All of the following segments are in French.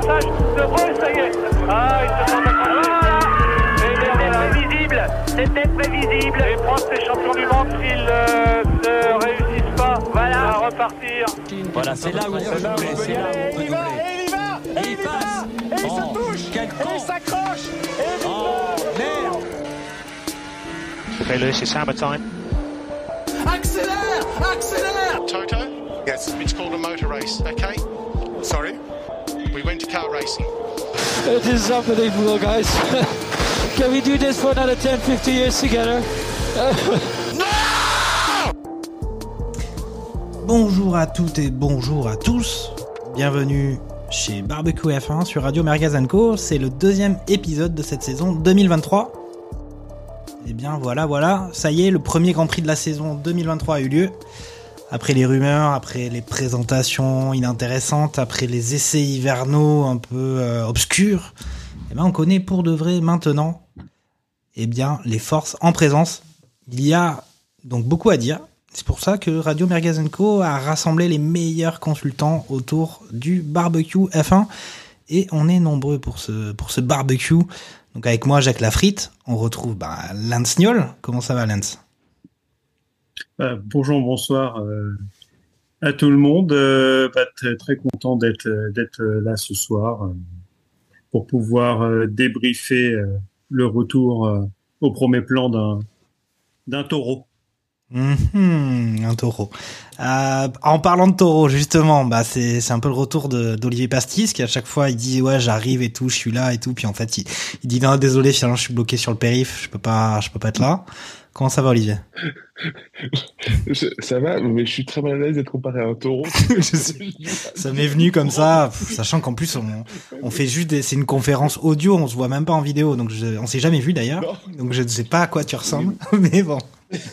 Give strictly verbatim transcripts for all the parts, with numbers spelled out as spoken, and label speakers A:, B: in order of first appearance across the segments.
A: passage de Rose, ça y est. Ah, il se prend à C'était prévisible, c'était prévisible. Et France est champion du monde s'ils euh, ne réussissent pas. Voilà, à repartir.
B: Voilà, c'est là où on peut doubler, c'est là où on peut doubler.
A: Et il va, et il passe, et il se touche, et il s'accroche, et
B: oh, merde.
C: Okay, Lewis, it's hammer time.
A: Accélère, accélère.
D: Toto? Yes, it's called a motor race, okay? Sorry? We went to car racing.
E: It is unbelievable, guys. Can we do this for another ten, fifty years together?
F: Bonjour à toutes et bonjour à tous. Bienvenue chez Barbecue F un sur Radio Merguez and Co. C'est le deuxième épisode de cette saison deux mille vingt-trois. Et bien voilà, voilà, ça y est, le premier Grand Prix de la saison deux mille vingt-trois a eu lieu. Après les rumeurs, après les présentations inintéressantes, après les essais hivernaux un peu euh, obscurs, et ben on connaît pour de vrai maintenant eh bien, les forces en présence. Il y a donc beaucoup à dire. C'est pour ça que Radio Merguez and Co a rassemblé les meilleurs consultants autour du barbecue F un. Et on est nombreux pour ce, pour ce barbecue. Donc avec moi, Jacques Lafritte, on retrouve bah, Lance Niol. Comment ça va, Lance ?
G: Euh, bonjour, bonsoir euh, à tout le monde. Euh, bah, très, très content d'être, d'être là ce soir euh, pour pouvoir euh, débriefer euh, le retour euh, au premier plan d'un, d'un taureau.
F: Mmh, un taureau. Euh, en parlant de taureau, justement, bah c'est c'est un peu le retour de d'Olivier Pastis qui à chaque fois il dit ouais j'arrive et tout, je suis là et tout, puis en fait il, il dit non désolé finalement je suis bloqué sur le périph, je peux pas je peux pas être là. Comment ça va Olivier ?
H: je, Ça va, mais je suis très mal à l'aise d'être comparé à un taureau.
F: Ça m'est venu comme ça, sachant qu'en plus on on fait juste des, c'est une conférence audio, on se voit même pas en vidéo, donc je, on s'est jamais vu d'ailleurs, non. Donc je ne sais pas à quoi tu ressembles, mais bon.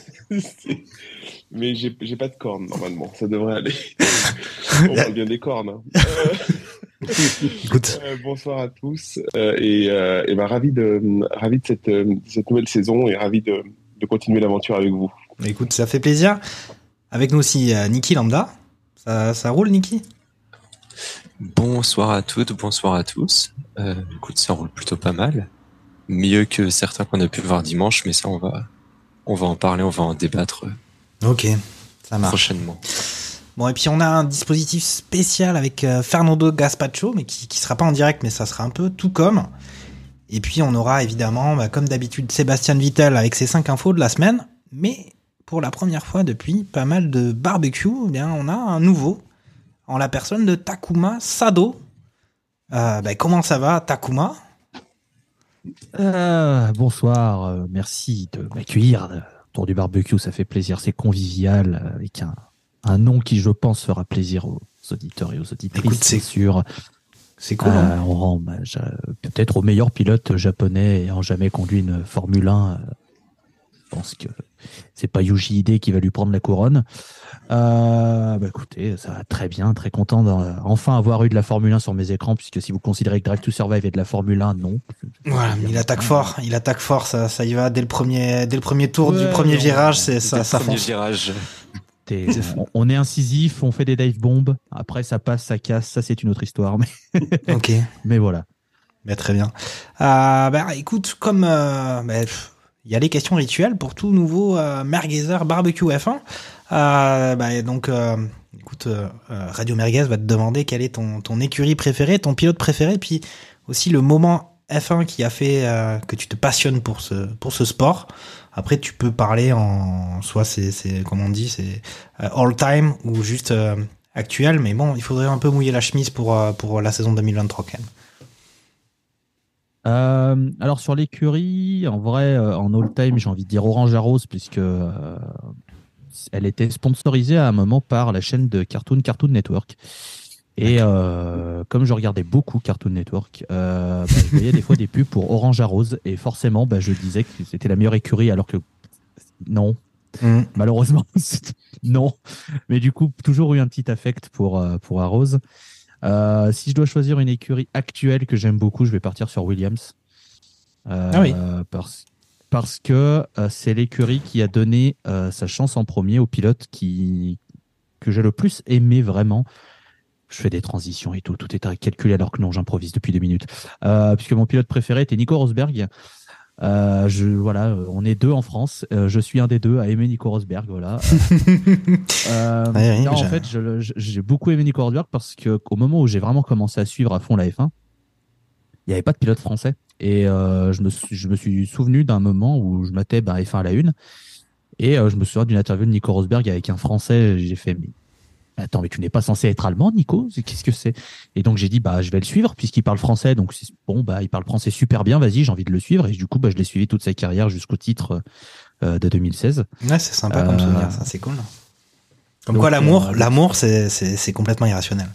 H: Mais j'ai, j'ai pas de cornes normalement, ça devrait aller. On parle bien des cornes. Hein. Euh...
F: Écoute.
H: Euh, bonsoir à tous euh, et, euh, et bah, ravi de ravi de cette euh, cette nouvelle saison et ravi de de continuer l'aventure avec vous.
F: Écoute, ça fait plaisir. Avec nous aussi euh, Niki Lambda. Ça ça roule Niki ?
I: Bonsoir à toutes, bonsoir à tous. Euh, écoute, ça roule plutôt pas mal. Mieux que certains qu'on a pu voir dimanche, mais ça on va On va en parler, on va en débattre.
F: Ok, ça marche.
I: Prochainement.
F: Bon, et puis on a un dispositif spécial avec euh, Fernando Gaspacho, mais qui qui sera pas en direct, mais ça sera un peu tout comme. Et puis on aura évidemment, bah, comme d'habitude, Sébastien Vittel avec ses cinq infos de la semaine. Mais pour la première fois depuis pas mal de barbecue, eh bien on a un nouveau en la personne de Takuma Sado. Euh, bah, comment ça va, Takuma ?
J: Euh, bonsoir, euh, merci de m'accueillir autour du barbecue, ça fait plaisir, c'est convivial, euh, avec un, un nom qui je pense fera plaisir aux auditeurs et aux auditrices.
F: Écoute, c'est sûr. C'est cool.
J: Euh, on rend hommage peut-être au meilleur pilote japonais ayant jamais conduit une Formule un. Euh, je pense que c'est pas Yuji Ide qui va lui prendre la couronne. Euh, bah écoutez, ça va très bien, très content d'enfin avoir eu de la Formule un sur mes écrans, puisque si vous considérez que Drive to Survive est de la Formule un, non.
F: Voilà, mais il attaque fort, il attaque fort, ça, ça y va dès le premier, dès le premier tour ouais, du premier non, virage, c'est ça, ça
I: premier
F: fonce.
I: Virage.
J: On, on est incisif, on fait des dive bombs, après ça passe, ça casse, ça c'est une autre histoire, mais.
F: Ok.
J: Mais voilà.
F: Mais très bien. Euh, bah écoute, comme euh, bah, il y a les questions rituelles pour tout nouveau euh, merguezer barbecue F un. Euh, bah, donc, euh, écoute, euh, Radio Merguez va te demander quelle est ton, ton écurie préférée, ton pilote préféré, puis aussi le moment F un qui a fait euh, que tu te passionnes pour ce pour ce sport. Après, tu peux parler en soit c'est c'est comme on dit, c'est euh, all time ou juste euh, actuel, mais bon, il faudrait un peu mouiller la chemise pour euh, pour la saison deux mille vingt-trois quand même.
J: Euh, alors sur l'écurie, en vrai, euh, en all time, j'ai envie de dire Orange Arrows puisque euh, elle était sponsorisée à un moment par la chaîne de Cartoon Cartoon Network. Et euh, comme je regardais beaucoup Cartoon Network, euh, bah, je voyais des fois des pubs pour Orange Arrows et forcément, bah, je disais que c'était la meilleure écurie alors que non, mmh. malheureusement non. Mais du coup, toujours eu un petit affect pour pour Arrows. Euh, si je dois choisir une écurie actuelle que j'aime beaucoup, je vais partir sur Williams. Euh,
F: ah oui.
J: Parce, parce que euh, c'est l'écurie qui a donné euh, sa chance en premier au pilote qui, que j'ai le plus aimé vraiment. je fais des transitions et tout, tout est calculé alors que non, j'improvise depuis deux minutes. Euh, puisque mon pilote préféré était Nico Rosberg. Euh, je, voilà, on est deux en France. Euh, je suis un des deux à aimer Nico Rosberg. Voilà. euh,
F: ouais, oui,
J: non, en
F: j'ai...
J: fait, je, je, j'ai beaucoup aimé Nico Rosberg parce que au moment où j'ai vraiment commencé à suivre à fond la F un, il n'y avait pas de pilote français. Et euh, je, me, je me suis souvenu d'un moment où je matais bah, F un à la une. Et euh, je me souviens d'une interview de Nico Rosberg avec un Français. J'ai fait, mais attends, mais tu n'es pas censé être allemand, Nico? Qu'est-ce que c'est? Et donc j'ai dit, bah je vais le suivre puisqu'il parle français. Donc bon, bah il parle français super bien. Vas-y, j'ai envie de le suivre. Et du coup, bah je l'ai suivi toute sa carrière jusqu'au titre euh, de deux mille seize.
F: Ouais, c'est sympa comme
J: euh...
F: souvenir, ça, c'est cool. Comme
J: donc,
F: quoi, l'amour,
J: euh,
F: l'amour, c'est, c'est, c'est complètement irrationnel.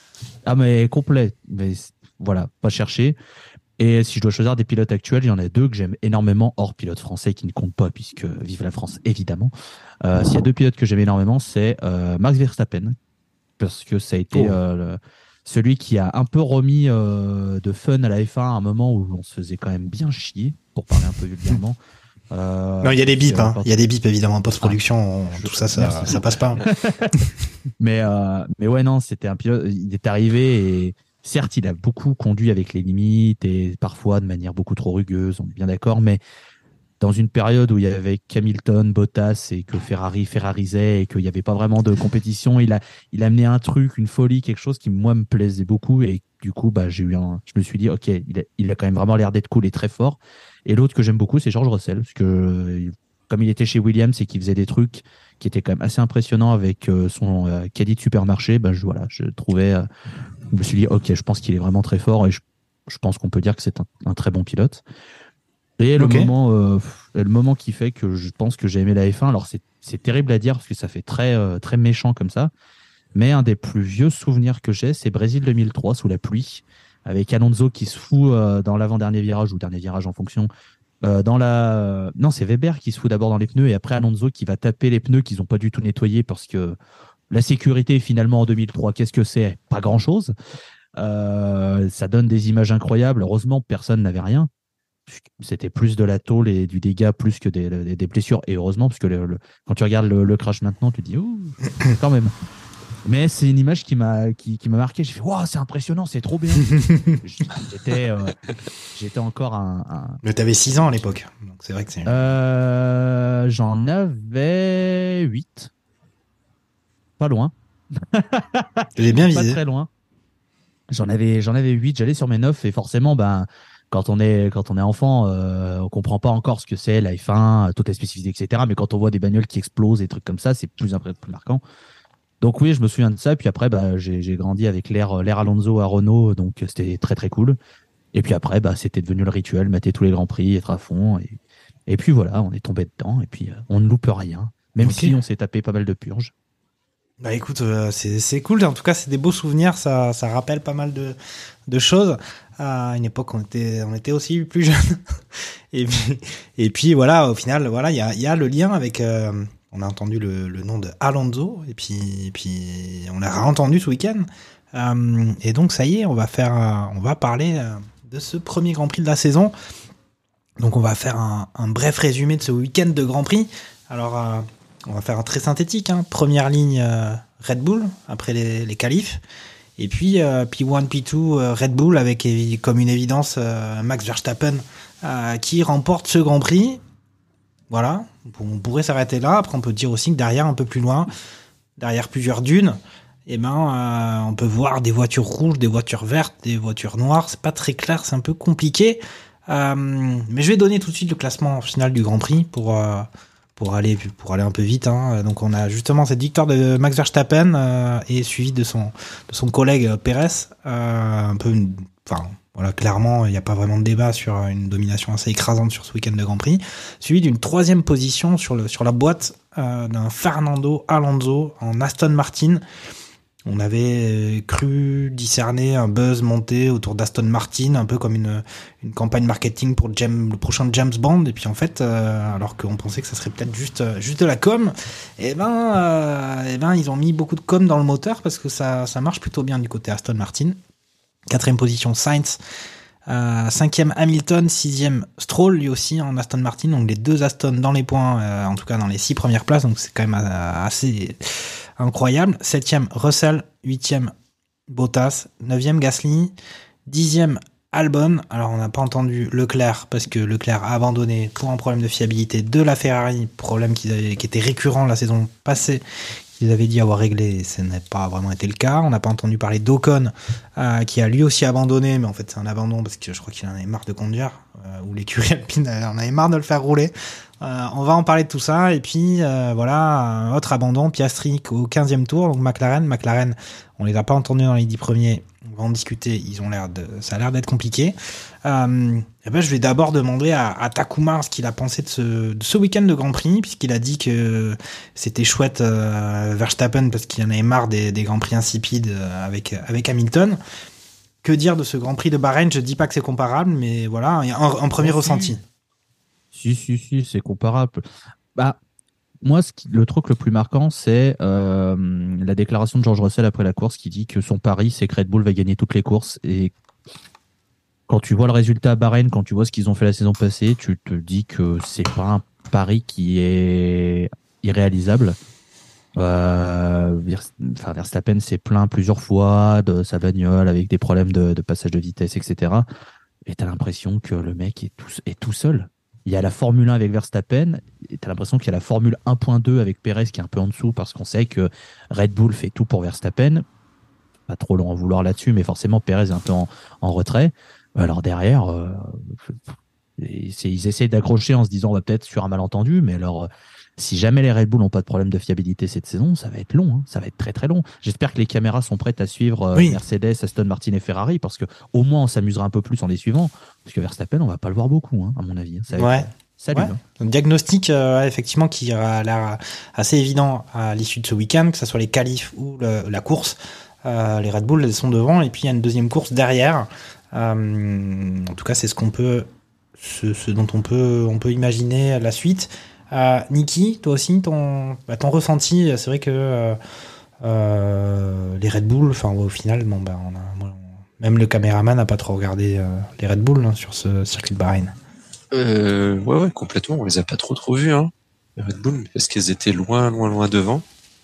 J: Ah mais complet. Mais voilà, pas chercher. Et si je dois choisir des pilotes actuels, il y en a deux que j'aime énormément, hors pilote français qui ne compte pas puisque vive la France évidemment. Euh, s'il y a deux pilotes que j'aime énormément, c'est euh, Max Verstappen, parce que ça a été oh. euh, le, celui qui a un peu remis euh, de fun à la F un à un moment où on se faisait quand même bien chier, pour parler un peu vulgairement. Euh,
F: non, il y a des bips, hein. Il y a des bips évidemment en post-production, ah, tout je, ça, ça, ça passe pas.
J: mais euh, mais ouais non, c'était un pilote, il est arrivé et certes, il a beaucoup conduit avec les limites et parfois de manière beaucoup trop rugueuse, on est bien d'accord, mais dans une période où il y avait Hamilton, Bottas et que Ferrari ferrarisait et qu'il n'y avait pas vraiment de compétition, il a, il a amené un truc, une folie, quelque chose qui moi me plaisait beaucoup et du coup, bah, j'ai eu un, je me suis dit, ok, il a, il a quand même vraiment l'air d'être cool et très fort. Et l'autre que j'aime beaucoup, c'est George Russell, parce que comme il était chez Williams et qu'il faisait des trucs qui étaient quand même assez impressionnants avec son euh, caddie de supermarché, bah, je, voilà, je trouvais, euh, je me suis dit, ok, je pense qu'il est vraiment très fort et je, je pense qu'on peut dire que c'est un, un très bon pilote. Et le okay. moment, euh, le moment qui fait que je pense que j'ai aimé la F un, alors c'est, c'est terrible à dire parce que ça fait très, euh, très méchant comme ça, mais un des plus vieux souvenirs que j'ai, c'est Brésil deux mille trois sous la pluie, avec Alonso qui se fout euh, dans l'avant-dernier virage ou dernier virage en fonction. Euh, dans la, non, c'est Weber qui se fout d'abord dans les pneus et après Alonso qui va taper les pneus qu'ils n'ont pas du tout nettoyés parce que la sécurité finalement en deux mille trois, qu'est-ce que c'est? Pas grand-chose. Euh, ça donne des images incroyables. Heureusement, personne n'avait rien. C'était plus de la tôle et du dégât plus que des, des, des blessures. Et heureusement, parce que le, le, quand tu regardes le, le crash maintenant, tu te dis, ouh, quand même. Mais c'est une image qui m'a, qui, qui m'a marqué. J'ai fait, waouh, c'est impressionnant, c'est trop bien. j'étais, euh, j'étais encore un. un...
F: Mais t'avais six ans à l'époque. Donc c'est vrai que c'est.
J: Euh, j'en avais huit. Pas loin.
F: J'ai bien visé.
J: Pas très loin. J'en avais, j'en avais huit. J'allais sur mes neuf et forcément, ben. Quand on est quand on est enfant, euh, on comprend pas encore ce que c'est la F un, toutes les spécificités, et cetera. Mais quand on voit des bagnoles qui explosent et des trucs comme ça, c'est plus plus marquant. Donc oui, je me souviens de ça. Puis après, bah, j'ai, j'ai grandi avec l'ère l'ère Alonso à Renault, donc c'était très très cool. Et puis après, bah, c'était devenu le rituel, mater tous les grands prix, être à fond. Et, et puis voilà, on est tombé dedans. Et puis euh, on ne loupe rien, même okay. si on s'est tapé pas mal de purges.
F: Bah écoute, euh, c'est c'est cool. En tout cas, c'est des beaux souvenirs. Ça ça rappelle pas mal de de choses. À une époque, on était on était aussi plus jeunes. et puis et puis voilà, au final, voilà, il y a il y a le lien avec. Euh, on a entendu le le nom de Alonso et puis et puis on l'a réentendu ce week-end. Euh, et donc ça y est, on va faire on va parler de ce premier Grand Prix de la saison. Donc on va faire un, un bref résumé de ce week-end de Grand Prix. Alors euh, on va faire un très synthétique. Hein. Première ligne euh, Red Bull après les, les qualifs. Et puis euh, P un, P deux euh, Red Bull avec comme une évidence euh, Max Verstappen euh, qui remporte ce Grand Prix. Voilà, on pourrait s'arrêter là. Après on peut dire aussi que derrière, un peu plus loin, derrière plusieurs dunes, eh ben euh, on peut voir des voitures rouges, des voitures vertes, des voitures noires. C'est pas très clair, c'est un peu compliqué. Euh, mais je vais donner tout de suite le classement final du Grand Prix pour euh, pour aller pour aller un peu vite. Hein. Donc on a justement cette victoire de Max Verstappen euh, et suivi de son de son collègue Pérez. Euh, un peu, enfin voilà, clairement il n'y a pas vraiment de débat sur une domination assez écrasante sur ce week-end de Grand Prix. Suivi d'une troisième position sur le sur la boîte euh, d'un Fernando Alonso en Aston Martin. On avait cru discerner un buzz monté autour d'Aston Martin, un peu comme une, une campagne marketing pour James, le prochain James Bond. Et puis en fait, euh, alors qu'on pensait que ça serait peut-être juste, juste de la com, et ben, euh, et ben, ils ont mis beaucoup de com dans le moteur parce que ça, ça marche plutôt bien du côté Aston Martin. Quatrième position, Sainz. Euh, cinquième Hamilton, sixième Stroll lui aussi en Aston Martin, donc les deux Aston dans les points, euh, en tout cas dans les six premières places, donc c'est quand même euh, assez incroyable. Septième Russell, huitième Bottas, neuvième Gasly, dixième Albon. Alors on n'a pas entendu Leclerc parce que Leclerc a abandonné pour un problème de fiabilité de la Ferrari, problème qui, avait, qui était récurrent la saison passée, qu'ils avaient dit avoir réglé, et ce n'a pas vraiment été le cas. On n'a pas entendu parler d'Ocon euh, qui a lui aussi abandonné, mais en fait c'est un abandon parce que je crois qu'il en avait marre de conduire, euh, ou l'écurie Alpine en avait marre de le faire rouler. Euh, on va en parler de tout ça, et puis euh, voilà, un autre abandon, Piastri au quinzième tour, donc McLaren, McLaren, on les a pas entendus dans les dix premiers, on va en discuter, ils ont l'air de, ça a l'air d'être compliqué. Euh, et ben je vais d'abord demander à, à Takuma ce qu'il a pensé de ce, de ce week-end de Grand Prix, puisqu'il a dit que c'était chouette euh, Verstappen parce qu'il en avait marre des, des Grands Prix insipides euh, avec, avec Hamilton. Que dire de ce Grand Prix de Bahreïn? Je dis pas que c'est comparable, mais voilà, un, un premier oh, ressenti.
J: Si, si, si, c'est comparable. Bah, moi, ce qui, le truc le plus marquant, c'est euh, la déclaration de George Russell après la course qui dit que son pari, c'est que Red Bull va gagner toutes les courses. Et quand tu vois le résultat à Bahreïn, quand tu vois ce qu'ils ont fait la saison passée, tu te dis que c'est pas un pari qui est irréalisable. Euh, enfin, Verstappen s'est plaint plusieurs fois de sa bagnole avec des problèmes de, de passage de vitesse, et cetera. Et t'as l'impression que le mec est tout, est tout seul. Il y a la Formule un avec Verstappen, et t'as l'impression qu'il y a la Formule un point deux avec Perez qui est un peu en dessous parce qu'on sait que Red Bull fait tout pour Verstappen. Pas trop long à vouloir là-dessus, mais forcément Perez est un peu en, en retrait. Alors derrière, euh, c'est, ils essayent d'accrocher en se disant on va peut-être sur un malentendu, mais alors si jamais les Red Bull n'ont pas de problème de fiabilité cette saison, ça va être long, hein, ça va être très très long. J'espère que les caméras sont prêtes à suivre euh, oui. Mercedes, Aston Martin et Ferrari, parce que au moins on s'amusera un peu plus en les suivant, parce que Verstappen on va pas le voir beaucoup, hein, à mon avis. Ça va
F: ouais.
J: être... Salut. Ouais.
F: Hein. Un diagnostic euh, effectivement qui a l'air assez évident à l'issue de ce week-end, que ce soit les qualifs ou le, la course. Euh, les Red Bull elles sont devant et puis il y a une deuxième course derrière. Euh, en tout cas c'est ce qu'on peut, ce, ce dont on peut, on peut imaginer la suite. Euh, Niki, toi aussi, ton, bah, ton ressenti, c'est vrai que euh, euh, les Red Bull, enfin au final, bon, bah, on a, bon, même le caméraman n'a pas trop regardé euh, les Red Bull hein, sur ce circuit de Bahreïn.
I: Euh, ouais, ouais, complètement. On les a pas trop trop vus, hein, les Red Bull, parce qu'ils étaient loin, loin, loin devant.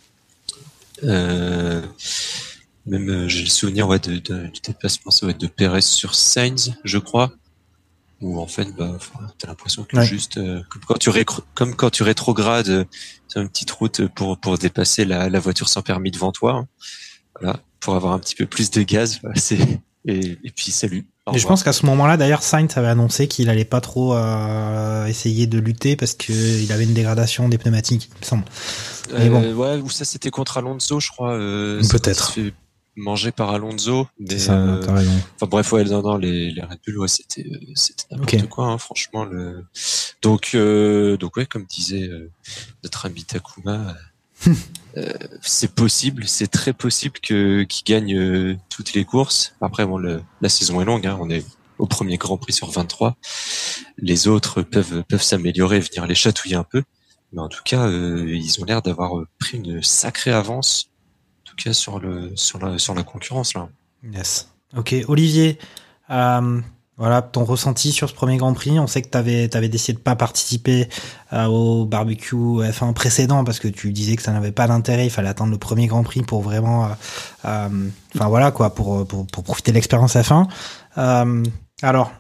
I: Euh, même euh, j'ai le souvenir ouais, de, de, du dépassement, ça va être de Perez sur Sainz, je crois. Où en fait, bah, t'as l'impression que ouais. juste euh, comme quand tu ré- comme quand tu rétrogrades, euh, t'as une petite route pour pour dépasser la, la voiture sans permis devant toi, hein. Voilà, pour avoir un petit peu plus de gaz. Voilà, c'est et, et puis salut.
F: Et je pense qu'à ce moment-là, d'ailleurs, Sainz avait annoncé qu'il allait pas trop euh, essayer de lutter parce que il avait une dégradation des pneumatiques, il me semble.
I: Mais bon. Euh, ouais, ou ça c'était contre Alonso, je crois. Euh,
F: Peut-être.
I: Mangé par Alonso, mais
F: ça,
I: euh,
F: t'as raison.
I: Enfin bref, ouais, non, non, les, les Red Bull, ouais, c'était, c'était n'importe okay. quoi, hein, franchement. Le... Donc, euh, donc ouais, comme disait euh, notre ami Takuma, euh, c'est possible, c'est très possible que qu'ils gagnent euh, toutes les courses. Après, bon, le, la saison est longue, hein, on est au premier Grand Prix sur vingt-trois. Les autres peuvent peuvent s'améliorer, venir les chatouiller un peu, mais en tout cas, euh, ils ont l'air d'avoir pris une sacrée avance. En tout cas sur le sur la sur la concurrence là.
F: Yes. Ok, Olivier, euh, voilà ton ressenti sur ce premier Grand Prix. On sait que t'avais t'avais décidé de pas participer euh, au barbecue F un précédent parce que tu disais que ça n'avait pas d'intérêt. Il fallait attendre le premier Grand Prix pour vraiment, euh, euh, enfin voilà quoi, pour pour pour profiter de l'expérience F un. Euh, alors.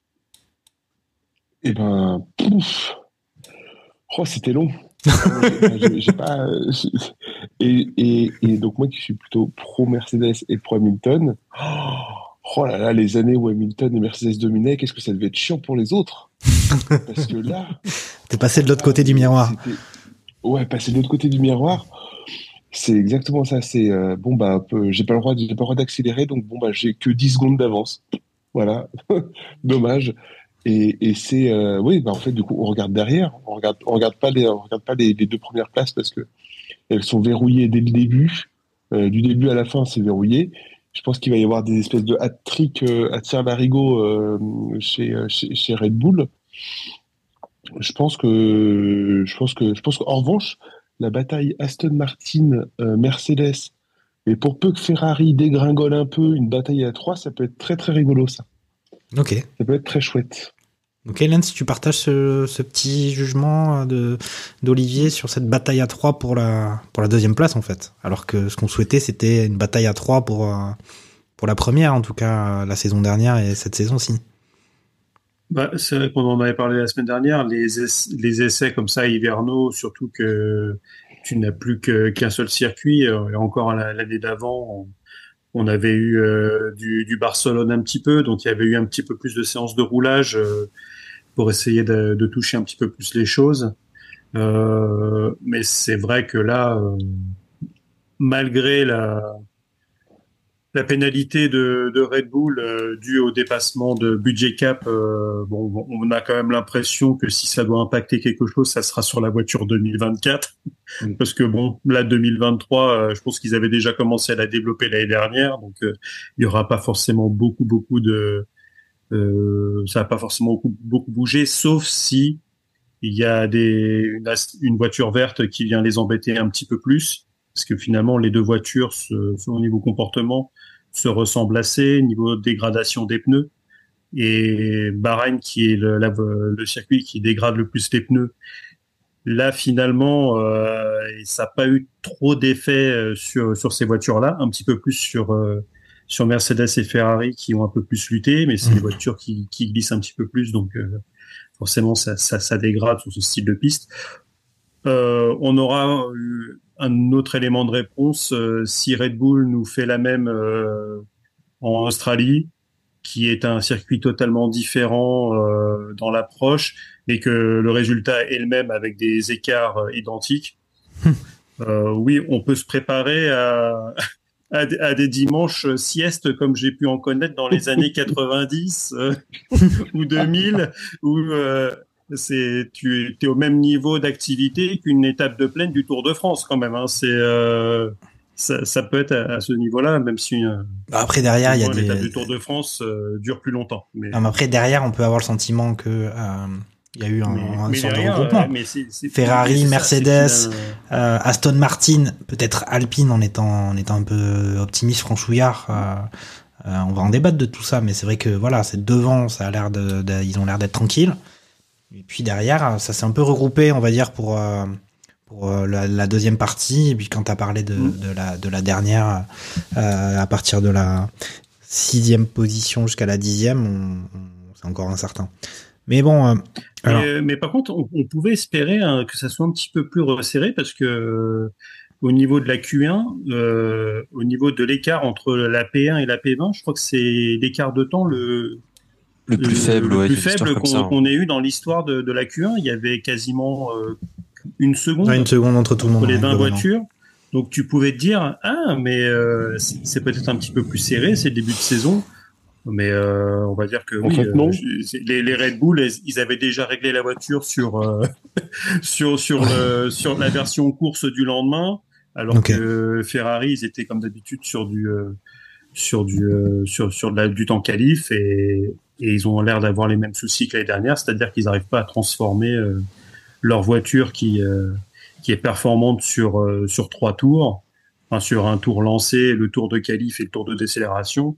H: Eh ben, pouf. Oh, c'était long. j'ai, j'ai pas, j'ai, et, et, et donc moi qui suis plutôt pro Mercedes et pro Hamilton, oh, oh là là, les années où Hamilton et Mercedes dominaient, qu'est-ce que ça devait être chiant pour les autres. Parce que là,
F: t'es passé de l'autre là, côté du miroir.
H: Ouais, passer de l'autre côté du miroir, c'est exactement ça. C'est euh, bon bah, peu, j'ai pas le droit, j'ai pas le droit d'accélérer, donc bon bah, j'ai que dix secondes d'avance. Voilà, dommage. Et, et c'est euh, oui bah en fait du coup on regarde derrière, on regarde on regarde pas les on regarde pas les, les deux premières places parce que elles sont verrouillées dès le début, euh, du début à la fin c'est verrouillé. Je pense qu'il va y avoir des espèces de hat-trick euh, à tir-larigot euh, chez, chez chez Red Bull. Je pense que je pense que je pense qu'en revanche la bataille Aston Martin euh, Mercedes, et pour peu que Ferrari dégringole un peu, une bataille à trois, ça peut être très très rigolo ça.
F: Ok.
H: Ça peut être très chouette.
F: Ok, Lens, tu partages ce, ce petit jugement de, d'Olivier sur cette bataille à trois pour la, pour la deuxième place, en fait. Alors que ce qu'on souhaitait, c'était une bataille à trois pour, pour la première, en tout cas, la saison dernière et cette saison-ci.
G: Bah, c'est vrai qu'on en avait parlé la semaine dernière, les, ess- les essais comme ça hivernaux, surtout que tu n'as plus que, qu'un seul circuit, et encore l'année d'avant, on, on avait eu euh, du, du Barcelone un petit peu, donc il y avait eu un petit peu plus de séances de roulage euh, pour essayer de, de toucher un petit peu plus les choses. Euh, mais c'est vrai que là, euh, malgré la, la pénalité de, de Red Bull euh, due au dépassement de budget cap, euh, bon, on a quand même l'impression que si ça doit impacter quelque chose, ça sera sur la voiture deux mille vingt-quatre. Mm. Parce que bon, là deux mille vingt-trois, euh, je pense qu'ils avaient déjà commencé à la développer l'année dernière, donc euh, il y aura pas forcément beaucoup, beaucoup de Euh, ça va pas forcément beaucoup, beaucoup bouger, sauf si il y a des, une, une voiture verte qui vient les embêter un petit peu plus, parce que finalement les deux voitures, se, au niveau comportement, se ressemblent assez, niveau dégradation des pneus. Et Bahreïn, qui est le, la, le circuit qui dégrade le plus les pneus, là finalement, euh, ça n'a pas eu trop d'effet sur sur ces voitures-là, un petit peu plus sur euh, sur Mercedes et Ferrari qui ont un peu plus lutté, mais c'est mmh. des voitures qui, qui glissent un petit peu plus, donc euh, forcément ça, ça, ça dégrade sur ce style de piste. Euh, on aura eu un autre élément de réponse euh, si Red Bull nous fait la même euh, en Australie, qui est un circuit totalement différent euh, dans l'approche, et que le résultat est le même avec des écarts euh, identiques. euh, oui, on peut se préparer à... À des, à des dimanches siestes comme j'ai pu en connaître dans les années quatre-vingt-dix euh, ou deux mille, où euh, c'est tu es au même niveau d'activité qu'une étape de plaine du Tour de France quand même. Hein. C'est euh, ça, ça peut être à, à ce niveau-là, même si euh,
F: après derrière il y a des
G: l'étape du Tour de France euh, dure plus longtemps. Mais...
F: Non, mais après derrière on peut avoir le sentiment que euh... il y a eu un, mais, un mais sorte derrière, de regroupement. Euh, mais c'est, c'est Ferrari, c'est Mercedes, ça, euh, Aston Martin, peut-être Alpine en étant, en étant un peu optimiste, franchouillard. Euh, euh, on va en débattre de tout ça, mais c'est vrai que voilà, c'est devant, ça a l'air de, de, ils ont l'air d'être tranquilles. Et puis derrière, ça s'est un peu regroupé, on va dire, pour euh, pour euh, la, la deuxième partie. Et puis quand t'as parlé de, mmh. de la de la dernière, euh, à partir de la sixième position jusqu'à la dixième, on, on, c'est encore incertain. Mais bon. Euh, alors...
G: mais, mais par contre, on, on pouvait espérer hein, que ça soit un petit peu plus resserré parce que euh, au niveau de la Q un, euh, au niveau de l'écart entre la P un et la P vingt, je crois que c'est l'écart de temps le
I: le plus
G: le,
I: faible,
G: le
I: ouais,
G: plus faible qu'on,
I: ça, hein.
G: qu'on ait eu dans l'histoire de, de la Q un. Il y avait quasiment euh, une seconde,
F: ouais, une seconde entre tout le monde,
G: entre les vingt
F: ouais,
G: voitures. Donc tu pouvais te dire ah mais euh, c'est, c'est peut-être un petit peu plus serré, c'est le début de saison. Mais euh, on va dire que
H: en
G: oui,
H: fait, non.
G: Euh, les, les Red Bull, ils avaient déjà réglé la voiture sur euh, sur sur le sur la version course du lendemain, alors okay. que Ferrari, ils étaient comme d'habitude sur du euh, sur du euh, sur sur de la, du temps qualif et, et ils ont l'air d'avoir les mêmes soucis que l'année dernière, c'est-à-dire qu'ils n'arrivent pas à transformer euh, leur voiture qui euh, qui est performante sur euh, sur trois tours, enfin sur un tour lancé, le tour de qualif et le tour de décélération.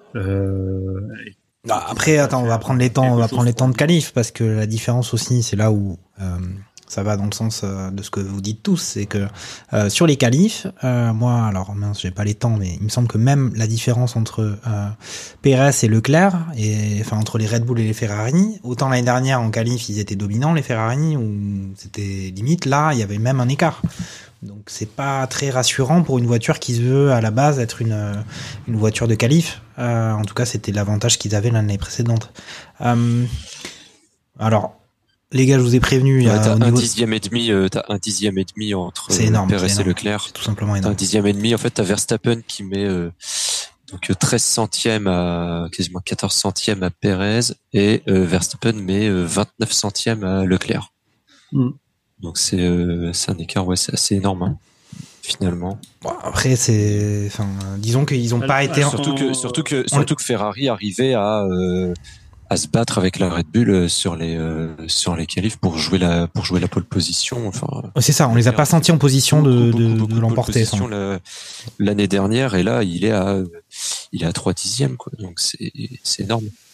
G: Euh,
F: non, après, attends, on va prendre les temps, on va prendre les temps de qualif parce que la différence aussi, c'est là où euh, ça va dans le sens euh, de ce que vous dites tous, c'est que euh, sur les qualifs, euh, moi, alors mince, j'ai pas les temps, mais il me semble que même la différence entre euh, Pérez et Leclerc, et enfin entre les Red Bull et les Ferrari, autant l'année dernière en qualif ils étaient dominants les Ferrari, où c'était limite, là il y avait même un écart. Donc c'est pas très rassurant pour une voiture qui se veut à la base être une une voiture de qualif. Euh, en tout cas, c'était l'avantage qu'ils avaient l'année précédente. Euh, alors, les gars, je vous ai prévenu.
I: Ouais, t'as
F: au
I: un
F: niveau
I: dixième et demi, euh, t'as un dixième et demi entre
F: c'est énorme,
I: Pérez
F: c'est énorme.
I: et Leclerc.
F: C'est tout simplement énorme.
I: T'as un dixième et demi. En fait, t'as Verstappen qui met euh, donc treize centièmes à quasiment quatorze centièmes à Pérez et euh, Verstappen met euh, vingt-neuf centièmes à Leclerc. Mm. Donc c'est euh, c'est un écart, ouais, c'est assez énorme hein, finalement.
F: Bon, après c'est, enfin, disons qu'ils ont Alors, pas été
I: surtout que surtout que surtout que Ferrari arrivait à euh, à se battre avec la Red Bull sur les euh, sur les qualifs pour jouer la pour jouer la pole position. Enfin,
F: c'est ça, on les a pas sentis en position de beaucoup, de, beaucoup, de, de l'emporter.
I: De la, l'année dernière et là il est à il est à trois dixièmes quoi, donc c'est c'est énorme.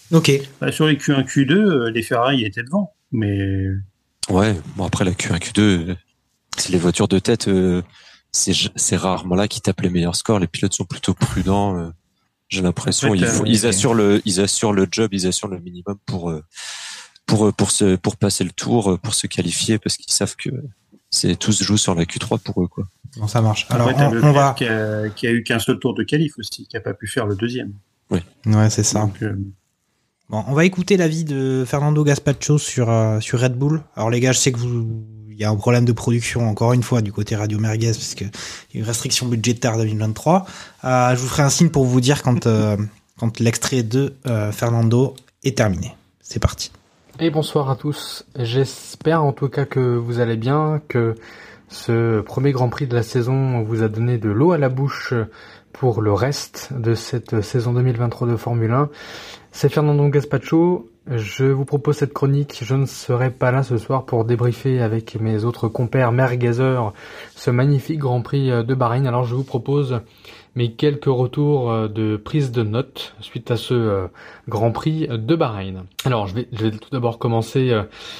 F: Ok.
G: Bah, sur les Q un, Q deux, les Ferrari étaient devant, mais.
I: Ouais, bon après la Q un, Q deux, c'est les voitures de tête, euh, c'est, c'est rarement là qui tapent les meilleurs scores. Les pilotes sont plutôt prudents. Euh, j'ai l'impression, en fait, ils, faut, euh, ils assurent le, ils assurent le job, ils assurent le minimum pour, euh, pour, pour se, pour passer le tour, pour se qualifier, parce qu'ils savent que c'est tout se joue sur la Q trois pour eux, quoi.
F: Bon, ça marche. Alors,
G: Après,
F: on,
G: le
F: on va.
G: Qui a, qui a eu qu'un seul tour de qualif aussi, qui a pas pu faire le deuxième.
I: Oui.
F: Ouais, c'est ça.
G: Donc, euh...
F: Bon, on va écouter l'avis de Fernando Gaspacho sur euh, sur Red Bull. Alors les gars, je sais que vous, il y a un problème de production encore une fois du côté Radio Merguez parce que il y a une restriction budgétaire deux mille vingt-trois. Euh, je vous ferai un signe pour vous dire quand euh, quand l'extrait de euh, Fernando est terminé. C'est parti.
K: Et bonsoir à tous. J'espère en tout cas que vous allez bien, que ce premier Grand Prix de la saison vous a donné de l'eau à la bouche pour le reste de cette saison deux mille vingt-trois de Formule un. C'est Fernando Gaspacho. Je vous propose cette chronique. Je ne serai pas là ce soir pour débriefer avec mes autres compères merguezeurs ce magnifique Grand Prix de Bahreïn. Alors je vous propose mes quelques retours de prise de notes suite à ce Grand Prix de Bahreïn. Alors je vais, je vais tout d'abord commencer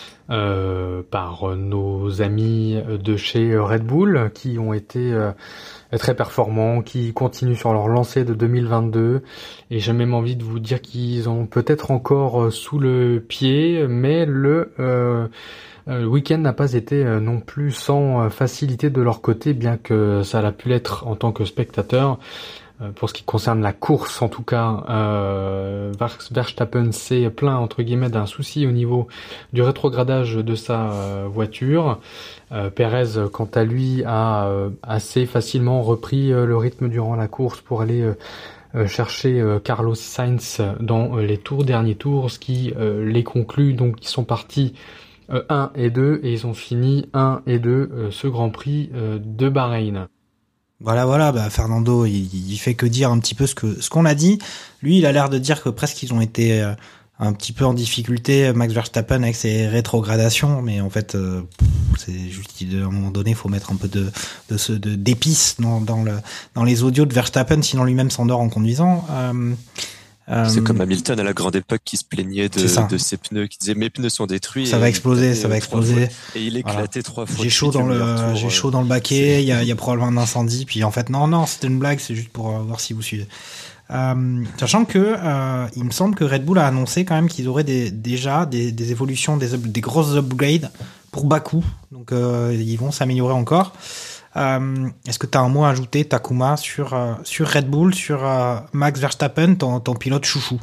K: euh, par nos amis de chez Red Bull qui ont été euh, très performants, qui continuent sur leur lancée de deux mille vingt-deux, et j'ai même envie de vous dire qu'ils ont peut-être encore sous le pied, mais le, euh, le week-end n'a pas été non plus sans facilité de leur côté, bien que ça l'a pu l'être en tant que spectateur. Pour ce qui concerne la course, en tout cas, euh, Verstappen s'est plaint entre guillemets d'un souci au niveau du rétrogradage de sa euh, voiture. Euh, Pérez, quant à lui, a euh, assez facilement repris euh, le rythme durant la course pour aller euh, euh, chercher euh, Carlos Sainz dans euh, les tours derniers tours, ce qui euh, les conclut. Donc, ils sont partis euh, un et deux et ils ont fini un et deux euh, ce Grand Prix euh, de Bahreïn.
F: Voilà, voilà, bah Fernando, il, il fait que dire un petit peu ce que ce qu'on a dit. Lui, il a l'air de dire que presque ils ont été euh, un petit peu en difficulté, Max Verstappen avec ses rétrogradations, mais en fait, euh, c'est juste à un moment donné, il faut mettre un peu de de ce de d'épices dans dans le dans les audios de Verstappen, sinon lui-même s'endort en conduisant. Euh,
I: Euh, c'est comme Hamilton à la grande époque qui se plaignait de, de ses pneus, qui disait mes pneus sont détruits.
F: Ça va exploser, ça va exploser.
I: Et il éclatait voilà. trois fois.
F: J'ai chaud dans le, tour, j'ai chaud dans le baquet. Il y a, il y a probablement un incendie. Puis en fait, non, non, c'était une blague. C'est juste pour euh, voir si vous suivez. Euh, sachant que euh, il me semble que Red Bull a annoncé quand même qu'ils auraient des, déjà des, des évolutions, des, des grosses upgrades pour Bakou. Donc euh, ils vont s'améliorer encore. Euh, est-ce que tu as un mot à ajouter, Takuma, sur, euh, sur Red Bull, sur euh, Max Verstappen, ton, ton pilote chouchou?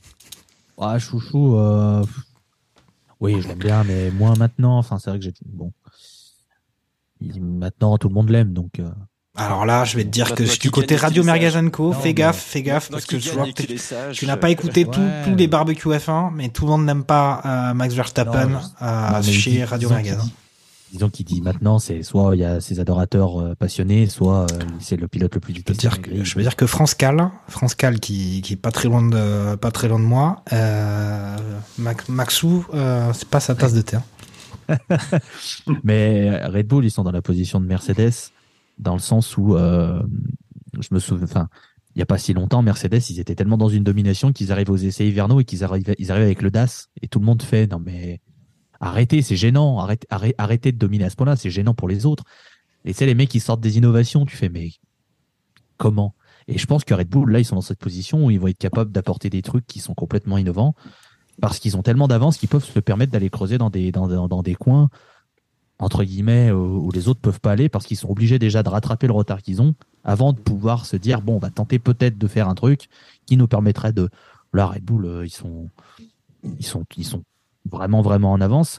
J: Ah, chouchou, euh... oui, je l'aime bien, mais moins maintenant. Enfin, c'est vrai que j'ai. Bon. Maintenant, tout le monde l'aime, donc. Euh...
F: Alors là, je vais te dire maintenant que du côté Radio Merguez and Co, fais gaffe, fais gaffe, parce que je vois que tu n'as pas écouté ouais. tous les barbecues F un, mais tout le monde n'aime pas euh, Max Verstappen non, euh, non, chez Radio Merguez.
J: Disons qu'il dit maintenant, c'est soit il y a ses adorateurs euh, passionnés, soit euh, c'est le pilote le plus
F: du dire que je veux dire que France Cal, France Cal qui qui est pas très loin de pas très loin de moi, euh, Max, Maxou, euh, c'est pas sa tasse de thé. Hein.
J: Mais Red Bull, ils sont dans la position de Mercedes, dans le sens où euh, je me souviens, enfin, il y a pas si longtemps, Mercedes, ils étaient tellement dans une domination qu'ils arrivaient aux essais hivernaux et qu'ils arrivaient, ils arrivaient avec le D A S et tout le monde fait non mais arrêtez, c'est gênant. Arrêtez, arrêtez, arrêtez de dominer à ce point-là, c'est gênant pour les autres. Et c'est les mecs qui sortent des innovations, tu fais, mais comment? Et je pense que Red Bull, là, ils sont dans cette position où ils vont être capables d'apporter des trucs qui sont complètement innovants parce qu'ils ont tellement d'avance qu'ils peuvent se permettre d'aller creuser dans des, dans, dans, dans des coins, entre guillemets, où, où les autres peuvent pas aller parce qu'ils sont obligés déjà de rattraper le retard qu'ils ont avant de pouvoir se dire, bon, on va tenter peut-être de faire un truc qui nous permettrait de. Là, Red Bull, euh, ils sont, ils sont, ils sont vraiment vraiment en avance.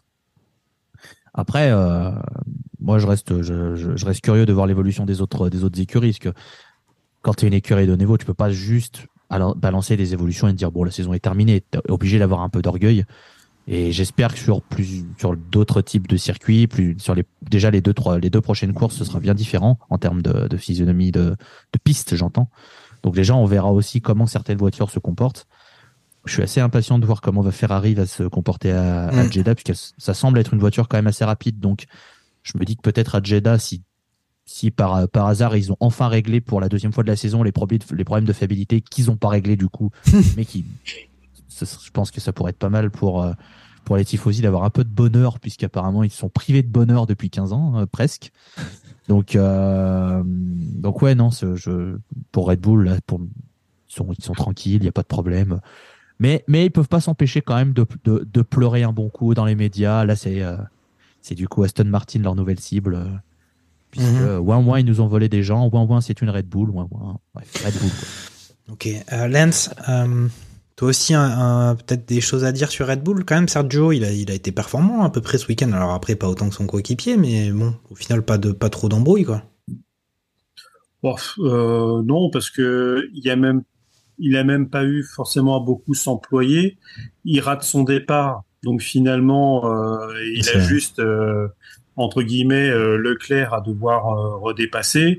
J: Après euh, moi je reste je, je, je reste curieux de voir l'évolution des autres des autres écuries parce que quand tu es une écurie de niveau, tu peux pas juste balancer des évolutions et te dire bon la saison est terminée, tu es obligé d'avoir un peu d'orgueil et j'espère que sur plus sur d'autres types de circuits, plus sur les déjà les deux trois les deux prochaines courses ce sera bien différent en termes de, de physionomie de de piste, j'entends. Donc déjà on verra aussi comment certaines voitures se comportent. Je suis assez impatient de voir comment va Ferrari va se comporter à, à Jeddah, puisque ça semble être une voiture quand même assez rapide. Donc, je me dis que peut-être à Jeddah, si, si par, par hasard, ils ont enfin réglé pour la deuxième fois de la saison les problèmes, les problèmes de fiabilité qu'ils n'ont pas réglés du coup, mais qui je pense que ça pourrait être pas mal pour, euh, pour les tifosi d'avoir un peu de bonheur, puisqu'apparemment ils sont privés de bonheur depuis quinze ans, euh, presque. Donc, euh, donc ouais, non, je, pour Red Bull, là, pour, ils, sont, ils sont tranquilles, il n'y a pas de problème. Mais, mais ils peuvent pas s'empêcher quand même de, de, de pleurer un bon coup dans les médias. Là, c'est, euh, c'est du coup Aston Martin, leur nouvelle cible. Euh, puisque mm-hmm. ouin ouin, ils nous ont volé des gens. Ouin ouin, c'est une Red Bull. Ouin ouin, bref, Red Bull, quoi.
F: Ok. Euh, Lance, euh, toi aussi, un, un, peut-être des choses à dire sur Red Bull quand même. Sergio, il a, il a été performant à peu près ce week-end. Alors après, pas autant que son coéquipier, mais bon, au final, pas, de, pas trop d'embrouille, quoi.
G: Bon, euh, non, parce que il y a même Il a même pas eu forcément à beaucoup s'employer. Il rate son départ, donc finalement, euh, il a juste euh, entre guillemets euh, Leclerc à devoir euh, redépasser.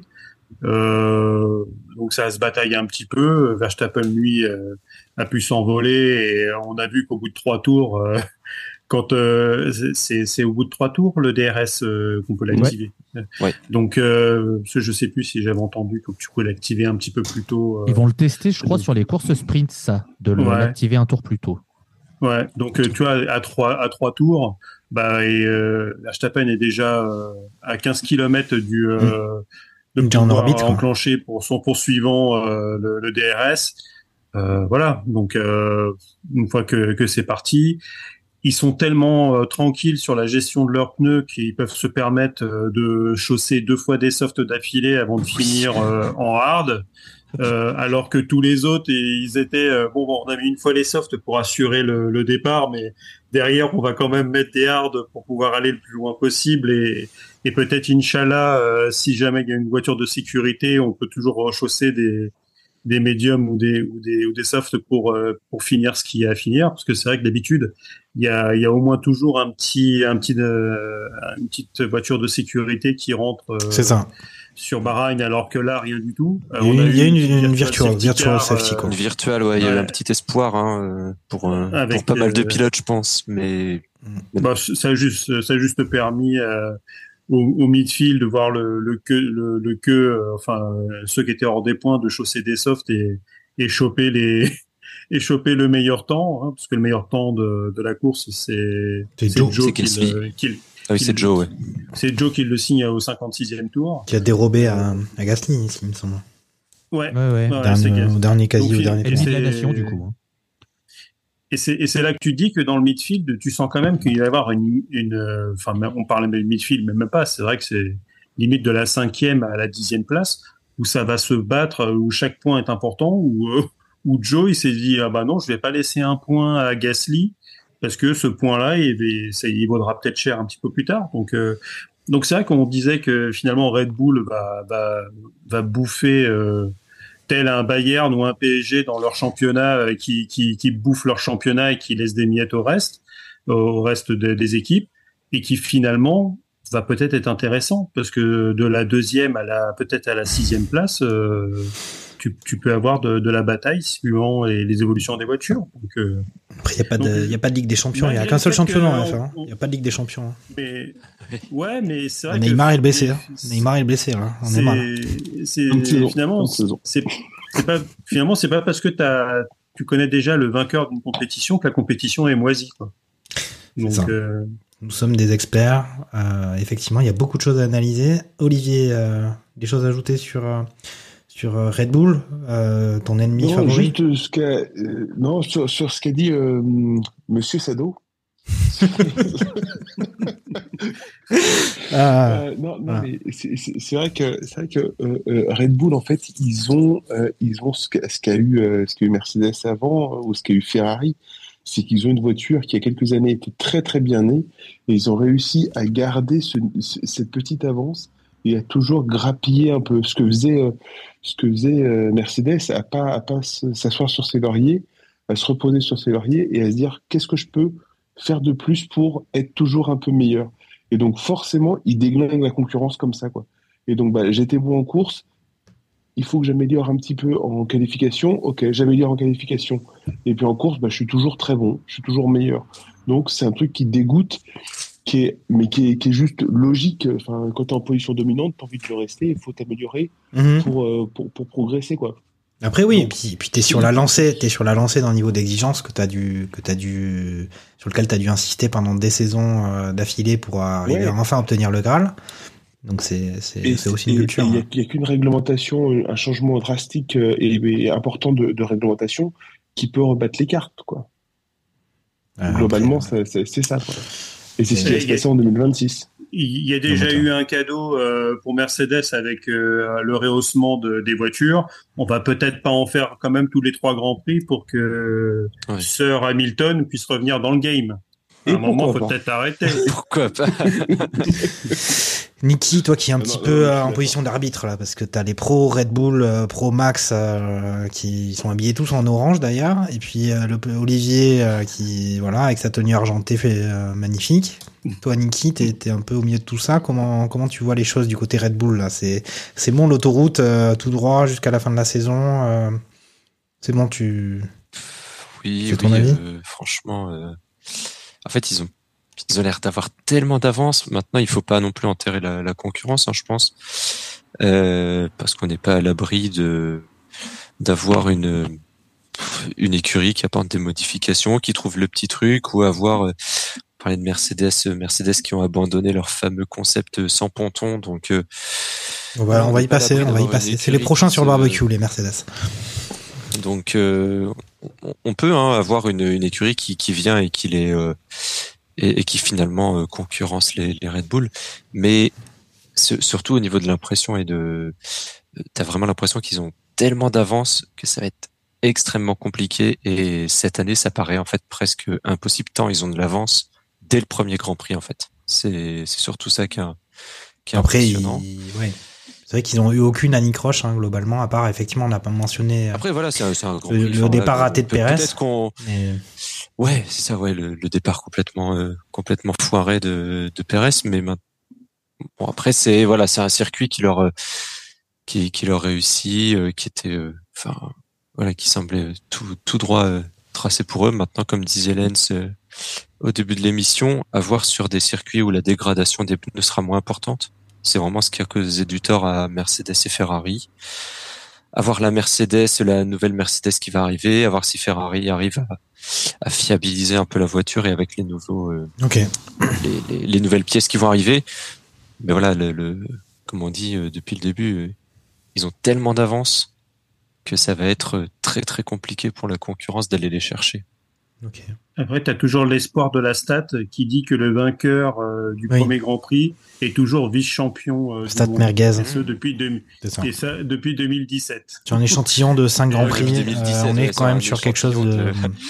G: Euh, donc ça se bataille un petit peu. Verstappen lui euh, a pu s'envoler et on a vu qu'au bout de trois tours, euh, quand euh, c'est, c'est au bout de trois tours le D R S euh, qu'on peut l'activer.
I: Ouais. Ouais.
G: Donc euh, je sais plus si j'avais entendu que tu pouvais l'activer un petit peu plus tôt. Euh,
J: Ils vont le tester, je crois, sur les courses sprint, ça, de le, ouais. l'activer un tour plus tôt.
G: Ouais. Donc euh, tu vois, à trois à trois tours, bah et euh, Verstappen est déjà euh, à quinze kilomètres du euh, de pouvoir orbite, enclencher pour son poursuivant euh, le, le D R S. Euh, voilà. Donc euh, une fois que que c'est parti. Ils sont tellement euh, tranquilles sur la gestion de leurs pneus qu'ils peuvent se permettre euh, de chausser deux fois des softs d'affilée avant de finir euh, en hard, euh, alors que tous les autres, ils étaient euh, bon, bon, on a mis une fois les softs pour assurer le, le départ, mais derrière, on va quand même mettre des hard pour pouvoir aller le plus loin possible et, et peut-être, Inch'Allah, euh, si jamais il y a une voiture de sécurité, on peut toujours rechausser des des médiums ou des ou des ou des softs pour euh, pour finir ce qu'il y a à finir, parce que c'est vrai que d'habitude il y a il y a au moins toujours un petit un petit euh, une petite voiture de sécurité qui rentre euh,
F: c'est ça
G: sur Bahreïn, alors que là rien du tout.
F: Euh, il y a, il y a une, une, une virtual virtual safety quoi.
I: Une virtuelle, ouais, il y a eu un petit espoir hein, pour euh, Avec, pour pas mal de pilotes, je pense, mais
G: bah, ça a juste ça a juste permis euh, Au, au midfield de voir le, le queue, le, le queue, euh, enfin euh, ceux qui étaient hors des points, de chausser des softs et, et choper les et choper le meilleur temps, hein, parce que le meilleur temps de, de la course c'est
F: c'est,
G: c'est
F: Joe,
G: Joe
F: c'est
G: qui le, qui,
I: ah oui, c'est Joe, ouais.
G: C'est Joe qui le signe au cinquante-sixième tour.
F: Qui a dérobé à, à Gasly, ici, il me semble.
G: Ouais.
J: ouais, ouais.
F: ouais dernier, au dernier quasi, Donc, au dernier.
J: Et lui de la nation du coup. Hein.
G: Et c'est, et c'est là que tu dis que dans le midfield, tu sens quand même qu'il va y avoir une, une, enfin, on parle même de midfield, mais même pas. C'est vrai que c'est limite de la cinquième à la dixième place où ça va se battre, où chaque point est important, où, euh, où Joe, il s'est dit, ah bah non, je vais pas laisser un point à Gasly parce que ce point-là, il, ça, il vaudra peut-être cher un petit peu plus tard. Donc, euh, donc c'est vrai qu'on disait que finalement Red Bull va, va, va bouffer, euh, tel un Bayern ou un P S G dans leur championnat euh, qui, qui, qui bouffe leur championnat et qui laisse des miettes au reste, au reste de, des équipes, et qui finalement va peut-être être intéressant parce que de la deuxième à la peut-être à la sixième place, euh, tu, tu peux avoir de, de la bataille suivant les, les évolutions des voitures. Donc, euh,
F: après, il n'y a pas de, il y a pas de Ligue des Champions, il n'y a qu'un seul championnat en F un. Il n'y a pas de Ligue des Champions.
G: Mais ouais, mais c'est vrai.
F: Neymar
G: que
F: est blessé. Hein. Neymar est blessé là. On
G: c'est,
F: est mal.
G: C'est finalement, c'est, c'est pas finalement c'est pas parce que t'as, tu connais déjà le vainqueur d'une compétition que la compétition est moisie, quoi. Donc euh...
F: nous sommes des experts. Euh, effectivement, il y a beaucoup de choses à analyser. Olivier, euh, des choses à ajouter sur euh, sur Red Bull, euh, ton ennemi
H: non,
F: favori.
H: Juste ce qu'a, euh, non, sur, sur ce qu'a dit euh, Monsieur Sado.
F: ah,
H: euh, non, non
F: ah.
H: mais c'est, c'est, c'est vrai que c'est vrai que euh, euh, Red Bull en fait ils ont euh, ils ont ce qu'a, ce qu'a eu euh, ce qu'a eu Mercedes avant ou ce qu'a eu Ferrari, c'est qu'ils ont une voiture qui il y a quelques années était très très bien née et ils ont réussi à garder ce, ce, cette petite avance et à toujours grappiller un peu ce que faisait euh, ce que faisait euh, Mercedes, à pas à pas s'asseoir sur ses lauriers, à se reposer sur ses lauriers et à se dire qu'est-ce que je peux faire de plus pour être toujours un peu meilleur. Et donc forcément, ils déglinguent la concurrence comme ça, quoi. Et donc bah, j'étais bon en course, il faut que j'améliore un petit peu en qualification, ok, j'améliore en qualification. Et puis en course, bah, je suis toujours très bon, je suis toujours meilleur. Donc c'est un truc qui dégoûte, qui est, mais qui est, qui est juste logique. Enfin, quand tu es en position dominante, tu as envie de le rester, il faut t'améliorer
F: mm-hmm.
H: pour, euh, pour, pour progresser, quoi.
F: Après oui, donc, et puis, puis t'es sur la lancée, t'es sur la lancée d'un niveau d'exigence que t'as dû, que t'as dû, sur lequel t'as dû insister pendant des saisons euh, d'affilée pour arriver ouais. à enfin obtenir le Graal. Donc c'est, c'est, c'est aussi une culture.
H: Il n'y a, hein. a qu'une réglementation, un changement drastique et, et important de, de réglementation qui peut rebattre les cartes, quoi. Euh, Globalement, après, c'est, c'est, c'est ça, quoi. Et c'est ce qui va se passer en deux mille vingt-six.
G: Il y a déjà eu un cadeau euh, pour Mercedes avec euh, le rehaussement de, des voitures. On va peut-être pas en faire quand même tous les trois grands prix pour que oui. Sir Hamilton puisse revenir dans le game. À un moment, faut pas. peut-être arrêter.
I: Pourquoi pas?
F: Niki, toi qui es un non, petit non, peu non, en position d'arbitre là, parce que t'as les pros Red Bull, euh, Pro Max euh, qui sont habillés tous en orange d'ailleurs, et puis euh, le Olivier euh, qui voilà avec sa tenue argentée fait euh, magnifique. Toi Niki, t'es, t'es un peu au milieu de tout ça. Comment comment tu vois les choses du côté Red Bull là? C'est c'est bon l'autoroute euh, tout droit jusqu'à la fin de la saison. Euh, c'est bon tu.
I: Oui, c'est ton oui, avis euh, franchement. Euh... En fait, ils ont, ils ont l'air d'avoir tellement d'avance. Maintenant, il faut pas non plus enterrer la, la concurrence, hein, je pense, euh, parce qu'on n'est pas à l'abri de d'avoir une une écurie qui apporte des modifications, qui trouve le petit truc, ou avoir euh, parler de Mercedes, Mercedes qui ont abandonné leur fameux concept sans ponton. Donc, euh,
F: on va, on va y passer, on va y passer. C'est les prochains sur le barbecue, les Mercedes.
I: Donc, euh, on peut hein, avoir une, une écurie qui, qui vient et qui les euh, et, et qui finalement euh, concurrence les, les Red Bull, mais ce, surtout au niveau de l'impression et de, t'as vraiment l'impression qu'ils ont tellement d'avance que ça va être extrêmement compliqué. Et cette année, ça paraît en fait presque impossible tant ils ont de l'avance dès le premier Grand Prix en fait. C'est, c'est surtout ça qui est, qui est
F: Après,
I: impressionnant.
F: Il... Ouais. C'est vrai qu'ils n'ont eu aucune anicroche hein, globalement, à part effectivement on n'a pas mentionné.
I: Après voilà, c'est un, c'est un grand
F: le, le départ raté de Pérez.
I: Peut-être qu'on. Mais... Ouais, c'est ça, ouais, le, le départ complètement euh, complètement foiré de, de Pérez, mais maintenant, bon après c'est voilà, c'est un circuit qui leur euh, qui qui leur réussit, euh, qui était euh, enfin voilà, qui semblait tout tout droit euh, tracé pour eux. Maintenant, comme disait Lens euh, au début de l'émission, à voir sur des circuits où la dégradation des pneus sera moins importante. C'est vraiment ce qui a causé du tort à Mercedes et Ferrari. Avoir la Mercedes, la nouvelle Mercedes qui va arriver, à voir si Ferrari arrive à, à fiabiliser un peu la voiture et avec les nouveaux, euh,
F: okay.
I: les, les, les nouvelles pièces qui vont arriver. Mais voilà, le, le comme on dit euh, depuis le début, euh, ils ont tellement d'avance que ça va être très très compliqué pour la concurrence d'aller les chercher.
F: Okay.
G: Après, tu as toujours l'espoir de la stat qui dit que le vainqueur euh, du oui. premier Grand Prix est toujours vice-champion euh,
F: Stat Merguez.
G: Et ce depuis, deux, et ça, depuis deux mille dix-sept.
F: Sur un échantillon de cinq Grands Prix, deux mille dix-sept, euh, on est ouais, quand même sur quelque chose de...
G: de...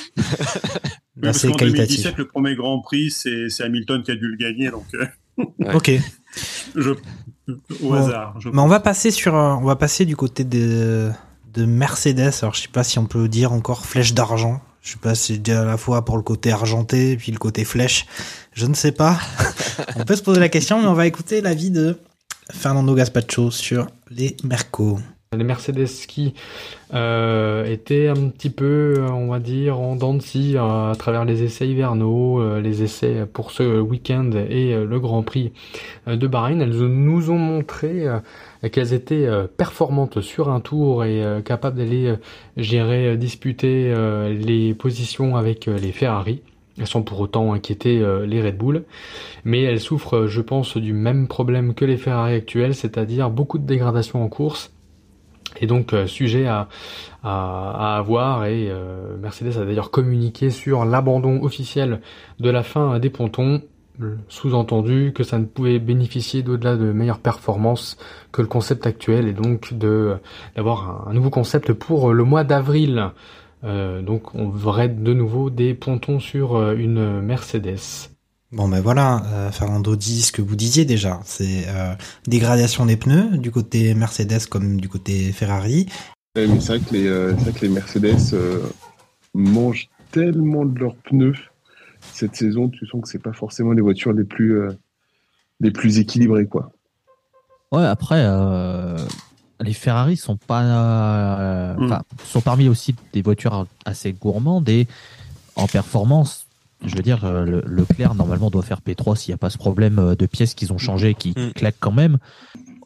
F: d'assez
G: qualitatif. deux mille dix-sept, le premier Grand Prix, c'est, c'est Hamilton qui a dû le gagner. Donc, euh...
F: ouais. Ok.
G: Je... Au
F: bon. hasard. Je... Mais on va passer sur, on va passer du côté de, de Mercedes. Alors, je sais pas si on peut dire encore flèche d'argent. Je sais pas si c'est à la fois pour le côté argenté et puis le côté flèche. Je ne sais pas. On peut se poser la question, mais on va écouter l'avis de Fernando Gaspacho sur les Mercos.
K: Les Mercedes qui euh, étaient un petit peu, on va dire, en dents de scie euh, à travers les essais hivernaux, euh, les essais pour ce week-end et euh, le Grand Prix de Bahreïn. Elles nous ont montré euh, qu'elles étaient euh, performantes sur un tour et euh, capables d'aller euh, gérer, euh, disputer euh, les positions avec euh, les Ferrari, sans pour autant inquiéter euh, les Red Bull. Mais elles souffrent, je pense, du même problème que les Ferrari actuelles, c'est-à-dire beaucoup de dégradation en course. Et donc euh, sujet à, à, à avoir, et euh, Mercedes a d'ailleurs communiqué sur l'abandon officiel de la fin des pontons, sous-entendu que ça ne pouvait bénéficier d'au-delà de meilleures performances que le concept actuel, et donc de d'avoir un, un nouveau concept pour le mois d'avril. Euh, donc on verrait de nouveau des pontons sur euh, une Mercedes.
F: Bon ben voilà, euh, Fernando dit ce que vous disiez déjà, c'est euh, dégradation des pneus du côté Mercedes comme du côté Ferrari.
H: Ouais, mais c'est vrai que les, euh, c'est vrai que les Mercedes euh, mangent tellement de leurs pneus cette saison, tu sens que c'est pas forcément les voitures les plus euh, les plus équilibrées quoi.
J: Ouais, après euh, les Ferrari sont pas, euh, mm. sont parmi aussi des voitures assez gourmandes et en performance. Je veux dire, le, Leclerc, normalement, doit faire P trois s'il n'y a pas ce problème de pièces qu'ils ont changé qui mm. claquent quand même.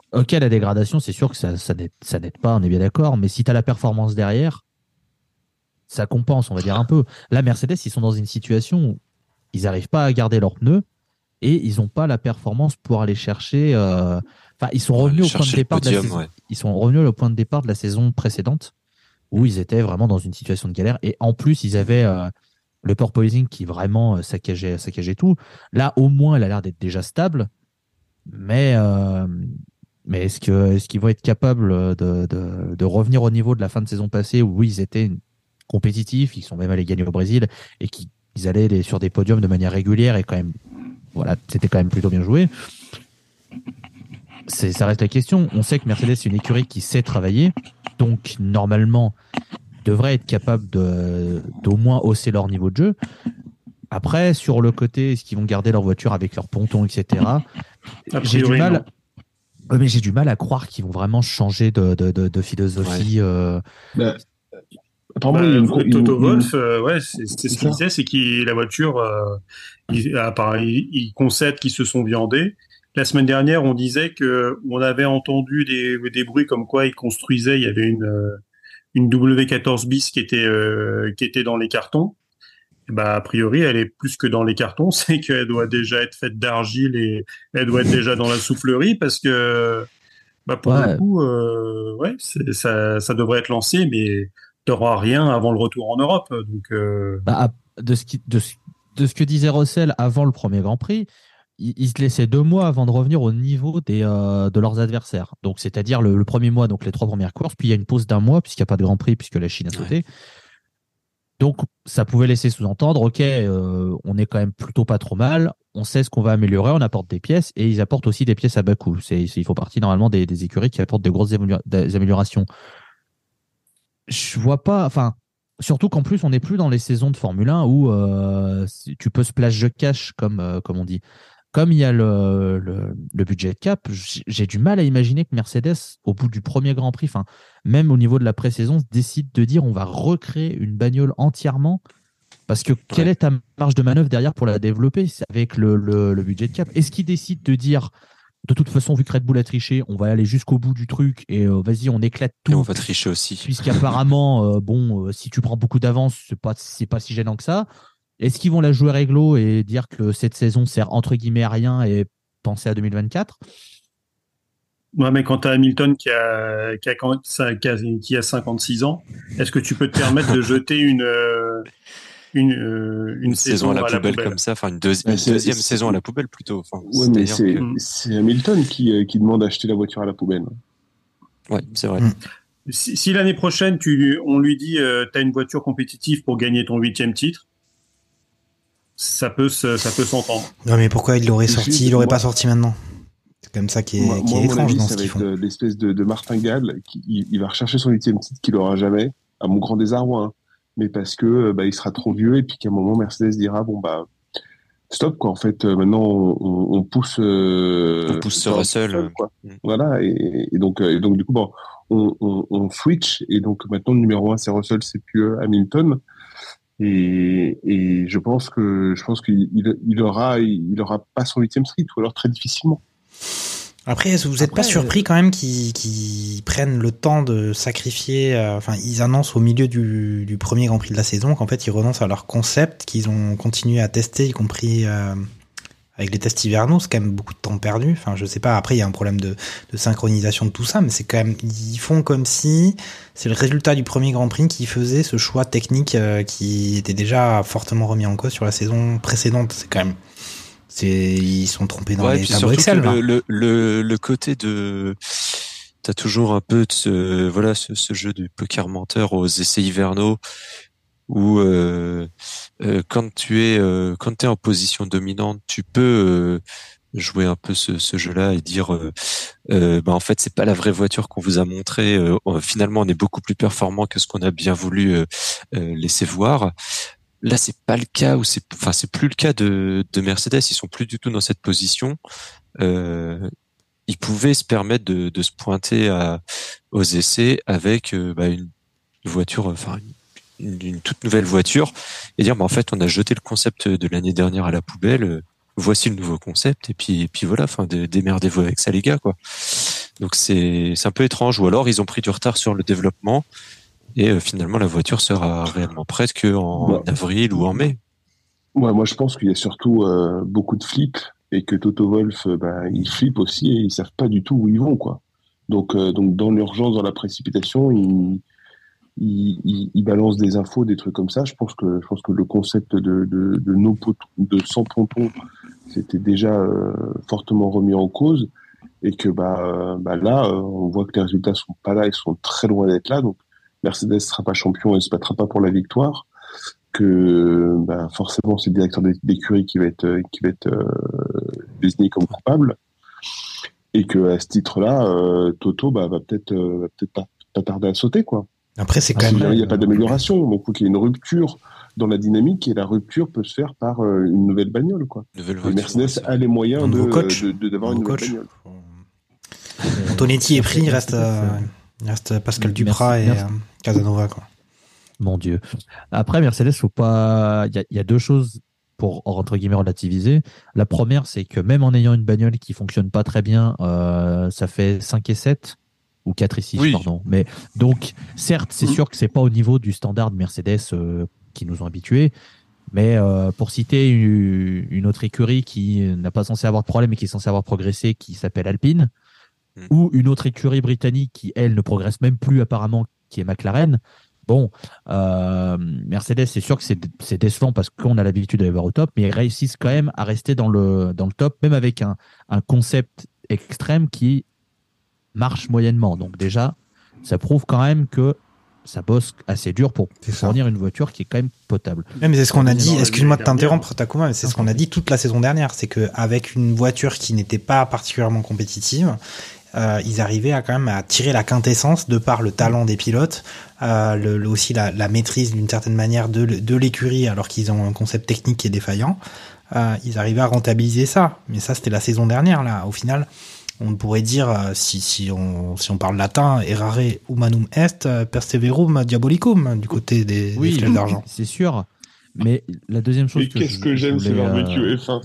J: Ok, la dégradation, c'est sûr que ça, ça n'aide, ça n'aide pas, on est bien d'accord, mais si tu as la performance derrière, ça compense, on va dire un peu. Là, Mercedes, ils sont dans une situation où ils n'arrivent pas à garder leurs pneus et ils n'ont pas la performance pour aller chercher. Euh... Enfin, ils sont revenus au point de départ
I: podium,
J: de la saison.
I: Ouais.
J: Ils sont revenus au point de départ de la saison précédente où ils étaient vraiment dans une situation de galère et en plus ils avaient euh, le porpoising qui vraiment euh, saccageait, saccageait tout. Là, au moins, elle a l'air d'être déjà stable, mais euh, mais est-ce que est-ce qu'ils vont être capables de, de de revenir au niveau de la fin de saison passée où ils étaient compétitifs, ils sont même allés gagner au Brésil et qu'ils allaient sur des podiums de manière régulière et quand même, voilà, c'était quand même plutôt bien joué. C'est, ça reste la question. On sait que Mercedes c'est une écurie qui sait travailler, donc normalement devrait être capable de d'au moins hausser leur niveau de jeu. Après, sur le côté, est-ce qu'ils vont garder leur voiture avec leur ponton, et cetera. J'ai du mal. Ouais, mais j'ai du mal à croire qu'ils vont vraiment changer de, de, de, de philosophie.
G: Ouais.
J: Euh...
H: Bah,
G: Apparemment, bah, une, Toto une, Wolff, une... Euh, ouais, c'est, c'est ce qu'il disait, c'est que la voiture, euh, il, il, il concède qu'ils se sont viandés. La semaine dernière, on disait que on avait entendu des, des bruits comme quoi ils construisaient. Il y avait une une W quatorze bis qui était euh, qui était dans les cartons. Bah a priori, elle est plus que dans les cartons, c'est qu'elle doit déjà être faite d'argile et elle doit être déjà dans la soufflerie parce que bah pour ouais. le coup, euh, ouais, c'est, ça ça devrait être lancé, mais t'auras rien avant le retour en Europe. Donc euh...
J: bah, de ce qui de ce, de ce que disait Russell avant le premier Grand Prix. Ils se laissaient deux mois avant de revenir au niveau des, euh, de leurs adversaires. Donc, c'est-à-dire le, le premier mois, donc les trois premières courses, puis il y a une pause d'un mois puisqu'il n'y a pas de Grand Prix, puisque la Chine a sauté. Ouais. Donc, ça pouvait laisser sous-entendre, ok, euh, on est quand même plutôt pas trop mal, on sait ce qu'on va améliorer, on apporte des pièces, et ils apportent aussi des pièces à bas coût. C'est, c'est, il faut partie normalement des, des écuries qui apportent de grosses amélior- des améliorations. Je vois pas, enfin, surtout qu'en plus, on n'est plus dans les saisons de Formule un où euh, tu peux splash the cash, comme, euh, comme on dit. Comme il y a le, le, le budget cap, j'ai du mal à imaginer que Mercedes, au bout du premier Grand Prix, enfin, même au niveau de la pré-saison, décide de dire on va recréer une bagnole entièrement. Parce que quelle ouais. est ta marge de manœuvre derrière pour la développer avec le, le, le budget cap? Est-ce qu'ils décident de dire de toute façon, vu que Red Bull a triché, on va aller jusqu'au bout du truc et euh, vas-y, on éclate tout.
I: Et on va tricher aussi.
J: Puisqu'apparemment, euh, bon, euh, si tu prends beaucoup d'avance, c'est pas, c'est pas si gênant que ça. Est-ce qu'ils vont la jouer réglo et dire que cette saison sert entre guillemets à rien et penser à deux mille vingt-quatre?
G: Ouais, mais quand tu as Hamilton qui a, qui, a, qui, a, qui a cinquante-six ans, est-ce que tu peux te permettre de jeter une, une, une, une saison, saison à la, à poubelle, la poubelle
I: comme ça, enfin une, deuxi- une
H: c'est,
I: deuxième
H: c'est,
I: saison à la poubelle plutôt. Enfin,
H: ouais, mais c'est, que... c'est Hamilton qui, qui demande d'acheter la voiture à la poubelle.
I: Ouais, c'est vrai.
G: Mmh. Si, si l'année prochaine, tu, on lui dit euh, tu as une voiture compétitive pour gagner ton huitième titre, ça peut, se, ça peut s'entendre.
F: Non, mais pourquoi il l'aurait sorti Il l'aurait moi, pas sorti maintenant. C'est comme ça qui est,
H: moi,
F: qui
H: moi,
F: est étrange
H: avis,
F: dans
H: ça
F: ce qu'ils font.
H: Ça va être l'espèce de, de martingale qui il, il va rechercher son huitième titre qu'il aura jamais, à mon grand désarroi, hein. Mais parce que bah, il sera trop vieux et puis qu'à un moment Mercedes dira bon bah stop quoi. En fait, euh, maintenant on, on pousse, euh,
I: on pousse sur Russell, Russell
H: quoi. Mmh. Voilà et, et donc et donc du coup bon, on, on, on switch et donc maintenant le numéro un c'est Russell, c'est plus Hamilton. Et, et je pense que je pense qu'il il, il aura il aura pas son huitième street ou alors très difficilement.
F: Après, vous n'êtes pas surpris quand même qu'ils, qu'ils prennent le temps de sacrifier. Euh, enfin, ils annoncent au milieu du, du premier Grand Prix de la saison qu'en fait ils renoncent à leur concept, qu'ils ont continué à tester, y compris euh, avec les tests hivernaux. C'est quand même beaucoup de temps perdu. Enfin, je sais pas. Après, il y a un problème de, de synchronisation de tout ça, mais c'est quand même ils font comme si c'est le résultat du premier Grand Prix qui faisait ce choix technique euh, qui était déjà fortement remis en cause sur la saison précédente. C'est quand même C'est, ils sont trompés dans
I: ouais,
F: les tableaux Excel.
I: Le, le, le, le côté de, t'as toujours un peu de ce, voilà, ce, ce jeu de poker menteur aux essais hivernaux où euh, euh, quand tu es, euh, quand t'es en position dominante, tu peux euh, jouer un peu ce, ce jeu-là et dire, euh, euh, bah en fait c'est pas la vraie voiture qu'on vous a montrée. Euh, finalement, on est beaucoup plus performant que ce qu'on a bien voulu euh, euh, laisser voir. Là, c'est pas le cas ou c'est, enfin, c'est plus le cas de, de Mercedes. Ils sont plus du tout dans cette position. Euh, ils pouvaient se permettre de, de se pointer à, aux essais avec euh, bah, une voiture, enfin une, une toute nouvelle voiture, et dire, bah, en fait, on a jeté le concept de l'année dernière à la poubelle. Voici le nouveau concept, et puis, et puis voilà. Enfin, démerdez-vous avec ça, les gars, quoi. Donc c'est c'est un peu étrange. Ou alors ils ont pris du retard sur le développement et euh, finalement la voiture sera réellement prête qu'en ouais. avril ou en mai.
H: Ouais, moi je pense qu'il y a surtout euh, beaucoup de flips et que Toto Wolff, euh, bah, ils flippent aussi et ils savent pas du tout où ils vont, quoi. Donc euh, donc dans l'urgence, dans la précipitation, ils ils, ils ils balancent des infos, des trucs comme ça. Je pense que je pense que le concept de de de nos potons, de sans pontons, c'était déjà euh, fortement remis en cause. Et que bah, euh, bah là, euh, on voit que les résultats sont pas là, ils sont très loin d'être là. Donc Mercedes sera pas champion et se battra pas pour la victoire. Que bah, forcément c'est le directeur d'écurie qui va être qui va être euh, désigné comme coupable. Et que à ce titre-là, euh, Toto bah, va peut-être euh, va peut-être pas, pas tarder à sauter, quoi.
F: Après c'est quand
H: Parce
F: même
H: il n'y a pas d'amélioration, donc il faut qu'il y ait une rupture dans la dynamique et la rupture peut se faire par euh, une nouvelle bagnole, quoi.
I: Nouvelle
H: voiture, Mercedes a les moyens de, de, de d'avoir une nouvelle
F: coach.
H: bagnole.
F: Antonetti est pris, il reste, euh, il reste Pascal Duprat merci, et merci. Euh, Casanova, quoi.
J: Mon Dieu. Après, Mercedes, faut pas. Il y a, il y a deux choses pour entre guillemets relativiser. La première, c'est que même en ayant une bagnole qui fonctionne pas très bien, euh, ça fait cinq et sept ou quatre et six, oui. pardon. Mais donc, certes, c'est mmh. sûr que c'est pas au niveau du standard de Mercedes euh, qui nous ont habitués. Mais euh, pour citer une, une autre écurie qui n'a pas censé avoir de problème et qui est censée avoir progressé, qui s'appelle Alpine, mmh. ou une autre écurie britannique qui, elle, ne progresse même plus apparemment, qui est McLaren. Bon, euh, Mercedes, c'est sûr que c'est, c'est décevant parce qu'on a l'habitude d'aller voir au top, mais ils réussissent quand même à rester dans le, dans le top, même avec un, un concept extrême qui marche moyennement. Donc déjà, ça prouve quand même que ça bosse assez dur pour fournir une voiture qui est quand même potable.
F: Ouais, mais c'est ce qu'on a dit, excuse-moi de t'interrompre, Takuma, mais c'est ce qu'on a dit toute la saison dernière, c'est qu'avec une voiture qui n'était pas particulièrement compétitive, Euh, ils arrivaient à quand même à tirer la quintessence de par le talent des pilotes, euh, le, le, aussi la, la maîtrise d'une certaine manière de, de l'écurie alors qu'ils ont un concept technique qui est défaillant. Euh, ils arrivaient à rentabiliser ça, mais ça c'était la saison dernière là. Au final, on pourrait dire euh, si si on si on parle latin, errare humanum est, perseverum diabolicum du côté des,
J: oui,
F: des flèches d'argent.
J: C'est sûr. Mais la deuxième chose
H: et
J: que
H: qu'est-ce
J: je,
H: que j'aime
J: je
H: ce barbecue
J: euh...
H: F un.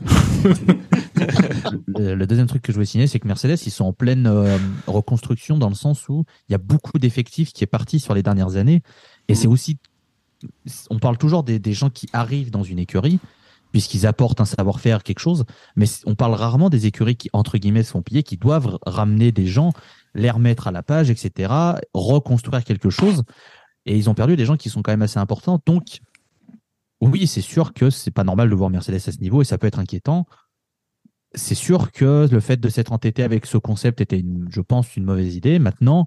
J: le, le deuxième truc que je voulais signaler, c'est que Mercedes, ils sont en pleine euh, reconstruction dans le sens où il y a beaucoup d'effectifs qui est parti sur les dernières années. Et mmh. c'est aussi, on parle toujours des, des gens qui arrivent dans une écurie puisqu'ils apportent un savoir-faire, quelque chose, mais on parle rarement des écuries qui, entre guillemets, se font piller, qui doivent ramener des gens, les remettre à la page, et cetera, reconstruire quelque chose. Et ils ont perdu des gens qui sont quand même assez importants. Donc, oui, c'est sûr que c'est pas normal de voir Mercedes à ce niveau et ça peut être inquiétant. C'est sûr que le fait de s'être entêté avec ce concept était, une, je pense, une mauvaise idée. Maintenant,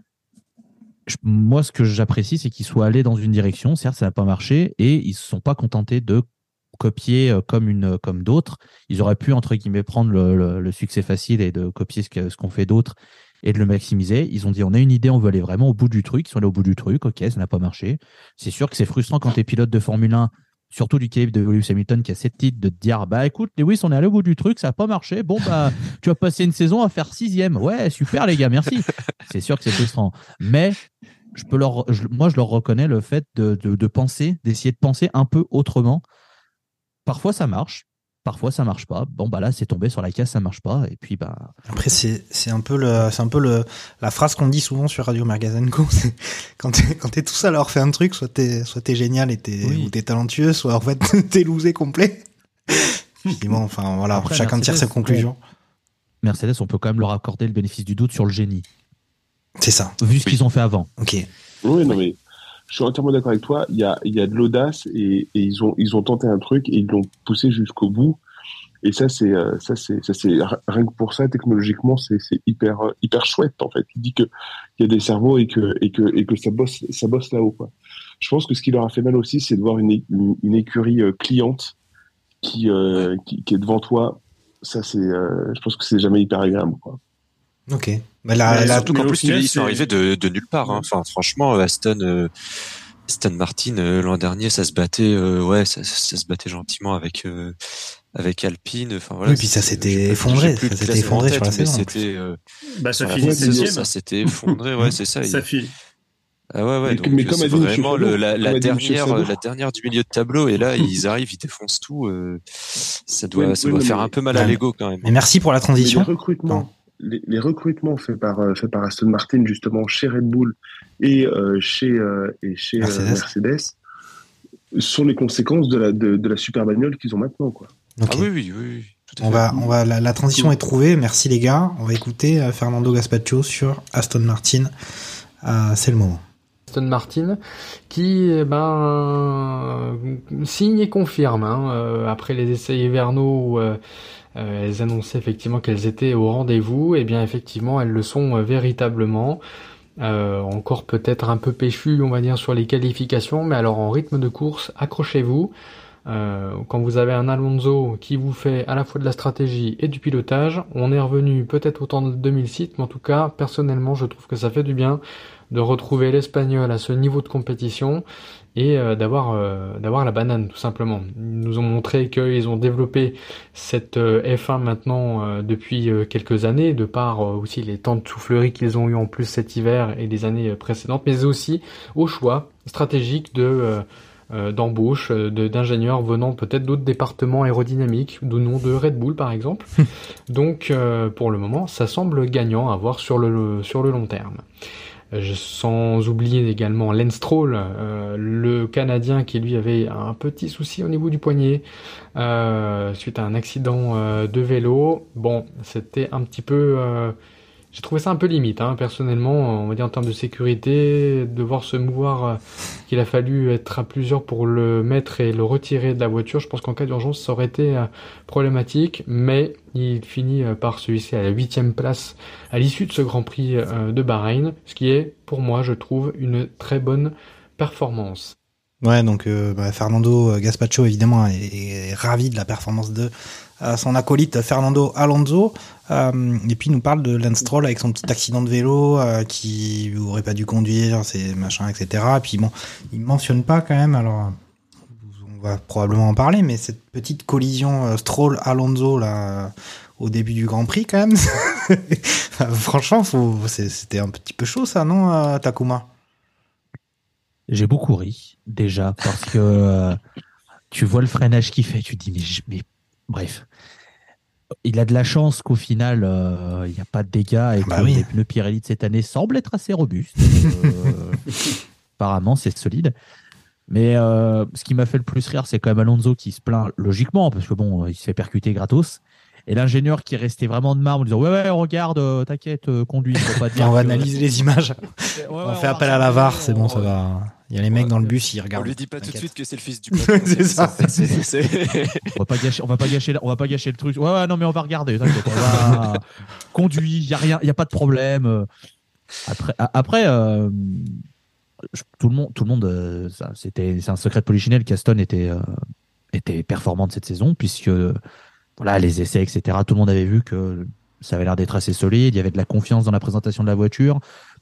J: je, moi, ce que j'apprécie, c'est qu'ils soient allés dans une direction. Certes, ça n'a pas marché et ils ne se sont pas contentés de copier comme, une, comme d'autres. Ils auraient pu, entre guillemets, prendre le, le, le succès facile et de copier ce, que, ce qu'ont fait d'autres et de le maximiser. Ils ont dit, on a une idée, on veut aller vraiment au bout du truc. Ils sont allés au bout du truc. OK, ça n'a pas marché. C'est sûr que c'est frustrant quand tu es pilote de Formule un, surtout du calibre de Lewis Hamilton qui a cette titre de te dire, bah écoute, Lewis, on est allé au bout du truc, ça n'a pas marché. Bon, bah, tu vas passer une saison à faire sixième. Ouais, super, les gars, merci. C'est sûr que c'est frustrant. Mais je peux leur, je, moi, je leur reconnais le fait de, de, de penser, d'essayer de penser un peu autrement. Parfois, ça marche. Parfois, ça marche pas. Bon, bah là, c'est tombé sur la case, ça marche pas. Et puis, bah.
F: Après, c'est, c'est un peu le, c'est un peu le, la phrase qu'on dit souvent sur Radio Mergazenco. C'est quand t'es, quand t'es tout seul à avoir fait un truc, soit t'es, soit t'es génial et t'es, oui. ou t'es talentueux, soit en fait, t'es loosé complet. Puis bon, enfin, voilà. Après, chacun Mercedes, tire ses conclusions.
J: Mercedes, on peut quand même leur accorder le bénéfice du doute sur le génie.
F: C'est ça.
J: Vu ce oui. qu'ils ont fait avant.
F: Ok.
H: Oui, non, mais. Je suis entièrement d'accord avec toi. Il y a, il y a de l'audace et, et ils ont, ils ont tenté un truc et ils l'ont poussé jusqu'au bout. Et ça, c'est, ça, c'est, ça, c'est rien que pour ça, technologiquement, c'est, c'est hyper, hyper chouette en fait. Il dit que il y a des cerveaux et que, et que, et que ça bosse, ça bosse là-haut, quoi. Je pense que ce qui leur a fait mal aussi, c'est de voir une, une, une écurie cliente qui, euh, qui, qui est devant toi. Ça, c'est, euh, je pense que c'est jamais hyper agréable, quoi.
F: Ok. Mais là,
I: ouais,
F: là,
I: surtout qu'en plus, final, ils sont arrivés de, de nulle part. Hein. Enfin, franchement, Aston, euh, Aston Martin euh, l'an dernier, ça se battait, euh, ouais, ça, ça se battait gentiment avec euh, avec Alpine. Enfin voilà.
F: Oui, puis ça s'était effondré. Ça s'était effondré sur la saison.
I: C'était, euh,
G: bah, ça finit sixième.
I: Ça s'était effondré, ouais, c'est ça.
G: Ça finit.
I: Ah ouais, ouais. Donc mais comme c'est vraiment le, la, la dernière, la dernière du milieu de tableau. Et là, ils arrivent, ils défoncent tout. Euh, ça doit, oui, ça oui, doit faire un peu mal à l'ego quand même.
F: Mais merci pour la transition.
H: Les recrutements. les, les recrutements faits par, euh, faits par Aston Martin, justement, chez Red Bull et euh, chez, euh, et chez Mercedes. Euh, Mercedes, sont les conséquences de la, de, de la super bagnole qu'ils ont maintenant, quoi.
F: Okay.
I: Ah oui, oui, oui. oui tout à
F: on
I: fait.
F: va, on va, la, la transition est trouvée. Merci les gars. On va écouter euh, Fernando Gaspacho sur Aston Martin. Euh, c'est le moment.
K: Aston Martin qui eh ben euh, signe et confirme hein, euh, après les essais hivernaux où euh, euh, elles annonçaient effectivement qu'elles étaient au rendez-vous, et eh bien effectivement elles le sont euh, véritablement. Euh, encore peut-être un peu péchu on va dire sur les qualifications, mais alors en rythme de course accrochez-vous. Euh, quand vous avez un Alonso qui vous fait à la fois de la stratégie et du pilotage, on est revenu peut-être au temps de deux mille six, mais en tout cas personnellement je trouve que ça fait du bien de retrouver l'Espagnol à ce niveau de compétition et euh, d'avoir euh, d'avoir la banane tout simplement. Ils nous ont montré qu'ils ont développé cette euh, F un maintenant euh, depuis euh, quelques années, de par euh, aussi les temps de soufflerie qu'ils ont eu en plus cet hiver et les années précédentes, mais aussi au choix stratégique de euh, euh, d'embauche de, d'ingénieurs venant peut-être d'autres départements aérodynamiques, du nom de Red Bull par exemple. Donc euh, pour le moment, ça semble gagnant à voir sur le sur le long terme. Sans oublier également Lance Stroll, euh, le Canadien qui lui avait un petit souci au niveau du poignet euh, suite à un accident euh, de vélo. Bon, c'était un petit peu... Euh, j'ai trouvé ça un peu limite, hein, personnellement, on va dire en termes de sécurité, devoir se mouvoir, euh, qu'il a fallu être à plusieurs pour le mettre et le retirer de la voiture. Je pense qu'en cas d'urgence, ça aurait été euh, problématique, mais il finit euh, par se hisser à la huitième place à l'issue de ce Grand Prix euh, de Bahreïn, ce qui est, pour moi, je trouve, une très bonne performance.
F: Ouais, donc euh, bah, Fernando Gaspacho, évidemment, est, est ravi de la performance de euh, son acolyte Fernando Alonso. Euh, et puis il nous parle de Lance Stroll avec son petit accident de vélo euh, qui aurait pas dû conduire, c'est machin, et cetera. Et puis bon, il mentionne pas quand même, alors on va probablement en parler, mais cette petite collision euh, Stroll-Alonso là, euh, au début du Grand Prix quand même, franchement, faut, c'est, c'était un petit peu chaud ça, non, euh, Takuma?
J: J'ai beaucoup ri, déjà, parce que euh, tu vois le freinage qu'il fait, tu te dis, mais, mais bref. Il a de la chance qu'au final, il euh, n'y a pas de dégâts et bah que oui. les pneus Pirelli de cette année semblent être assez robustes. Euh, apparemment, c'est solide. Mais euh, ce qui m'a fait le plus rire, c'est quand même Alonso qui se plaint logiquement, parce que bon, il se fait percuter gratos. Et l'ingénieur qui est resté vraiment de marbre en disant ouais ouais regarde euh, t'inquiète euh, conduis faut pas dire
F: on va
J: que...
F: analyser les images ouais, ouais, on, on fait appel à la V A R c'est bon ça va il y a les mecs
I: ouais,
F: dans le bus ils regardent
I: on lui dit pas
F: t'inquiète.
I: Tout de suite que c'est le fils du patron
F: c'est ça
I: c'est, c'est, c'est...
J: on va pas gâcher on va pas gâcher on va pas gâcher le truc ouais ouais non mais on va regarder t'inquiète on va conduit il y a rien il y a pas de problème après après euh... tout le monde tout le monde euh, ça, c'était c'est un secret de polichinelle qu'Aston était euh, était performante cette saison puisque voilà, les essais, et cetera. Tout le monde avait vu que ça avait l'air d'être assez solide. Il y avait de la confiance dans la présentation de la voiture.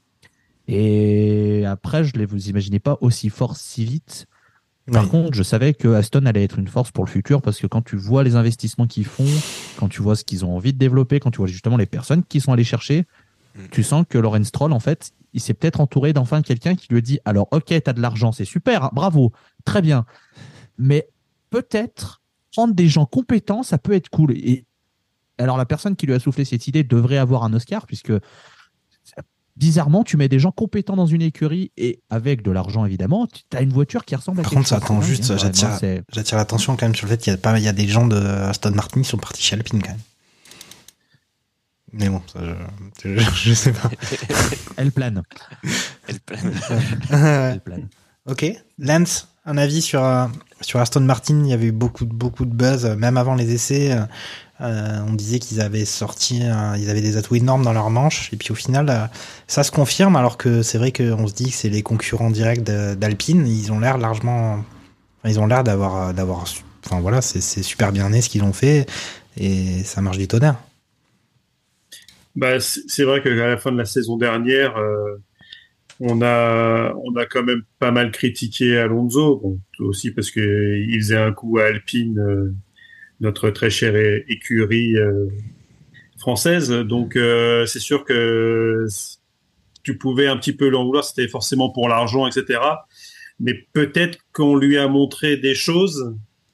J: Et après, je ne vous imaginez pas aussi fort si vite. Par oui. contre, je savais que Aston allait être une force pour le futur parce que quand tu vois les investissements qu'ils font, quand tu vois ce qu'ils ont envie de développer, quand tu vois justement les personnes qui sont allées chercher, mm. tu sens que Lawrence Stroll, en fait, il s'est peut-être entouré d'enfin quelqu'un qui lui a dit « Alors, ok, tu as de l'argent, c'est super, hein, bravo, très bien. Mais peut-être... prendre des gens compétents, ça peut être cool. » Et alors, la personne qui lui a soufflé cette idée devrait avoir un Oscar, puisque bizarrement, tu mets des gens compétents dans une écurie et avec de l'argent, évidemment, tu as une voiture qui ressemble à
F: Par
J: quelque
F: contre, ça
J: chose.
F: attend juste,
J: Vraiment,
F: j'attire,
J: c'est...
F: j'attire l'attention quand même sur le fait qu'il y a, pas, il y a des gens de Aston Martin qui sont partis chez Alpine quand même. Mais bon, ça, je, je, je sais pas.
J: Elle plane.
I: Elle plane.
F: Elle plane. Ok. Lance, un avis sur, euh, sur Aston Martin? Il y avait eu beaucoup, beaucoup de buzz, même avant les essais. Euh, on disait qu'ils avaient sorti, euh, ils avaient des atouts énormes dans leur manche. Et puis au final, euh, ça se confirme, alors que c'est vrai qu'on se dit que c'est les concurrents directs de, d'Alpine. Ils ont l'air largement, enfin, ils ont l'air d'avoir, d'avoir, enfin voilà, c'est, c'est super bien né ce qu'ils ont fait et ça marche du tonnerre.
G: Bah, c'est vrai qu'à la fin de la saison dernière, euh, on a, on a quand même pas mal critiqué Alonso, bon, aussi parce que il faisait un coup à Alpine, euh, notre très chère é- écurie euh, française. Donc, euh, c'est sûr que tu pouvais un petit peu l'en vouloir, c'était forcément pour l'argent, et cetera. Mais peut-être qu'on lui a montré des choses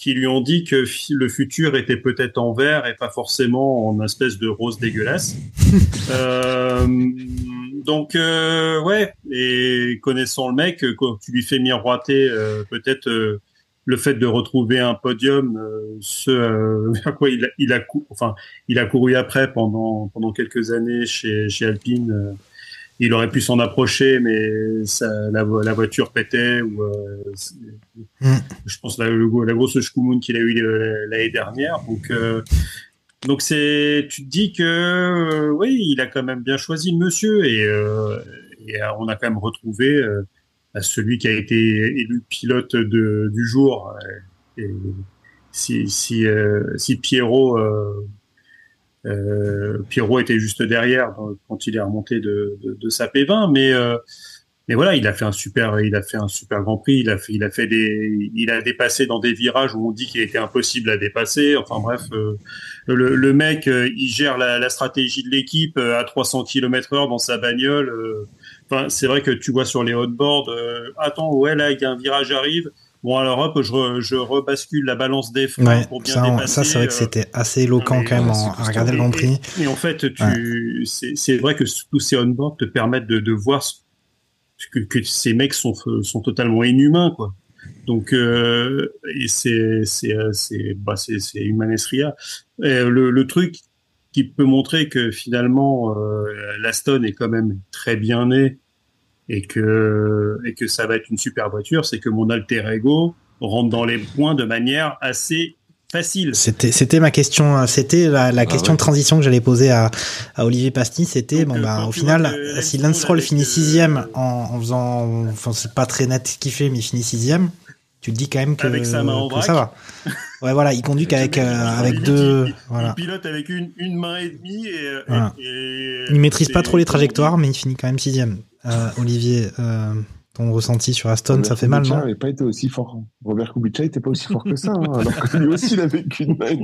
G: qui lui ont dit que le futur était peut-être en vert et pas forcément en espèce de rose dégueulasse. euh, donc euh, ouais, et connaissant le mec, quand tu lui fais miroiter euh, peut-être euh, le fait de retrouver un podium, euh, ce euh, vers quoi il a, il a cou- enfin il a couru après pendant pendant quelques années chez chez Alpine. Euh, il aurait pu s'en approcher, mais ça, la, la voiture pétait. Ou, euh, mm. Je pense la, la grosse Schkumun qu'il a eu l'année dernière. Donc, euh, donc c'est, tu te dis que euh, oui, il a quand même bien choisi le monsieur, et, euh, et on a quand même retrouvé euh, celui qui a été élu pilote de, du jour. Et si si euh, si Pierrot euh, Euh, Pierrot était juste derrière quand il est remonté de, de, de sa P vingt, mais euh, mais voilà, il a fait un super, il a fait un super Grand Prix. Il a fait, il a fait des, il a dépassé dans des virages où on dit qu'il était impossible à dépasser. Enfin bref, euh, le, le mec, euh, il gère la, la stratégie de l'équipe euh, à trois cents kilomètres heure dans sa bagnole. Euh, enfin, c'est vrai que tu vois sur les hotboards, euh, attends, ouais là, il y a un virage arrive. Bon, alors hop, je, re, je rebascule la balance des freins
F: ouais,
G: pour bien
F: ça,
G: dépasser.
F: Ça, c'est vrai que c'était assez éloquent
G: mais,
F: quand même
G: euh,
F: en, à regarder le Grand Prix.
G: Et, et en fait, tu, ouais. c'est, c'est vrai que tous ces on-board te permettent de, de voir que, que ces mecs sont, sont totalement inhumains, quoi. Donc, euh, et c'est, c'est, c'est, bah, c'est, c'est Humanesria. Et le, le truc qui peut montrer que finalement, euh, l'Aston est quand même très bien né, et que et que ça va être une super voiture, c'est que mon alter ego rentre dans les points de manière assez facile.
F: C'était c'était ma question, c'était la, la ah question ouais. de transition que j'allais poser à à Olivier Pasty, c'était donc, bon bah au final si Lance Stroll finit sixième en, en faisant, enfin c'est pas très net ce qu'il fait, mais il finit sixième, tu te dis quand même que,
G: avec sa main en
F: que
G: vrac.
F: Ça va. Ouais, voilà, il conduit qu'avec euh, avec
G: il,
F: deux.
G: Il,
F: voilà.
G: il pilote avec une une main et demie et.
F: Voilà.
G: et, et
F: il maîtrise pas trop les trajectoires, mais il finit quand même sixième. Euh, Olivier, euh, ton ressenti sur Aston,
H: Robert
F: ça fait
H: Kubica
F: mal, non?
H: n'avait pas été aussi fort. Robert Kubica n'était pas aussi fort que ça, hein, alors que lui aussi il avait qu'une main.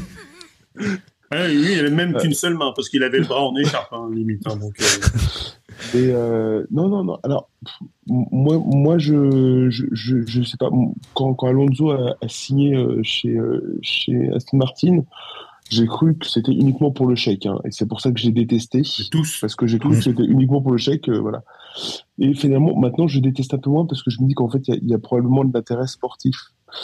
G: Ouais, lui, il avait même qu'une seule main parce qu'il avait le bras en écharpe, hein, limite. Hein, donc. Euh...
H: Et euh, non, non, non. Alors, moi, moi, je, je, je, je sais pas. Quand, quand Alonso a, a signé chez, chez Aston Martin, j'ai cru que c'était uniquement pour le chèque, hein, et c'est pour ça que j'ai détesté.
G: Tous.
H: Parce que j'ai cru que c'était uniquement pour le chèque, euh, voilà. Et finalement, maintenant, je déteste un peu moins parce que je me dis qu'en fait, il y, y a probablement de l'intérêt sportif.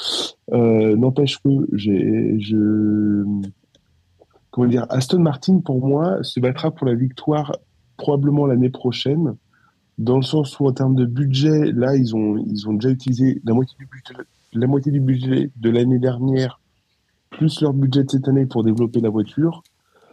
H: Euh, n'empêche que j'ai, je, comment dire, Aston Martin pour moi se battra pour la victoire probablement l'année prochaine, dans le sens où en termes de budget, là, ils ont, ils ont déjà utilisé la moitié du budget, la moitié du budget de l'année dernière, plus leur budget de cette année pour développer la voiture.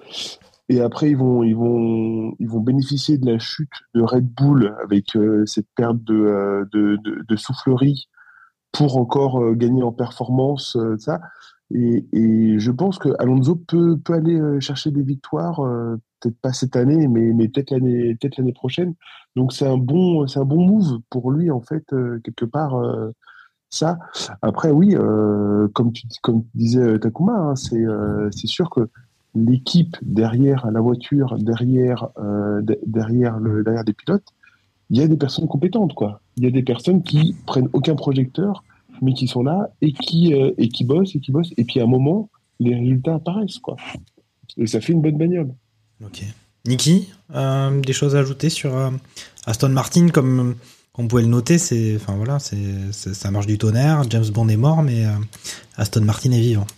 H: Et après, ils vont, ils vont, ils vont bénéficier de la chute de Red Bull avec euh, cette perte de, euh, de, de, de soufflerie pour encore euh, gagner en performance, euh, ça. Et, et je pense que Alonso peut, peut aller euh, chercher des victoires, euh, peut-être pas cette année, mais, mais peut-être l'année, peut-être l'année prochaine. Donc c'est un bon, c'est un bon move pour lui en fait, euh, quelque part. Euh, ça. Après, oui, euh, comme tu comme disait Takuma, hein, c'est euh, c'est sûr que l'équipe derrière la voiture, derrière euh, d- derrière le derrière des pilotes, il y a des personnes compétentes, quoi. Il y a des personnes qui prennent aucun projecteur, mais qui sont là et qui euh, et qui bossent et qui bossent. Et puis à un moment, les résultats apparaissent, quoi. Et ça fait une bonne bagnole.
F: Ok. Niki, euh, des choses à ajouter sur euh, Aston Martin, comme on pouvait le noter, c'est, enfin voilà, c'est, c'est, ça marche du tonnerre. James Bond est mort, mais euh, Aston Martin est vivant.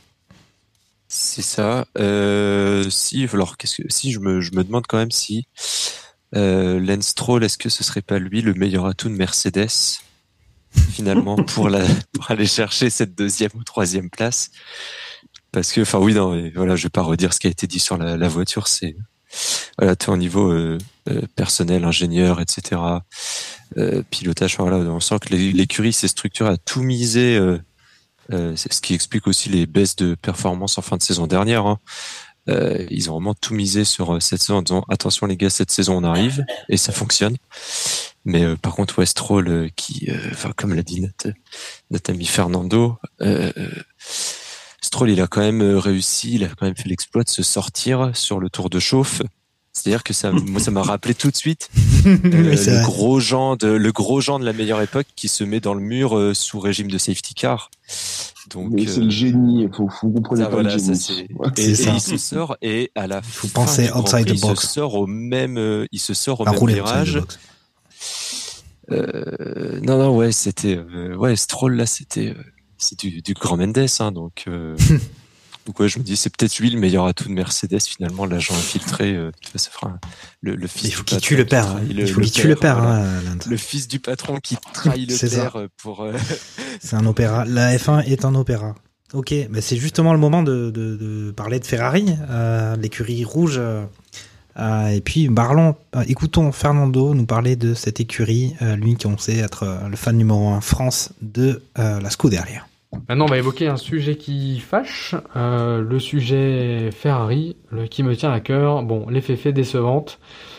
I: C'est ça. Euh, si, alors qu'est-ce que, si je me, je me demande quand même si euh, Lance Stroll, est-ce que ce serait pas lui le meilleur atout de Mercedes finalement pour la, pour aller chercher cette deuxième ou troisième place? Parce que, enfin oui, non, mais voilà, je vais pas redire ce qui a été dit sur la, la voiture. C'est voilà, t'es au niveau euh, euh, personnel, ingénieur, et cetera. Euh, pilotage, voilà, on sent que l'écurie s'est structurée à tout miser. Euh, euh, c'est ce qui explique aussi les baisses de performance en fin de saison dernière. Hein. Euh, ils ont vraiment tout misé sur euh, cette saison en disant attention les gars, cette saison on arrive, et ça fonctionne. Mais euh, par contre, West Stroll, euh, qui, enfin euh, comme l'a dit notre, notre ami Fernando, euh, Stroll il a quand même réussi, il a quand même fait l'exploit de se sortir sur le tour de chauffe. C'est-à-dire que ça, moi, ça m'a rappelé tout de suite euh, le gros Jean de le gros Jean de la meilleure époque qui se met dans le mur euh, sous régime de safety car. Donc
H: mais c'est euh, le génie, faut faut comprendre pas
I: voilà,
H: le génie.
I: Ça, et, et il se sort et à la
F: faut
I: fin
F: penser
I: du Grand
F: outside
I: Prix,
F: the box.
I: Il se sort au même, euh, il se sort au
F: Enfin,
I: même
F: rouler
I: virage. Euh, non non ouais c'était euh, ouais Stroll là c'était euh, c'est du, du grand Mendes hein, donc. Euh, Donc ouais, je me dis c'est peut-être lui le meilleur atout de Mercedes finalement, l'agent infiltré. Euh, ça fera un, le, le fils.
F: Il faut qu'il tue le père. Hein. Il faut qu'il tue le père. Voilà. Hein,
I: le fils du patron qui trahit le
F: c'est
I: père
F: ça.
I: pour. Euh...
F: C'est un opéra. La F un est un opéra. Ok, mais c'est justement le moment de, de, de parler de Ferrari, euh, l'écurie rouge. Euh, et puis parlons, euh, écoutons Fernando nous parler de cette écurie, euh, lui qui on sait être euh, le fan numéro un France de euh, la Scuderia.
K: Maintenant, on va évoquer un sujet qui fâche, euh, le sujet Ferrari, le, qui me tient à cœur. Bon, les faits décevantes,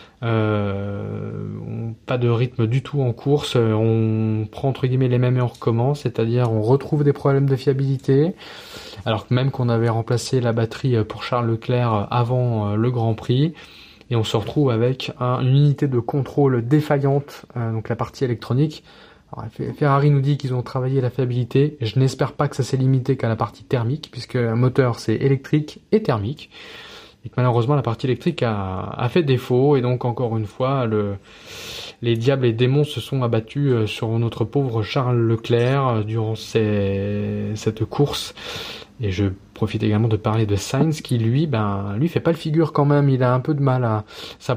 K: euh, on, pas de rythme du tout en course, on prend entre guillemets les mêmes et on recommence, c'est-à-dire on retrouve des problèmes de fiabilité, alors que même qu'on avait remplacé la batterie pour Charles Leclerc avant le Grand Prix, et on se retrouve avec un, une unité de contrôle défaillante, euh, donc la partie électronique. Alors, Ferrari nous dit qu'ils ont travaillé la fiabilité. Je n'espère pas que ça s'est limité qu'à la partie thermique, puisque un moteur c'est électrique et thermique. Et que malheureusement la partie électrique a, a fait défaut, et donc encore une fois le, les diables et démons se sont abattus sur notre pauvre Charles Leclerc durant ces, cette course. Et je profite également de parler de Sainz qui lui, ben, lui fait pas le figure quand même. Il a un peu de mal à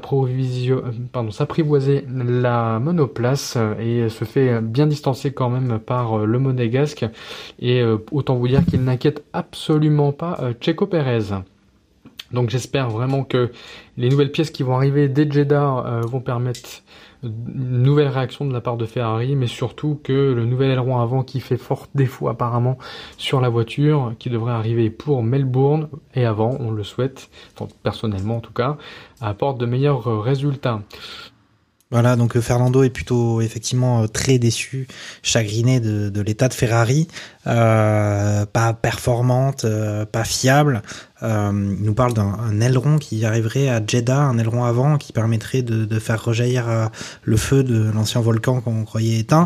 K: pardon, s'apprivoiser la monoplace et se fait bien distancer quand même par le Monégasque. Et autant vous dire qu'il n'inquiète absolument pas Checo Pérez. Donc j'espère vraiment que les nouvelles pièces qui vont arriver dès Jeddah euh, vont permettre une nouvelle réaction de la part de Ferrari, mais surtout que le nouvel aileron avant qui fait fort défaut apparemment sur la voiture, qui devrait arriver pour Melbourne et avant, on le souhaite, enfin, personnellement en tout cas, apporte de meilleurs résultats.
F: Voilà, donc Fernando est plutôt effectivement très déçu, chagriné de, de l'état de Ferrari, euh, pas performante, euh, pas fiable. Euh, il nous parle d'un un aileron qui arriverait à Jeddah, un aileron avant qui permettrait de, de faire rejaillir euh, le feu de l'ancien volcan qu'on croyait éteint.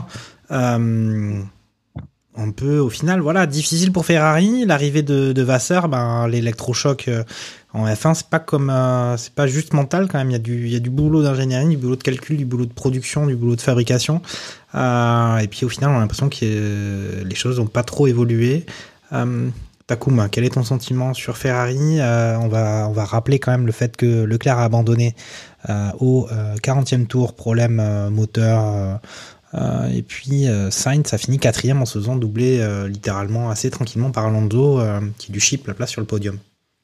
F: Euh, on peut, au final, voilà, difficile pour Ferrari. L'arrivée de, de Vasseur, ben l'électrochoc. Euh, En F un, c'est pas comme, euh, c'est pas juste mental quand même. Il y a du, il y a du boulot d'ingénierie, du boulot de calcul, du boulot de production, du boulot de fabrication. Euh, et puis au final, on a l'impression que euh, les choses n'ont pas trop évolué. Euh, Takuma, quel est ton sentiment sur Ferrari ? euh, On va, on va rappeler quand même le fait que Leclerc a abandonné euh, au euh, quarantième tour, problème euh, moteur. Euh, euh, et puis euh, Sainz a fini quatrième en se faisant doubler euh, littéralement assez tranquillement par Alonso, euh, qui lui chip la place sur le podium.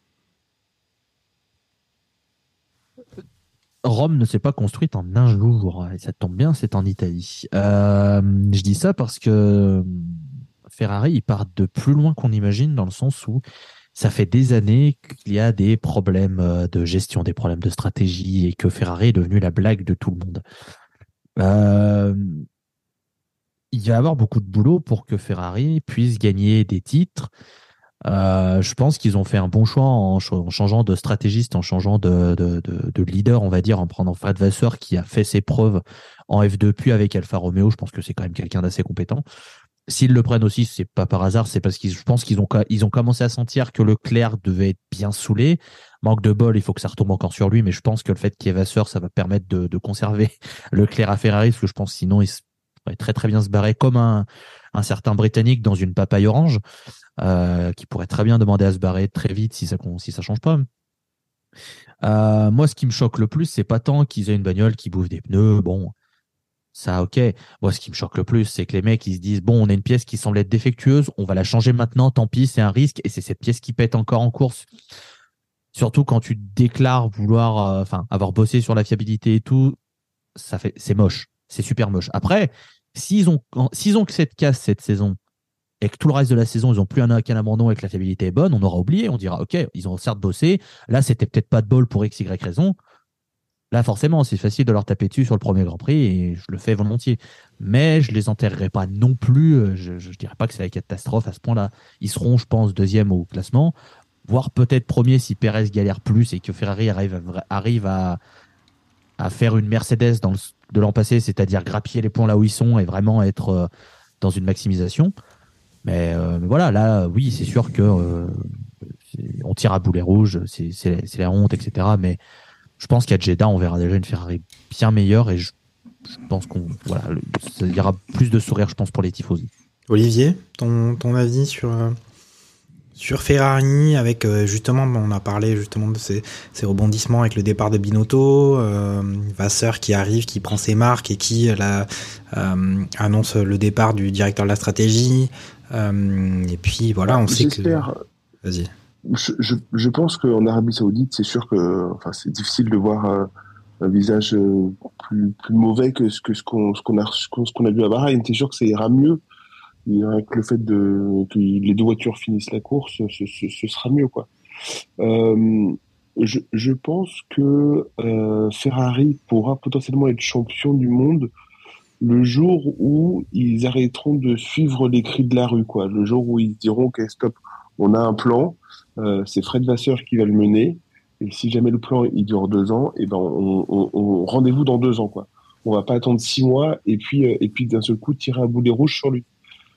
J: Rome ne s'est pas construite en un jour, et ça tombe bien, c'est en Italie. Euh, je dis ça parce que Ferrari, ils partent de plus loin qu'on imagine, dans le sens où ça fait des années qu'il y a des problèmes de gestion, des problèmes de stratégie, et que Ferrari est devenu la blague de tout le monde. Euh, il va y avoir beaucoup de boulot pour que Ferrari puisse gagner des titres. Euh, je pense qu'ils ont fait un bon choix en, ch- en changeant de stratégiste, en changeant de, de, de, de leader, on va dire, en prenant Fred Vasseur qui a fait ses preuves en F deux puis avec Alfa Romeo. Je pense que c'est quand même quelqu'un d'assez compétent. S'ils le prennent aussi, c'est pas par hasard, c'est parce qu'ils, je pense qu'ils ont, ils ont commencé à sentir que Leclerc devait être bien saoulé. Manque de bol, il faut que ça retombe encore sur lui, mais je pense que le fait qu'il y ait Vasseur, ça va permettre de, de conserver Leclerc à Ferrari, parce que je pense que sinon il pourrait très très bien se barrer comme un, un certain Britannique dans une papaye orange. Euh, qui pourrait très bien demander à se barrer très vite si ça si ça change pas. Euh, moi, ce qui me choque le plus, c'est pas tant qu'ils aient une bagnole qui bouffe des pneus. Bon, ça, ok. Moi, ce qui me choque le plus, c'est que les mecs ils se disent bon, on a une pièce qui semble être défectueuse, on va la changer maintenant. Tant pis, c'est un risque, et c'est cette pièce qui pète encore en course. Surtout quand tu déclares vouloir, enfin, euh, avoir bossé sur la fiabilité et tout, ça fait, c'est moche, c'est super moche. Après, s'ils ont s'ils ont que cette casse cette saison, et que tout le reste de la saison, ils n'ont plus un qu'un abandon et que la fiabilité est bonne, on aura oublié, on dira, ok, ils ont certes bossé, là, c'était peut-être pas de bol pour X, Y raison. Là, forcément, c'est facile de leur taper dessus sur le premier Grand Prix, et je le fais volontiers. Mais je les enterrerai pas non plus, je, je dirais pas que c'est la catastrophe à ce point-là. Ils seront, je pense, deuxième au classement. voire peut-être premier si Pérez galère plus et que Ferrari arrive à, arrive à, à faire une Mercedes dans le, de l'an passé, c'est-à-dire grappiller les points là où ils sont et vraiment être euh, dans une maximisation. Mais, euh, mais voilà, là, oui, c'est sûr que euh, c'est, on tire à boulet rouge, c'est, c'est, c'est la honte, et cetera. Mais je pense qu'à Jeddah, on verra déjà une Ferrari bien meilleure et je, je pense qu'on voilà, il y aura plus de sourire, je pense, pour les tifosi.
F: Olivier, ton, ton avis sur, euh, sur Ferrari, avec euh, justement, on a parlé justement de ces, ces rebondissements avec le départ de Binotto, euh, Vasseur qui arrive, qui prend ses marques et qui euh, la, euh, annonce le départ du directeur de la stratégie. Euh, et puis voilà, on sait
H: J'espère...
F: que... Vas-y.
H: Je, je, je pense qu'en Arabie Saoudite, c'est sûr que, enfin, c'est difficile de voir euh, un visage euh, plus, plus mauvais que ce que ce qu'on, ce qu'on a, ce qu'on, ce qu'on a vu à Bahreïn. C'est sûr que ça ira mieux. Et avec le fait de que les deux voitures finissent la course, ce, ce, ce sera mieux, quoi. Euh, je, je pense que euh, Ferrari pourra potentiellement être champion du monde le jour où ils arrêteront de suivre les cris de la rue, quoi. Le jour où ils diront ok, stop, on a un plan, euh, c'est Fred Vasseur qui va le mener, et si jamais le plan il dure deux ans, et ben on, on, on rendez-vous dans deux ans, quoi. On va pas attendre six mois et puis euh, et puis d'un seul coup tirer un boulet rouge sur lui.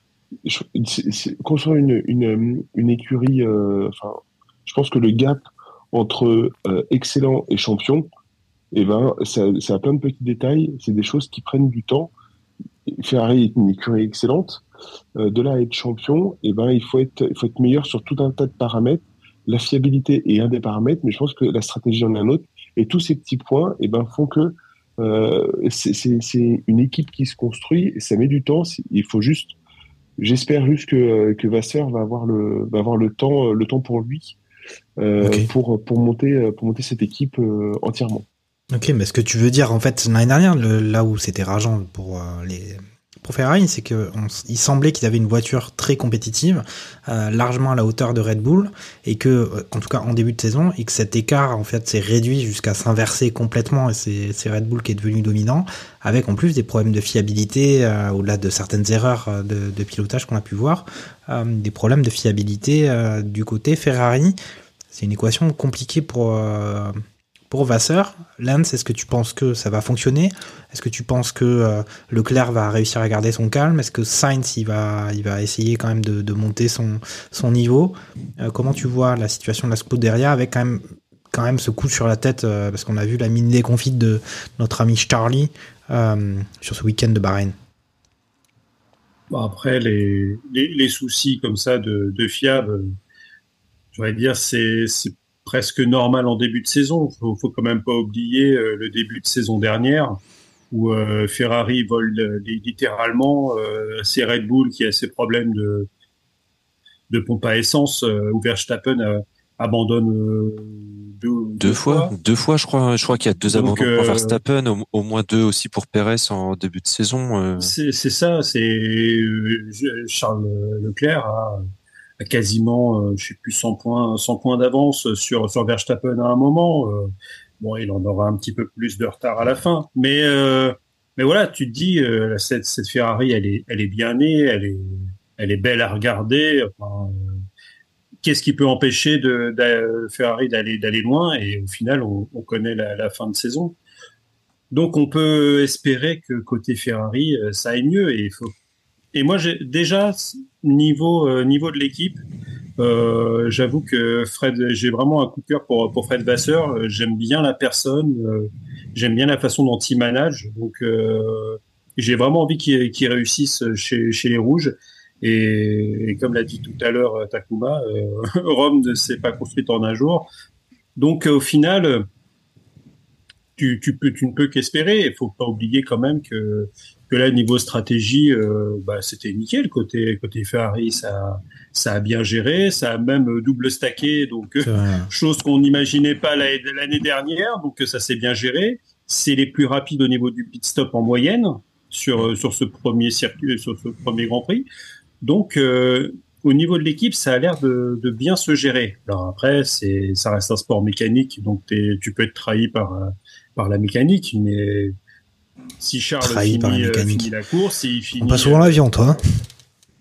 H: C'est, c'est, qu'on soit une, une, une écurie, euh, enfin, je pense que le gap entre euh, excellent et champion, eh ben, ça, ça a plein de petits détails, c'est des choses qui prennent du temps. Ferrari est une écurie excellente, euh, de là à être champion, eh ben, il faut être, il faut être meilleur sur tout un tas de paramètres. La fiabilité est un des paramètres, mais je pense que la stratégie en est un autre. Et tous ces petits points, eh ben, font que euh, c'est, c'est, c'est une équipe qui se construit, et ça met du temps. Il faut juste J'espère juste que, que Vasseur va avoir le, va avoir le temps, le temps pour lui, euh, okay. pour, pour monter, pour monter cette équipe euh, entièrement.
F: Ok, mais ce que tu veux dire, en fait, l'année dernière, le, là où c'était rageant pour euh, les, pour Ferrari, c'est que on, il semblait qu'ils avaient une voiture très compétitive, euh, largement à la hauteur de Red Bull, et que, en tout cas en début de saison, et que cet écart en fait s'est réduit jusqu'à s'inverser complètement, et c'est, c'est Red Bull qui est devenu dominant, avec en plus des problèmes de fiabilité, euh, au-delà de certaines erreurs de, de pilotage qu'on a pu voir, euh, des problèmes de fiabilité euh, du côté Ferrari. C'est une équation compliquée pour euh, pour Vasseur. Lance, est-ce que tu penses que ça va fonctionner ? Est-ce que tu penses que euh, Leclerc va réussir à garder son calme ? Est-ce que Sainz il va, il va essayer quand même de, de monter son, son niveau ? euh, Comment tu vois la situation de la Scuderia avec quand même, quand même ce coup sur la tête, euh, parce qu'on a vu la mine déconfite de notre ami Charlie euh, sur ce week-end de Bahreïn.
G: Bon, après, les, les, les soucis comme ça de, de fiable, je vais dire, c'est, c'est presque normal en début de saison. Faut, faut quand même pas oublier euh, le début de saison dernière où euh, Ferrari vole euh, littéralement. Euh, c'est Red Bull qui a ses problèmes de de pompe à essence euh, où Verstappen euh, abandonne euh, deux,
I: deux, deux fois. fois. Deux fois, je crois. Je crois qu'il y a deux Donc, abandons euh, pour Verstappen, au, au moins deux aussi pour Pérez en début de saison. Euh.
G: C'est, c'est ça. C'est euh, Charles Leclerc a à quasiment, euh, je sais plus, cent points, cent points d'avance sur, sur Verstappen à un moment. Euh, bon, il en aura un petit peu plus de retard à la fin. Mais, euh, mais voilà, tu te dis, euh, cette, cette Ferrari, elle est, elle est bien née, elle est, elle est belle à regarder. Enfin, euh, qu'est-ce qui peut empêcher de, de Ferrari d'aller, d'aller loin? Et au final, on, on connaît la, la fin de saison. Donc, on peut espérer que côté Ferrari, ça aille mieux. Et il faut, Et moi, j'ai déjà niveau euh, niveau de l'équipe, euh, j'avoue que Fred, j'ai vraiment un coup de cœur pour pour Fred Vasseur. Euh, j'aime bien la personne, euh, j'aime bien la façon dont il manage. Donc, euh, j'ai vraiment envie qu'il, qu'il réussisse chez chez les Rouges. Et, et comme l'a dit tout à l'heure Takuma, euh, Rome ne s'est pas construite en un jour. Donc, au final, tu tu peux tu ne peux qu'espérer. Il faut pas oublier quand même que que là, niveau stratégie, euh, bah, c'était nickel. Côté, côté Ferrari, ça, ça a bien géré. Ça a même double stacké. Donc, euh, chose qu'on n'imaginait pas l'année dernière. Donc, ça s'est bien géré. C'est les plus rapides au niveau du pit stop en moyenne sur, sur ce premier circuit, sur ce premier Grand Prix. Donc, euh, au niveau de l'équipe, ça a l'air de, de bien se gérer. Alors après, c'est, ça reste un sport mécanique. Donc, t'es, tu peux être trahi par, par la mécanique, mais si Charles finit, euh, finit la course, il finit.
F: On passe souvent l'avion, toi.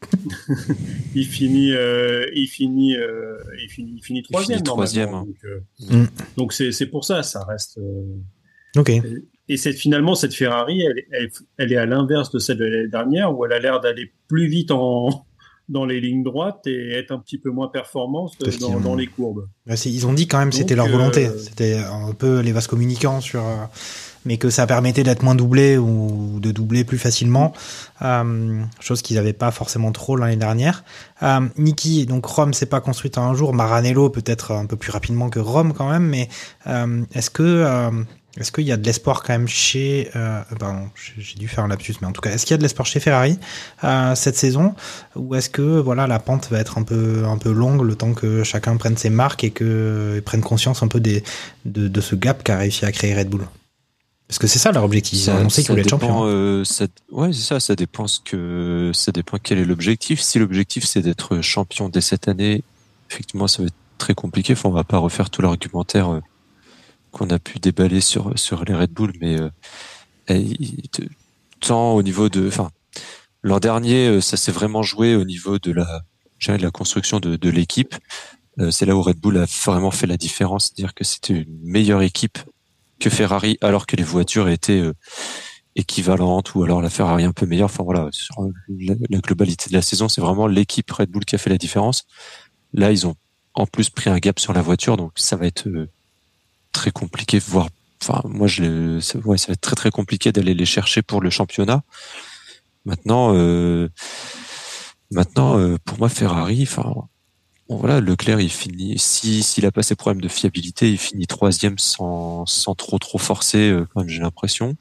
G: il finit, euh, il finit, euh, il finit, il finit troisième.
I: Il finit troisième.
G: Donc, euh,
F: Mm.
G: donc c'est, c'est pour ça, ça reste. Euh,
F: Ok.
G: et cette, finalement, cette Ferrari, elle, elle, elle est à l'inverse de celle de l'année dernière, où elle a l'air d'aller plus vite en, dans les lignes droites et être un petit peu moins performante dans,
F: ont...
G: dans les courbes.
F: Bah, c'est, ils ont dit quand même que c'était leur volonté. Euh... C'était un peu les vases communicants sur, euh, mais que ça permettait d'être moins doublé ou de doubler plus facilement, euh, chose qu'ils n'avaient pas forcément trop l'année dernière. Euh, Niki, donc Rome s'est pas construite en un jour, Maranello peut-être un peu plus rapidement que Rome quand même, mais euh, est-ce que euh, est-ce qu'il y a de l'espoir quand même chez, euh, pardon, j'ai dû faire un lapsus, mais en tout cas, est-ce qu'il y a de l'espoir chez Ferrari euh, cette saison, ou est-ce que voilà la pente va être un peu un peu longue le temps que chacun prenne ses marques et que et prenne conscience un peu des de, de ce gap qu'a réussi à créer Red Bull? Parce que c'est ça leur objectif. Ils ont annoncé qu'ils voulaient être champions.
I: Euh, ça, ouais, c'est ça. Ça dépend ce que ça dépend quel est l'objectif. Si l'objectif c'est d'être champion dès cette année, effectivement, ça va être très compliqué. Enfin, on va pas refaire tout l'argumentaire euh, qu'on a pu déballer sur sur les Red Bull, mais euh, et, tant au niveau de, enfin, l'an dernier, ça s'est vraiment joué au niveau de la, je dirais, de la construction de, de l'équipe. Euh, c'est là où Red Bull a vraiment fait la différence, c'est-à-dire que c'était une meilleure équipe que Ferrari, alors que les voitures étaient euh, équivalentes, ou alors la Ferrari un peu meilleure. Enfin voilà, sur la, la globalité de la saison, c'est vraiment l'équipe Red Bull qui a fait la différence. Là, ils ont en plus pris un gap sur la voiture, donc ça va être euh, très compliqué, voire, enfin moi je, ça, ouais, ça va être très très compliqué d'aller les chercher pour le championnat. Maintenant, euh, maintenant, euh, pour moi, Ferrari, enfin. Bon, voilà, Leclerc, il finit, si, s'il a pas ses problèmes de fiabilité, il finit troisième sans, sans trop, trop forcer, euh, quand même, j'ai l'impression.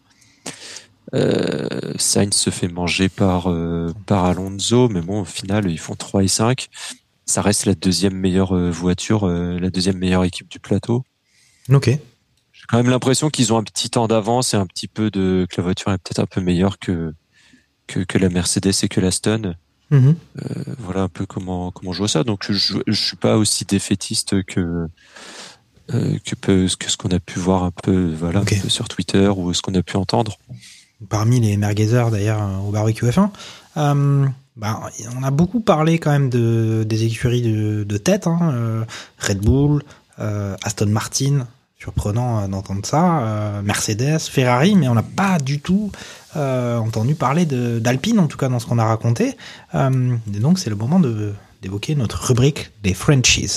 I: Euh, Sainz se fait manger par, euh, par Alonso, mais bon, au final, ils font trois et cinq. Ça reste la deuxième meilleure euh, voiture, euh, la deuxième meilleure équipe du plateau.
F: Ok.
I: J'ai quand même l'impression qu'ils ont un petit temps d'avance et un petit peu de, que la voiture est peut-être un peu meilleure que, que, que la Mercedes et que l'Aston.
F: Mmh.
I: Euh, voilà un peu comment comment je vois ça. Donc je je suis pas aussi défaitiste que euh, que, peu, que ce qu'on a pu voir un peu voilà okay. un peu sur Twitter ou ce qu'on a pu entendre.
F: Parmi les merguezers d'ailleurs au barbecue F un, euh, bah, on a beaucoup parlé quand même de des écuries de, de tête, hein, euh, Red Bull, euh, Aston Martin. Surprenant d'entendre ça, euh, Mercedes, Ferrari, mais on n'a pas du tout euh, entendu parler de, d'Alpine, en tout cas dans ce qu'on a raconté. Euh, et donc c'est le moment de, d'évoquer notre rubrique des Frenchies.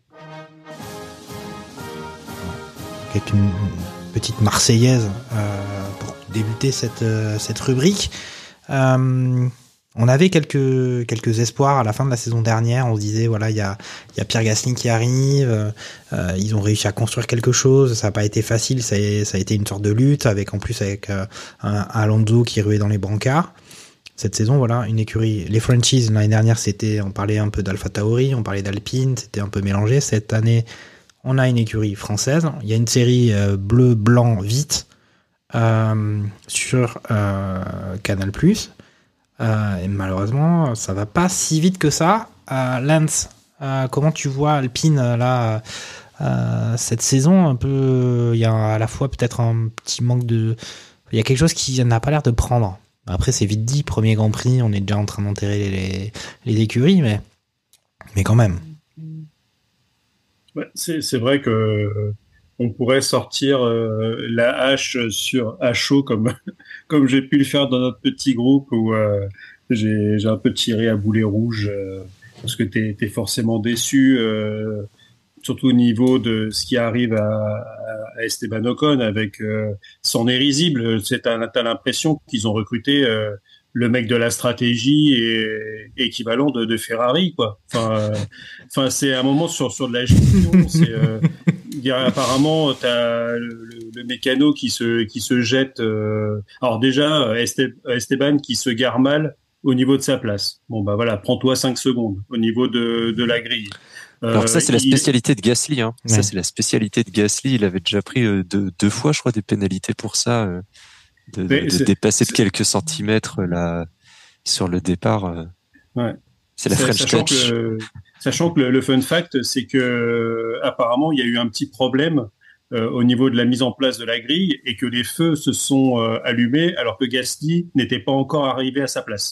F: Avec une, une petite Marseillaise euh, pour débuter cette, euh, cette rubrique. Euh, On avait quelques quelques espoirs à la fin de la saison dernière. On se disait voilà, il y a il y a Pierre Gasly qui arrive. Euh, ils ont réussi à construire quelque chose. Ça n'a pas été facile. Ça a, ça a été une sorte de lutte avec en plus avec euh, un, un Alonso qui ruait dans les brancards. Cette saison, voilà, une écurie. Les franchises l'année dernière, c'était on parlait un peu d'Alpha Tauri, on parlait d'Alpine, c'était un peu mélangé. Cette année, on a une écurie française. Il y a une série euh, bleu, blanc, vite euh, sur euh, Canal plus. Euh, et malheureusement, ça va pas si vite que ça. Euh, Lance, euh, comment tu vois Alpine là euh, cette saison? Un peu, il y a à la fois peut-être un petit manque de, il y a quelque chose qui n'a pas l'air de prendre. Après, c'est vite dit, premier Grand Prix, on est déjà en train d'enterrer les, les écuries, mais mais quand même.
G: Ouais, c'est c'est vrai que on pourrait sortir euh, la hache sur à chaud comme comme j'ai pu le faire dans notre petit groupe où euh, j'ai j'ai un peu tiré à boulet rouge euh, parce que t'es t'es forcément déçu euh, surtout au niveau de ce qui arrive à, à Esteban Ocon avec euh, c'en est risible. C'est t'as, t'as l'impression qu'ils ont recruté euh, le mec de la stratégie et équivalent de, de Ferrari quoi. Enfin, enfin euh, c'est un moment sur sur de la gestion. C'est euh, apparemment t'as le, le mécano qui se qui se jette. Euh... Alors déjà Esteban qui se gare mal au niveau de sa place. Bon bah voilà, prends-toi cinq secondes au niveau de de la grille.
I: Alors ça c'est
G: euh,
I: la spécialité il... de Gasly. Hein. Ouais. Ça c'est la spécialité de Gasly. Il avait déjà pris euh, deux, deux fois, je crois, des pénalités pour ça. Euh... de, de, de dépasser de quelques centimètres là sur le départ. Euh.
G: Ouais.
I: C'est la French
G: sachant
I: touch.
G: Que le, sachant que le, le fun fact, c'est que apparemment il y a eu un petit problème euh, au niveau de la mise en place de la grille et que les feux se sont euh, allumés alors que Gasly n'était pas encore arrivé à sa place.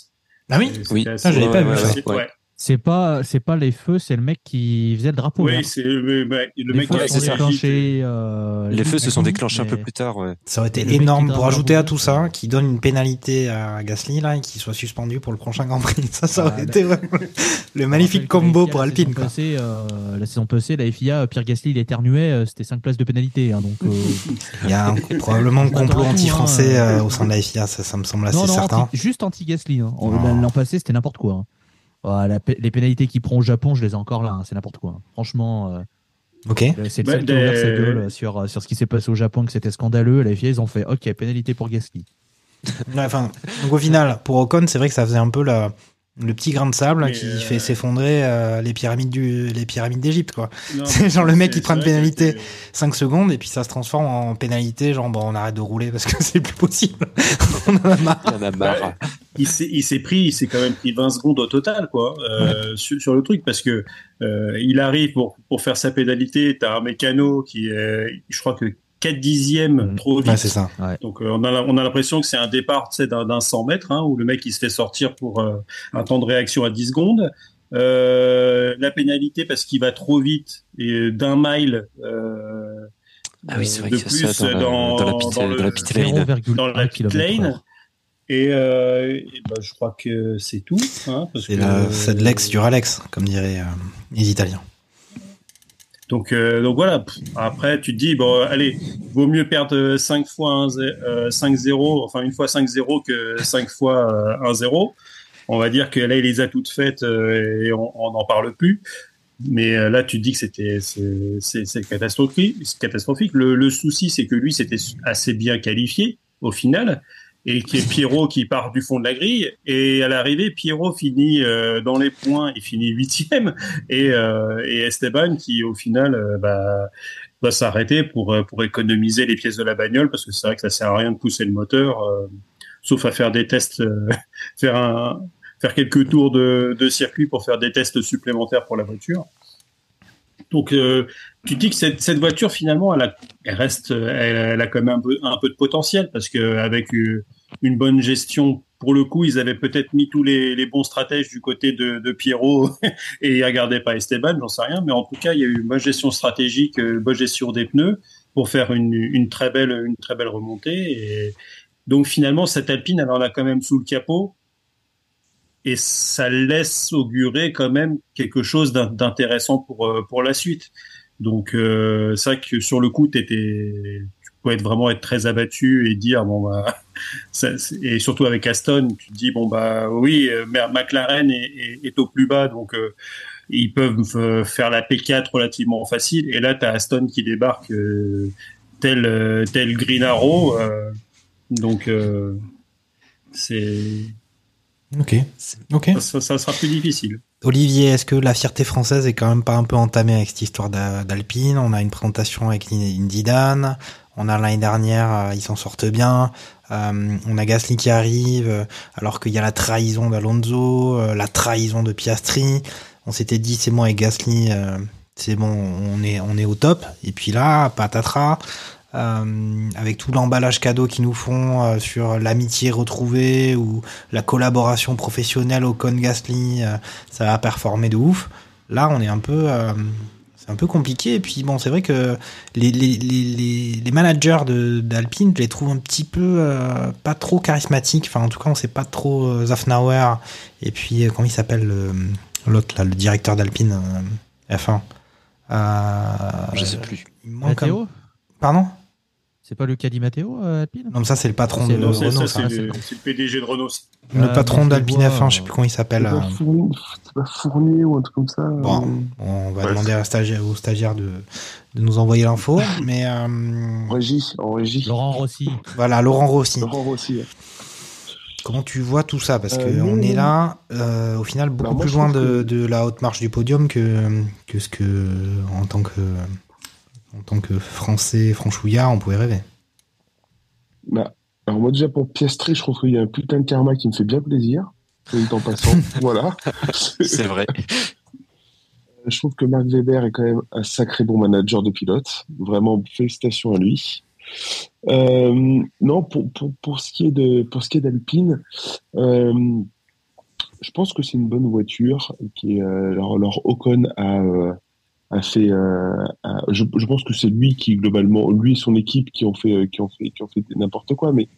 F: Ah oui,
I: oui.
F: Ça, je l'avais pas vu ça.
I: Ouais, ouais.
J: C'est pas, c'est pas les feux, c'est le mec qui faisait le drapeau.
G: Oui,
J: vert.
G: c'est le, le
J: les
G: mec
J: feux
G: qui a
J: sont déclenchés. Euh,
I: les feux se sont déclenchés
J: mais...
I: un peu plus tard. Ouais.
F: Ça aurait été énorme pour ajouter à tout ça, qui donne une pénalité à Gasly là, et qu'il soit suspendu pour le prochain Grand Prix. Ça, ça aurait ah, été vraiment le magnifique combo pour Alpine.
J: La saison, passée, euh, la saison passée, la F I A, Pierre Gasly, il éternuait, euh, c'était cinq places de pénalité. Hein, donc, euh...
F: il y a un, probablement un complot anti-français hein, euh, au sein de la F I A, ça, ça me semble assez
J: non, non,
F: certain.
J: Anti, juste anti-Gasly. Hein. Oh. L'an passé, c'était n'importe quoi. Hein. Ah, la, les pénalités qu'il prend au Japon, je les ai encore là, hein, c'est n'importe quoi. Hein. Franchement, euh,
F: ok.
J: C'est le seul qui a ouvert sa gueule sur, sur ce qui s'est passé au Japon, que c'était scandaleux. La F I A, ils ont fait ok, pénalité pour Gasly.
F: Ouais, enfin, donc au final, pour Ocon, c'est vrai que ça faisait un peu la, le petit grain de sable
G: Mais
F: qui
G: euh...
F: fait s'effondrer euh, les pyramides du, les pyramides d'Égypte, quoi. Non, c'est genre le mec qui prend une pénalité cinq secondes et puis ça se transforme en pénalité, genre bon, on arrête de rouler parce que c'est plus possible. On en a marre.
I: On en a marre.
G: Il s'est, il s'est pris, il s'est quand même pris vingt secondes au total, quoi, euh, ouais. sur, sur le truc, parce que euh, il arrive pour pour faire sa pénalité, t'as un mécano qui est, je crois que quatre dixièmes trop vite.
F: Ouais, c'est ça. Ouais.
G: Donc euh, on a on a l'impression que c'est un départ, tu sais, d'un, d'un cent mètres, hein, où le mec il se fait sortir pour euh, un temps de réaction à dix secondes. Euh, la pénalité parce qu'il va trop vite et d'un mile. Euh,
I: ah oui, c'est vrai
G: de
I: que
G: plus
I: ça
G: dans,
I: dans, dans, la pit,
G: dans,
I: dans la pit lane.
G: Dans la pit lane. Et, euh, et ben, je crois que c'est tout. Hein, parce
F: c'est,
G: que,
F: la, c'est de l'ex du Ralex, comme diraient euh, les Italiens.
G: Donc, euh, donc voilà. Après, tu te dis, bon, allez, vaut mieux perdre cinq fois cinq zéro, enfin une fois cinq zéro que cinq fois un zéro. On va dire que là, il les a toutes faites euh, et on n'en parle plus. Mais euh, là, tu te dis que c'était c'est, c'est, c'est catastrophique. C'est catastrophique. Le, le souci, c'est que lui, c'était assez bien qualifié au final. Et qui est Pierrot qui part du fond de la grille. Et à l'arrivée, Pierrot finit euh, dans les points, il finit huitième. Et, euh, et Esteban qui, au final, euh, bah, va s'arrêter pour, pour économiser les pièces de la bagnole, parce que c'est vrai que ça sert à rien de pousser le moteur, euh, sauf à faire des tests, euh, faire un, faire quelques tours de, de circuit pour faire des tests supplémentaires pour la voiture. Donc, euh, tu dis que cette, cette voiture, finalement, elle, a, elle reste, elle, elle a quand même un peu, un peu de potentiel, parce que avec une, une bonne gestion, pour le coup, ils avaient peut-être mis tous les, les bons stratèges du côté de, de Pierrot et ils regardaient pas Esteban, j'en sais rien, mais en tout cas, il y a eu une bonne gestion stratégique, une bonne gestion des pneus pour faire une, une très belle, une très belle remontée. Et donc, finalement, cette Alpine, elle en a quand même sous le capot. Et ça laisse augurer quand même quelque chose d'intéressant pour pour la suite. Donc euh, c'est vrai que sur le coup, t'étais, tu pouvais être vraiment être très abattu et dire bon bah ça, et surtout avec Aston, tu te dis bon bah oui, McLaren est, est, est au plus bas, donc euh, ils peuvent faire la P quatre relativement facile. Et là, t'as Aston qui débarque euh, tel tel Green Arrow, euh, donc euh, c'est
F: Ok. Ok.
G: Ça, ça sera plus difficile.
F: Olivier, est-ce que la fierté française est quand même pas un peu entamée avec cette histoire d'Alpine ? On a une présentation avec Indy Dan. On a l'année dernière, ils s'en sortent bien. Euh, on a Gasly qui arrive, alors qu'il y a la trahison d'Alonso, euh, la trahison de Piastri. On s'était dit c'est bon avec Gasly, euh, c'est bon, on est on est au top. Et puis là, patatras. Euh, avec tout l'emballage cadeau qu'ils nous font euh, sur l'amitié retrouvée ou la collaboration professionnelle Ocon-Gasly, euh, ça va performer de ouf. Là, on est un peu, euh, c'est un peu compliqué. Et puis bon, c'est vrai que les les les les managers de d'Alpine, je les trouve un petit peu euh, pas trop charismatiques. Enfin, en tout cas, on sait pas trop euh, Zafnauer et puis euh, comment il s'appelle euh, l'autre là, le directeur d'Alpine euh, F un. Euh,
I: je sais plus.
F: Il manque un... Pardon ?
J: C'est pas le cas Di Matteo, euh, Alpine ?
F: Non, mais ça, c'est le patron
G: c'est
F: de
G: non,
F: Renault.
G: Ça,
F: ça,
G: c'est, le, c'est le P D G de Renault.
F: Le euh, patron d'Alpine F un,
J: euh,
F: je sais plus comment il s'appelle.
H: C'est pas, Fournier, c'est pas Fournier ou un truc comme ça.
F: Bon, euh... on va ouais, demander à stagiaire, au stagiaire de, de nous envoyer l'info. Mais, euh...
H: en régie, en régie.
J: Laurent Rossi.
F: Voilà, Laurent Rossi.
H: Laurent Rossi, ouais.
F: Comment tu vois tout ça ? Parce
H: euh,
F: qu'on
H: non,
F: est
H: non.
F: là, euh, au final, beaucoup Alors, plus loin de, que... de la haute marche du podium que, que ce que, en tant que, en tant que Français franchouillard, on pouvait rêver.
H: Bah, alors moi déjà pour Piastri, je trouve qu'il y a un putain de karma qui me fait bien plaisir, en passant. Voilà.
I: C'est vrai.
H: Je trouve que Mark Webber est quand même un sacré bon manager de pilote. Vraiment, félicitations à lui. Euh, non, pour, pour, pour ce qui est de, pour ce qui est d'Alpine, euh, je pense que c'est une bonne voiture. Qui est, euh, alors, alors Ocon a, euh, a fait. Euh, a, je, je pense que c'est lui qui globalement, lui et son équipe qui ont fait, qui ont fait, qui ont fait n'importe quoi. Mais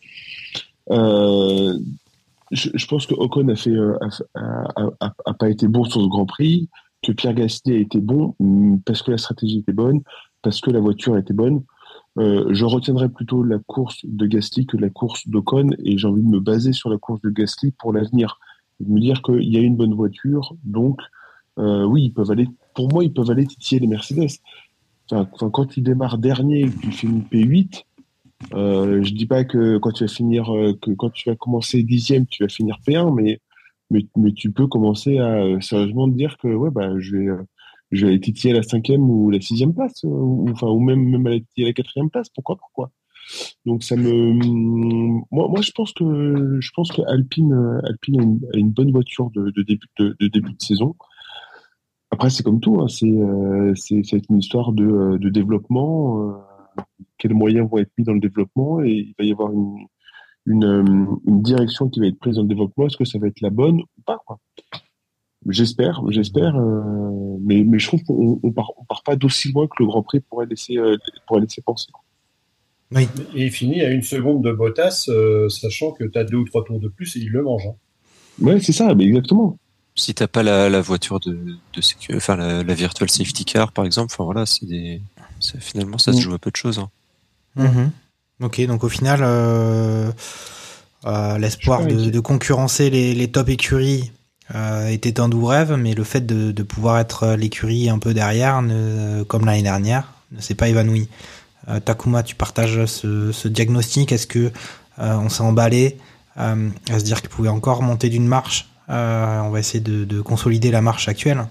H: euh, je, je pense que Ocon a fait, euh, a, a, a, a pas été bon sur ce Grand Prix. Que Pierre Gasly a été bon parce que la stratégie était bonne, parce que la voiture était bonne. Euh, je retiendrai plutôt la course de Gasly que la course d'Ocon, et j'ai envie de me baser sur la course de Gasly pour l'avenir. De me dire qu'il y a une bonne voiture, donc euh, oui, ils peuvent aller. Pour moi, ils peuvent aller titiller les Mercedes. Enfin, enfin, quand tu démarres dernier et que tu fais une P huit, euh, je dis pas que quand tu vas finir, euh, que quand tu vas commencer dixième, tu vas finir P un, mais Mais, mais tu peux commencer à euh, sérieusement te dire que ouais bah je vais euh, je vais aller titiller la cinquième ou la sixième place, euh, ou enfin ou même même aller titiller la quatrième place, pourquoi pas quoi. Donc ça me moi moi je pense que je pense que Alpine euh, Alpine a une, a une bonne voiture de, de début de, de début de saison. Après c'est comme tout, hein, c'est euh, c'est c'est une histoire de de développement. Euh, quels moyens vont être mis dans le développement, et il va y avoir une Une, une direction qui va être prise dans le développement. Est-ce que ça va être la bonne ou pas quoi. J'espère, j'espère, euh, mais, mais je trouve qu'on on part, on part pas d'aussi loin que le Grand Prix pourrait laisser, euh, pourrait laisser penser.
G: Oui. Et il finit à une seconde de Bottas, euh, sachant que tu as deux ou trois tours de plus et il le mange. Hein.
H: Ouais, c'est ça, mais exactement.
I: Si t'as pas la, la voiture de, de sécu... enfin la, la virtual safety car par exemple, enfin voilà, c'est des, c'est, finalement ça se joue à peu de choses. Hein.
F: Mm-hmm. Ok, donc au final, euh, euh, l'espoir de, de concurrencer les, les top écuries euh, était un doux rêve, mais le fait de, de pouvoir être l'écurie un peu derrière, ne, comme l'année dernière, ne s'est pas évanoui. Euh, Takuma, tu partages ce, ce diagnostic. Est-ce que euh, on s'est emballé euh, à se dire qu'il pouvait encore monter d'une marche? euh, On va essayer de, de consolider la marche actuelle.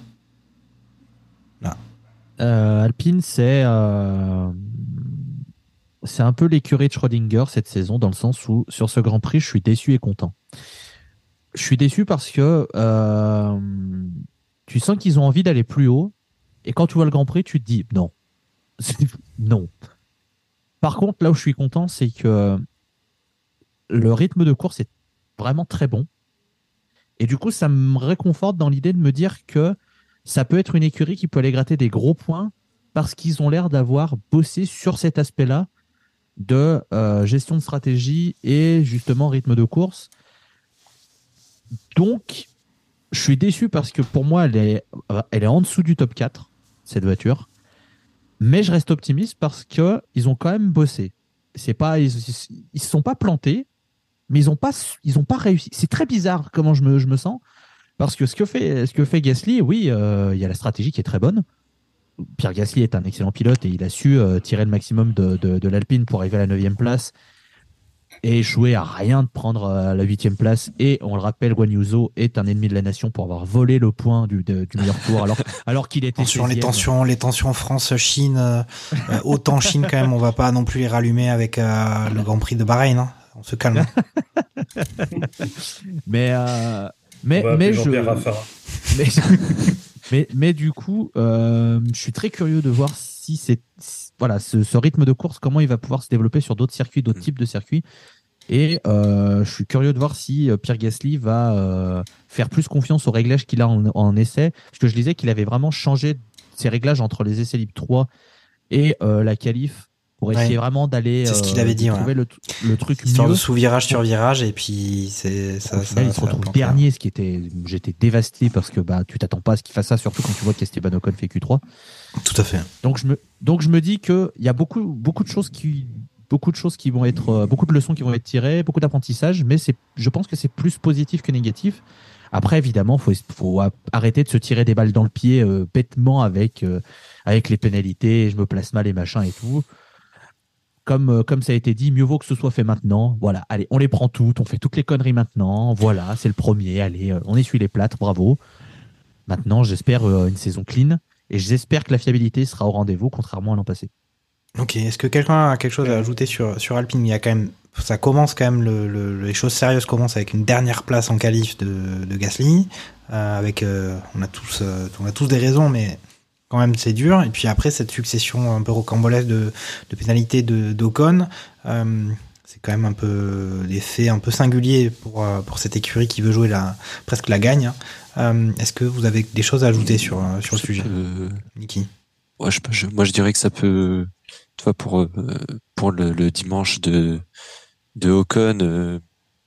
F: Là.
J: Euh, Alpine, c'est euh... c'est un peu l'écurie de Schrödinger cette saison, dans le sens où, sur ce Grand Prix, je suis déçu et content. Je suis déçu parce que euh, tu sens qu'ils ont envie d'aller plus haut, et quand tu vois le Grand Prix, tu te dis non. non. Par contre, là où je suis content, c'est que le rythme de course est vraiment très bon. Et du coup, ça me réconforte dans l'idée de me dire que ça peut être une écurie qui peut aller gratter des gros points parce qu'ils ont l'air d'avoir bossé sur cet aspect-là de euh, gestion de stratégie et justement rythme de course. Donc, je suis déçu parce que pour moi, elle est, elle est en dessous du top quatre, cette voiture. Mais je reste optimiste parce qu'ils ont quand même bossé. C'est pas, ils ne se sont pas plantés, mais ils n'ont pas, ils ont pas réussi. C'est très bizarre comment je me, je me sens. Parce que ce que fait, ce que fait Gasly, oui, il euh, y a la stratégie qui est très bonne. Pierre Gasly est un excellent pilote et il a su euh, tirer le maximum de, de, de l'Alpine pour arriver à la neuvième place et échouer à rien de prendre euh, la huitième place. Et on le rappelle, Guan Yu Zhou est un ennemi de la nation pour avoir volé le point du, de, du meilleur tour alors, alors qu'il était
F: Attention, les tensions, les tensions France-Chine, euh, autant Chine quand même, on va pas non plus les rallumer avec euh, le Grand Prix de Bahreïn. Hein. On se calme.
J: mais euh, mais mais je mais, mais mais du coup, euh, je suis très curieux de voir si c'est voilà ce, ce rythme de course, comment il va pouvoir se développer sur d'autres circuits, d'autres types de circuits. Et euh, je suis curieux de voir si Pierre Gasly va euh, faire plus confiance aux réglages qu'il a en, en essai. Parce que je disais qu'il avait vraiment changé ses réglages entre les essais libres trois et euh, la qualif pour essayer ouais. vraiment d'aller
F: c'est ce qu'il avait dit,
J: trouver
F: ouais.
J: le, le truc
F: histoire
J: mieux.
F: de sous-virage sur virage, et puis c'est ça.
J: Au final,
F: ça,
J: il se retrouve dernier, ce qui était, j'étais dévasté parce que bah tu t'attends pas à ce qu'il fasse ça, surtout quand tu vois qu'Esteban Ocon fait Q trois.
F: Tout à fait.
J: Donc je me, donc je me dis que il y a beaucoup, beaucoup de choses qui, beaucoup de choses qui vont être, beaucoup de leçons qui vont être tirées, beaucoup d'apprentissage, mais c'est, je pense que c'est plus positif que négatif. Après, évidemment, faut, faut arrêter de se tirer des balles dans le pied euh, bêtement avec, euh, avec les pénalités, je me place mal et machin et tout. Comme, comme ça a été dit, mieux vaut que ce soit fait maintenant. Voilà, allez, on les prend toutes, on fait toutes les conneries maintenant. Voilà, c'est le premier, allez, on essuie les plâtres, bravo. Maintenant, j'espère une saison clean et j'espère que la fiabilité sera au rendez-vous, contrairement à l'an passé.
F: Ok, est-ce que quelqu'un a quelque chose à ajouter sur, sur Alpine? Il y a quand même, ça commence quand même, le, le, les choses sérieuses commencent avec une dernière place en qualif de, de Gasly. Euh, avec, euh, on a tous, euh, on a tous des raisons, mais quand même c'est dur. Et puis après cette succession un peu rocambolesque de, de pénalités de d'Ocon, euh, C'est quand même un peu des faits un peu singuliers pour pour cette écurie qui veut jouer la presque la gagne. Euh, est-ce que vous avez des choses à ajouter sur sur le sujet,
I: peut...
F: Niki?
I: Ouais, je, je, moi je dirais que ça peut, tu vois, pour euh, pour le, le dimanche de de Ocon, euh,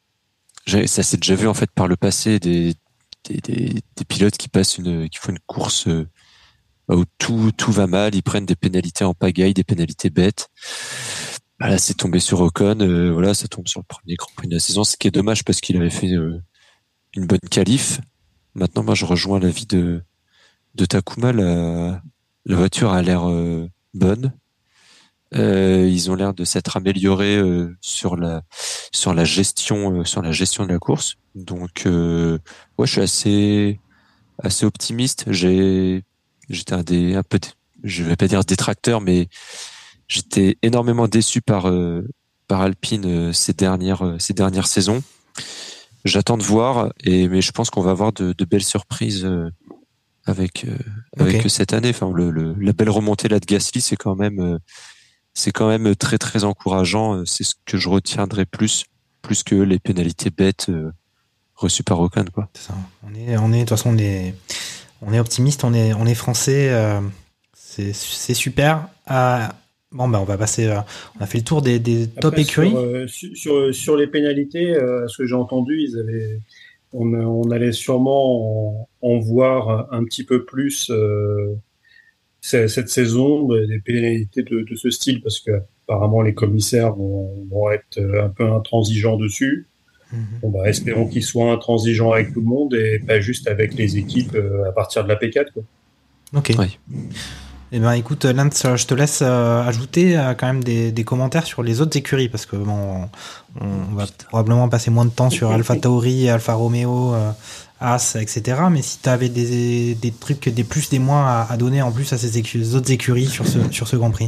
I: ça s'est déjà vu en fait par le passé des des, des, des pilotes qui passent une qui font une course euh, où tout tout va mal, ils prennent des pénalités en pagaille, des pénalités bêtes. Bah là, c'est tombé sur Ocon, euh, voilà, ça tombe sur le premier Grand Prix de la saison, ce qui est dommage parce qu'il avait fait euh, une bonne qualif. Maintenant, moi, je rejoins l'avis de de Takuma. La, la voiture a l'air euh, bonne. Euh, ils ont l'air de s'être améliorés euh, sur la sur la gestion euh, sur la gestion de la course. Donc, euh, ouais, je suis assez assez optimiste. J'ai j'étais un des un peu, je vais pas dire détracteur, mais j'étais énormément déçu par euh, par Alpine euh, ces dernières euh, ces dernières saisons. J'attends de voir, et mais je pense qu'on va avoir de, de belles surprises euh, avec euh, avec
F: Okay.
I: cette année. Enfin, le, le la belle remontée là de Gasly, c'est quand même euh, c'est quand même très très encourageant. C'est ce que je retiendrai plus plus que les pénalités bêtes euh, reçues par Ocon, quoi.
F: C'est ça. On est on est de toute façon on est on est optimiste, on est on est français. Euh, c'est c'est super. Euh, Bon, ben, on va passer. Euh, on a fait le tour des, des top
G: Après,
F: écuries.
G: Sur, euh, sur, sur, sur les pénalités, euh, ce que j'ai entendu, ils avaient, on, on allait sûrement en, en voir un petit peu plus euh, cette saison, des pénalités de, de ce style, parce que apparemment les commissaires vont, vont être un peu intransigeants dessus.
F: Mm-hmm.
G: Bon, bah, espérons qu'ils soient intransigeants avec tout le monde et pas juste avec les équipes euh, à partir de la P quatre, quoi.
F: Ok.
I: Ouais.
F: Eh ben, écoute, Lance, je te laisse euh, ajouter euh, quand même des, des commentaires sur les autres écuries, parce que bon, on, on va probablement passer moins de temps sur Alpha Tauri, Alfa Romeo, euh, As, et cetera. Mais si tu avais des, des trucs, des plus, des moins à, à donner en plus à ces écu- les autres écuries sur ce, sur ce Grand Prix.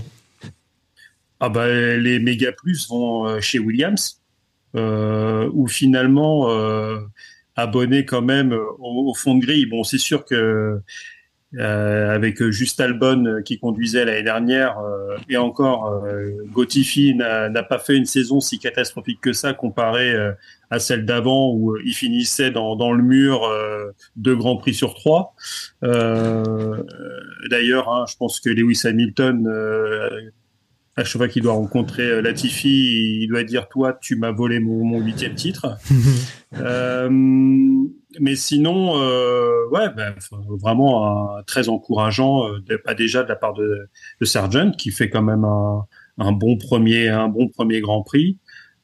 G: Ah bah, les méga plus vont euh, chez Williams, euh, où finalement, euh, abonné quand même au, au fond de grille. Bon, c'est sûr que Euh, avec juste Albon euh, qui conduisait l'année dernière, euh, et encore euh, Latifi n'a, n'a pas fait une saison si catastrophique que ça comparé euh, à celle d'avant où euh, il finissait dans, dans le mur euh, deux grands prix sur trois. Euh, d'ailleurs, hein, je pense que Lewis Hamilton, euh, à chaque fois qu'il doit rencontrer euh, Latifi, il doit dire toi tu m'as volé mon, mon huitième titre. euh, mais sinon, euh, ouais, ben, vraiment euh, très encourageant, euh, de, pas déjà de la part de, de Sargent qui fait quand même un, un bon premier, un bon premier Grand Prix.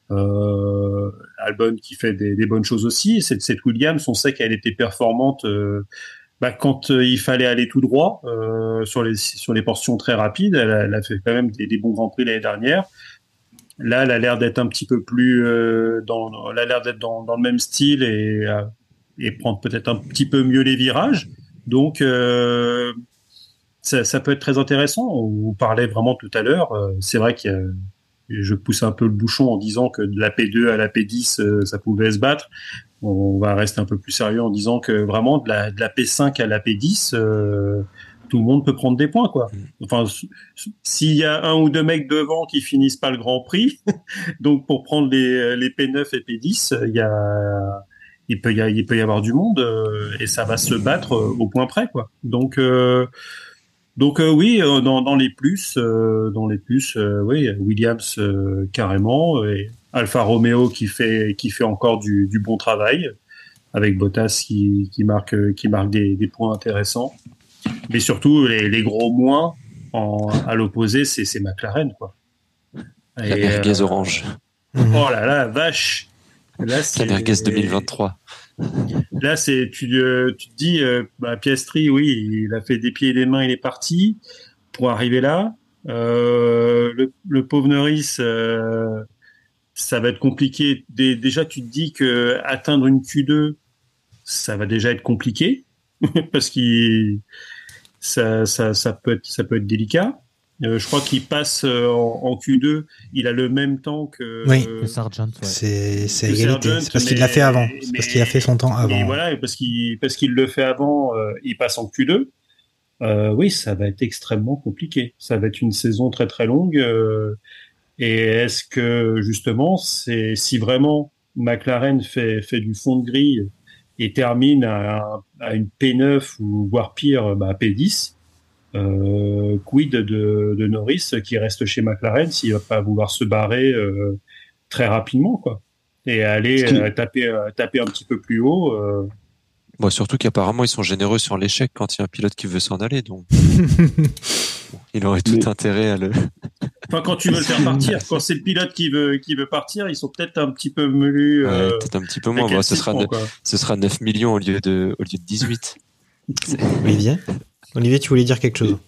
G: Euh, Albon qui fait des, des bonnes choses aussi. Cette, cette Williams, on sait qu'elle était performante euh, bah, quand euh, il fallait aller tout droit euh, sur les sur les portions très rapides. Elle a, elle a fait quand même des, des bons Grands Prix l'année dernière. Là, elle a l'air d'être un petit peu plus euh, dans, elle a l'air d'être dans, dans le même style et euh, et prendre peut-être un petit peu mieux les virages. Donc, euh, ça, ça peut être très intéressant. On vous parlait vraiment tout à l'heure. Euh, c'est vrai qu'il y a, je pousse un peu le bouchon en disant que de la P deux à la P dix, euh, ça pouvait se battre. On va rester un peu plus sérieux en disant que vraiment de la, de la P cinq à la P dix, euh, tout le monde peut prendre des points, quoi. Enfin, s'il y a un ou deux mecs devant qui finissent pas le Grand Prix, donc pour prendre les, les P neuf et P dix, il y a il peut y, a, il peut y avoir du monde euh, et ça va se battre euh, au point près, quoi. Donc, euh, donc euh, oui, euh, dans, dans les plus, euh, dans les plus, euh, oui, Williams euh, carrément, et Alfa Romeo qui fait qui fait encore du, du bon travail avec Bottas qui, qui marque qui marque des, des points intéressants. Mais surtout les, les gros moins en, à l'opposé, c'est, c'est McLaren, quoi.
I: Et, la merguez euh, orange.
G: Oh là là, vache. Là, c'est...
I: La merguez deux mille vingt-trois.
G: Là, c'est tu, euh, tu te dis, euh, bah, Piastri, oui, il a fait des pieds et des mains, il est parti pour arriver là. Euh, le, le pauvre Norris, euh, ça va être compliqué. Dé, déjà, tu te dis que atteindre une Q deux, ça va déjà être compliqué parce qu'il ça, ça, ça peut être, ça peut être délicat. Euh, je crois qu'il passe euh, en, en Q deux, il a le même temps que,
F: oui.
G: euh,
J: que Sargent. Ouais.
F: C'est, c'est égalité. Sargent, c'est parce mais, qu'il l'a fait avant. C'est mais, parce qu'il a fait son temps avant.
G: Et voilà, parce qu'il, parce qu'il le fait avant, euh, il passe en Q deux. Euh, oui, ça va être extrêmement compliqué. Ça va être une saison très très longue. Euh, Et est-ce que justement, c'est si vraiment McLaren fait fait du fond de grille et termine à, à une P neuf ou voire pire, bah, P dix, euh, quid de, de Norris qui reste chez McLaren s'il va pas vouloir se barrer euh, très rapidement, quoi, et aller qui... euh, taper euh, taper un petit peu plus haut. Euh...
I: Bon, surtout qu'apparemment ils sont généreux sur l'échec quand il y a un pilote qui veut s'en aller, donc bon, il aurait tout Mais... intérêt à le.
G: Enfin, quand tu veux le faire partir, quand c'est le pilote qui veut qui veut partir, ils sont peut-être un petit peu melus.
I: Ouais,
G: euh,
I: peut-être un petit peu moins. Bon, ce sera ne... ce sera neuf millions au lieu de au lieu de dix-huit.
F: Olivier, Olivier, tu voulais dire quelque chose?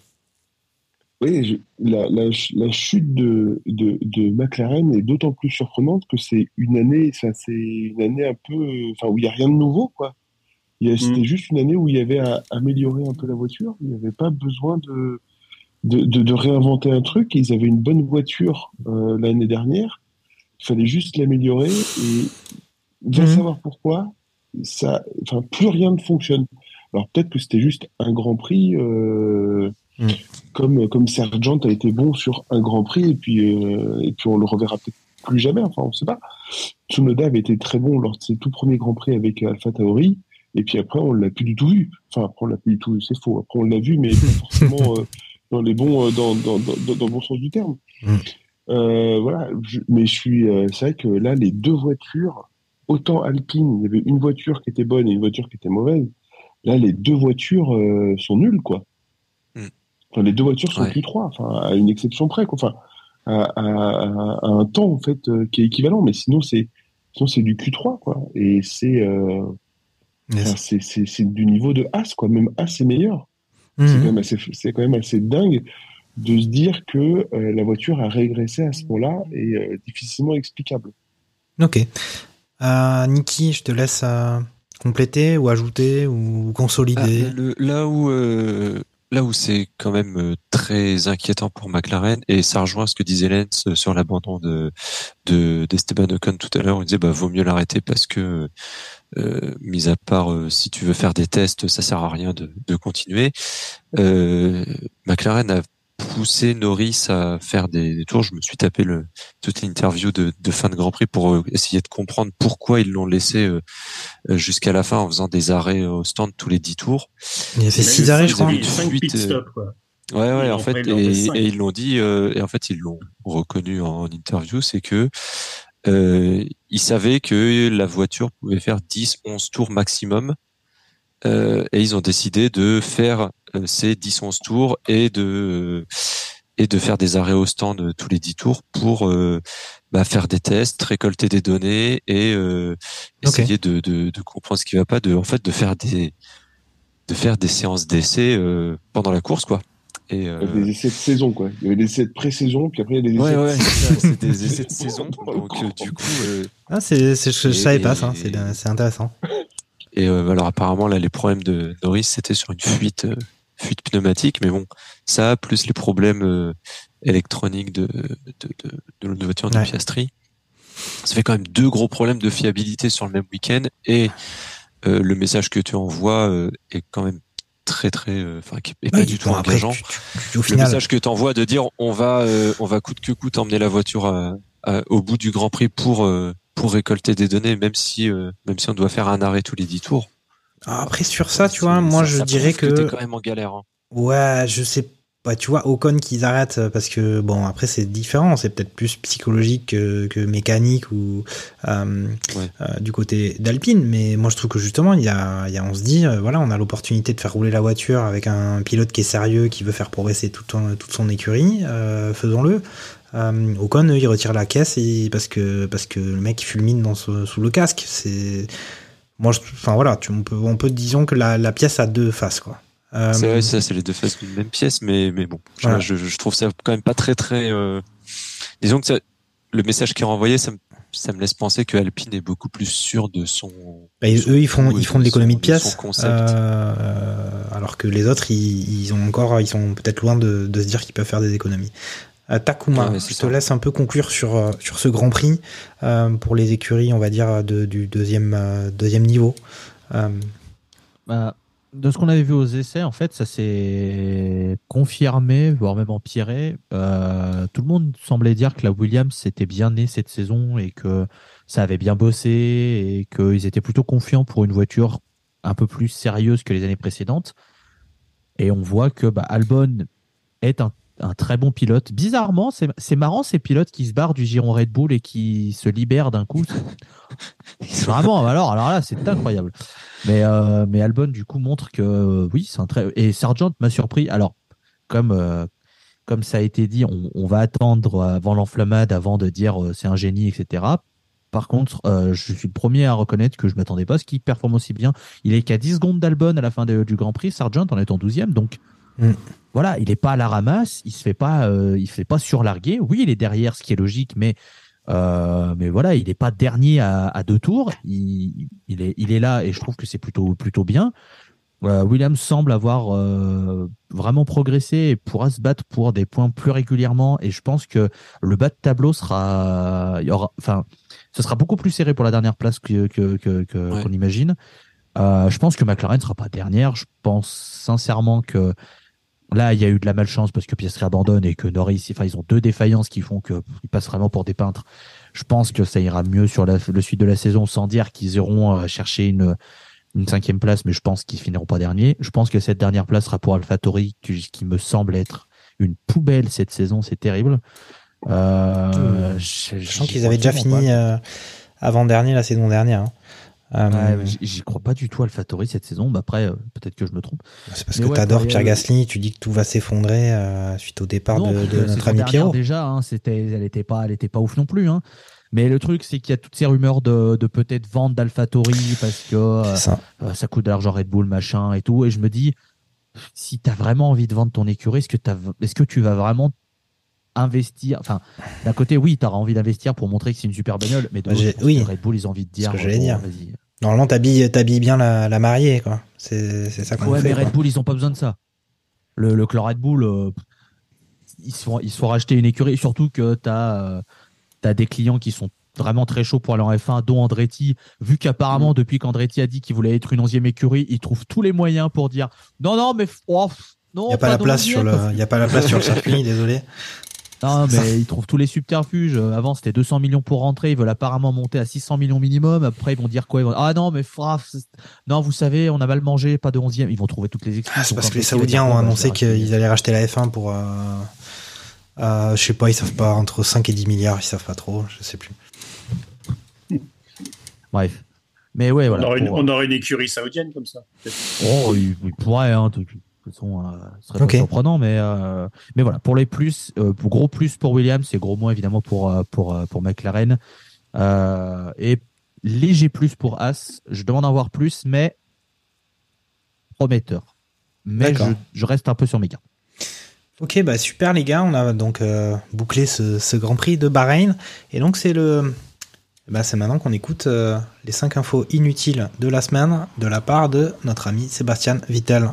H: Oui, je, la, la, la chute de, de, de McLaren est d'autant plus surprenante que c'est une année, ça c'est une année un peu, enfin où il y a rien de nouveau, quoi. Il y a, c'était mmh. juste une année où il y avait à améliorer un peu la voiture. Il n'y avait pas besoin de De, de, de réinventer un truc. Ils avaient une bonne voiture euh, l'année dernière. Il fallait juste l'améliorer et va mmh. savoir pourquoi ça, enfin plus rien ne fonctionne. Alors peut-être que c'était juste un Grand Prix, euh, mmh. comme comme Sargent a été bon sur un Grand Prix et puis euh, et puis on le reverra peut-être plus jamais. Enfin on sait pas. Tsunoda avait été très bon lors de ses tout premiers Grands Prix avec AlphaTauri et puis après on l'a plus du tout vu. Enfin après on l'a plus du tout vu, c'est faux. Après on l'a vu mais pas forcément. Euh, dans les bons dans dans dans dans le bon sens du terme. Mmh. Euh, voilà, je, mais je suis euh, c'est vrai que là les deux voitures, autant Alpine, il y avait une voiture qui était bonne et une voiture qui était mauvaise. Là les deux voitures euh, sont nulles, quoi. Mmh. Enfin les deux voitures sont ouais. Q trois, enfin à une exception près, quoi. Enfin à, à, à un temps en fait euh, qui est équivalent, mais sinon c'est sinon c'est du Q trois, quoi. Et c'est euh, yes. enfin, c'est c'est c'est du niveau de As, quoi. Même As est meilleur. Mmh. C'est, quand même assez, c'est quand même assez dingue de se dire que euh, la voiture a régressé à ce moment-là et euh, difficilement explicable.
F: Ok. Euh, Niki, je te laisse euh, compléter ou ajouter ou consolider.
I: Ah, le, là où euh, là où c'est quand même euh, très inquiétant pour McLaren, et ça rejoint ce que disait Lens sur l'abandon de, de d'Esteban Ocon tout à l'heure, on disait bah vaut mieux l'arrêter parce que Euh, mis à part euh, si tu veux faire des tests, ça sert à rien de, de continuer. Euh, McLaren a poussé Norris à faire des, des tours. Je me suis tapé le, toute l'interview de, de fin de Grand Prix pour euh, essayer de comprendre pourquoi ils l'ont laissé euh, jusqu'à la fin en faisant des arrêts au stand tous les dix tours.
F: Il a fait six arrêts, je crois.
G: cinq pit stops, quoi.
I: Ouais, ouais, en fait, et, et ils l'ont dit, euh, et en fait, ils l'ont reconnu en, en interview, c'est que Euh, ils savaient que la voiture pouvait faire dix onze tours maximum euh, et ils ont décidé de faire euh, ces dix onze tours et de euh, et de faire des arrêts au stand euh, tous les dix tours pour euh, bah, faire des tests, récolter des données et euh, essayer okay. de, de de comprendre ce qui va pas, de en fait de faire des de faire des séances d'essais euh, pendant la course, quoi. Et euh...
H: des essais de saison, quoi. Il y avait des essais de pré-saison, puis après il y a des essais
I: ouais,
H: de
I: ouais, c'est, c'est des essais de saison. Donc euh, du coup, euh...
F: ah, c'est, c'est, je, je savais pas ça. C'est, c'est intéressant.
I: Et euh, alors apparemment là, les problèmes de Norris, c'était sur une fuite, euh, fuite pneumatique, mais bon, ça plus les problèmes euh, électroniques de de de, de, de voiture de ouais. Piastri, ça fait quand même deux gros problèmes de fiabilité sur le même week-end. Et euh, le message que tu envoies euh, est quand même très très enfin euh, qui est pas ouais, du tout engageant. Tu, tu, tu, au le final... message que tu envoies de dire on va euh, on va coûte que coûte emmener la voiture à, à, au bout du Grand Prix pour euh, pour récolter des données, même si euh, même si on doit faire un arrêt tous les dix tours.
F: Après sur ça, tu vois, moi
I: ça,
F: je
I: ça
F: dirais que,
I: que t'es quand même en galère. Hein.
F: Ouais, je sais pas, tu vois, Ocon qu'ils arrêtent parce que bon après c'est différent, c'est peut-être plus psychologique que, que mécanique ou euh, ouais. euh, du côté d'Alpine, mais moi je trouve que justement il y a, il y a on se dit euh, voilà, on a l'opportunité de faire rouler la voiture avec un pilote qui est sérieux, qui veut faire progresser toute toute son écurie, euh, faisons-le. Euh, Ocon il retire la caisse et parce que parce que le mec fulmine dans ce, sous le casque, c'est moi je, enfin voilà, tu, on peut on peut disons que la, la pièce a deux faces, quoi.
I: Euh, c'est vrai, ça, c'est les deux faces d'une même pièce, mais mais bon, voilà. je, je, je trouve ça quand même pas très très. Euh... Disons que ça, le message qui est renvoyé, ça me ça me laisse penser que Alpine est beaucoup plus sûr de son.
F: Bah,
I: de
F: eux,
I: son
F: ils font ils font de l'économie de, de pièces,
I: euh,
F: alors que les autres, ils, ils ont encore, ils sont peut-être loin de, de se dire qu'ils peuvent faire des économies. Euh, Takuma, ouais, je te ça. laisse un peu conclure sur sur ce Grand Prix euh, pour les écuries, on va dire de, du deuxième euh, deuxième niveau. Euh...
J: Bah. de ce qu'on avait vu aux essais, en fait, ça s'est confirmé, voire même empiré. Euh, tout le monde semblait dire que la Williams s'était bien née cette saison et que ça avait bien bossé et qu'ils étaient plutôt confiants pour une voiture un peu plus sérieuse que les années précédentes. Et on voit que bah, Albon est un, un très bon pilote. Bizarrement, c'est, c'est marrant ces pilotes qui se barrent du giron Red Bull et qui se libèrent d'un coup. Vraiment, alors, alors là, c'est incroyable. Mais, euh, mais Albon, du coup, montre que euh, oui, c'est un très. Et Sargent m'a surpris. Alors, comme, euh, comme ça a été dit, on, on va attendre avant l'enflammade, avant de dire euh, c'est un génie, et cetera. Par contre, euh, je suis le premier à reconnaître que je ne m'attendais pas à ce qu'il performe aussi bien. Il est qu'à dix secondes d'Albon à la fin de, du Grand Prix, Sargent en étant douzième. Donc, mm. voilà, il n'est pas à la ramasse, il ne se fait pas, euh, il se fait pas surlarguer. Oui, il est derrière, ce qui est logique, mais, euh, mais voilà, il n'est pas dernier à, à deux tours. Il, il, est, il est là et je trouve que c'est plutôt, plutôt bien. Euh, Williams semble avoir euh, vraiment progressé et pourra se battre pour des points plus régulièrement. Et je pense que le bas de tableau sera, il y aura, enfin, ce sera beaucoup plus serré pour la dernière place que, que, que, que ouais. qu'on imagine. Euh, je pense que McLaren sera pas dernière. Je pense sincèrement que là, il y a eu de la malchance parce que Piastri abandonne et que Norris, enfin, ils ont deux défaillances qui font qu'ils passent vraiment pour des peintres. Je pense que ça ira mieux sur la, le suite de la saison, sans dire qu'ils iront euh, chercher une une cinquième place, mais je pense qu'ils finiront pas dernier. Je pense que cette dernière place sera pour AlphaTauri, qui, qui me semble être une poubelle cette saison, c'est terrible. Euh,
F: mmh. je, je sens qu'ils avaient déjà fini euh, avant-dernier la saison dernière. Hein.
J: Ouais, euh, j'y crois pas du tout AlphaTauri cette saison, mais après, euh, peut-être que je me trompe.
F: C'est parce mais que ouais, t'adores Pierre Gasly, tu dis que tout va s'effondrer euh, suite au départ non, de, de notre ami Pierrot.
J: Déjà, hein, c'était, elle était pas, elle était pas ouf non plus, hein. Mais le truc, c'est qu'il y a toutes ces rumeurs de, de peut-être vente d'AlphaTauri parce que euh, ça. Euh, ça coûte de l'argent Red Bull, machin et tout. Et je me dis, si tu as vraiment envie de vendre ton écurie, est-ce que, t'as, est-ce que tu vas vraiment investir? Enfin, d'un côté, oui, tu auras envie d'investir pour montrer que c'est une super bagnole, mais de
F: bah,
J: l'autre,
F: oui.
J: Red Bull, ils ont envie de dire.
F: C'est ce que j'allais
J: bon,
F: dire.
J: Vas-y.
F: Normalement, t'habilles, t'habilles bien la, la mariée, quoi. C'est, c'est ça qu'on
J: ouais,
F: fait.
J: Ouais, mais
F: quoi.
J: Red Bull, ils ont pas besoin de ça. Le, le clan Red Bull, euh, ils se font, ils se font racheter une écurie, surtout que tu as euh, t'as des clients qui sont vraiment très chaud pour aller en F un, dont Andretti, vu qu'apparemment, mmh. depuis qu'Andretti a dit qu'il voulait être une onzième écurie, il trouve tous les moyens pour dire non, non, mais oh, non,
F: il n'y a pas, pas la place sur le, il y a pas la place sur le circuit, désolé.
J: Non, mais ils trouvent tous les subterfuges. Avant, c'était deux cents millions pour rentrer. Ils veulent apparemment monter à six cents millions minimum. Après, ils vont dire quoi? Ils vont... Ah non, mais fraf, non, vous savez, on a mal mangé, pas de onzième. Ils vont trouver toutes les excuses.
F: Ah, c'est parce que les Saoudiens ont annoncé qu'ils allaient racheter la F un pour, euh, euh, je sais pas, ils savent pas, entre cinq et dix milliards, ils savent pas trop, je sais plus.
J: Bref. Mais ouais, voilà.
G: On aurait,
J: pour...
G: une, on aurait une écurie saoudienne comme ça.
J: Oh, il, il pourrait, hein. De toute façon, euh, ce serait okay. pas surprenant, mais, euh, mais voilà. Pour les plus, euh, pour gros plus pour Williams et gros moins évidemment pour, euh, pour, euh, pour McLaren. Euh, et léger plus pour Haas. Je demande à en voir plus, mais prometteur. Mais je, je reste un peu sur mes gardes.
F: Ok, bah super les gars. On a donc euh, bouclé ce, ce Grand Prix de Bahreïn. Et donc c'est le. Bah, c'est maintenant qu'on écoute euh, les cinq infos inutiles de la semaine de la part de notre ami Sébastien Vettel.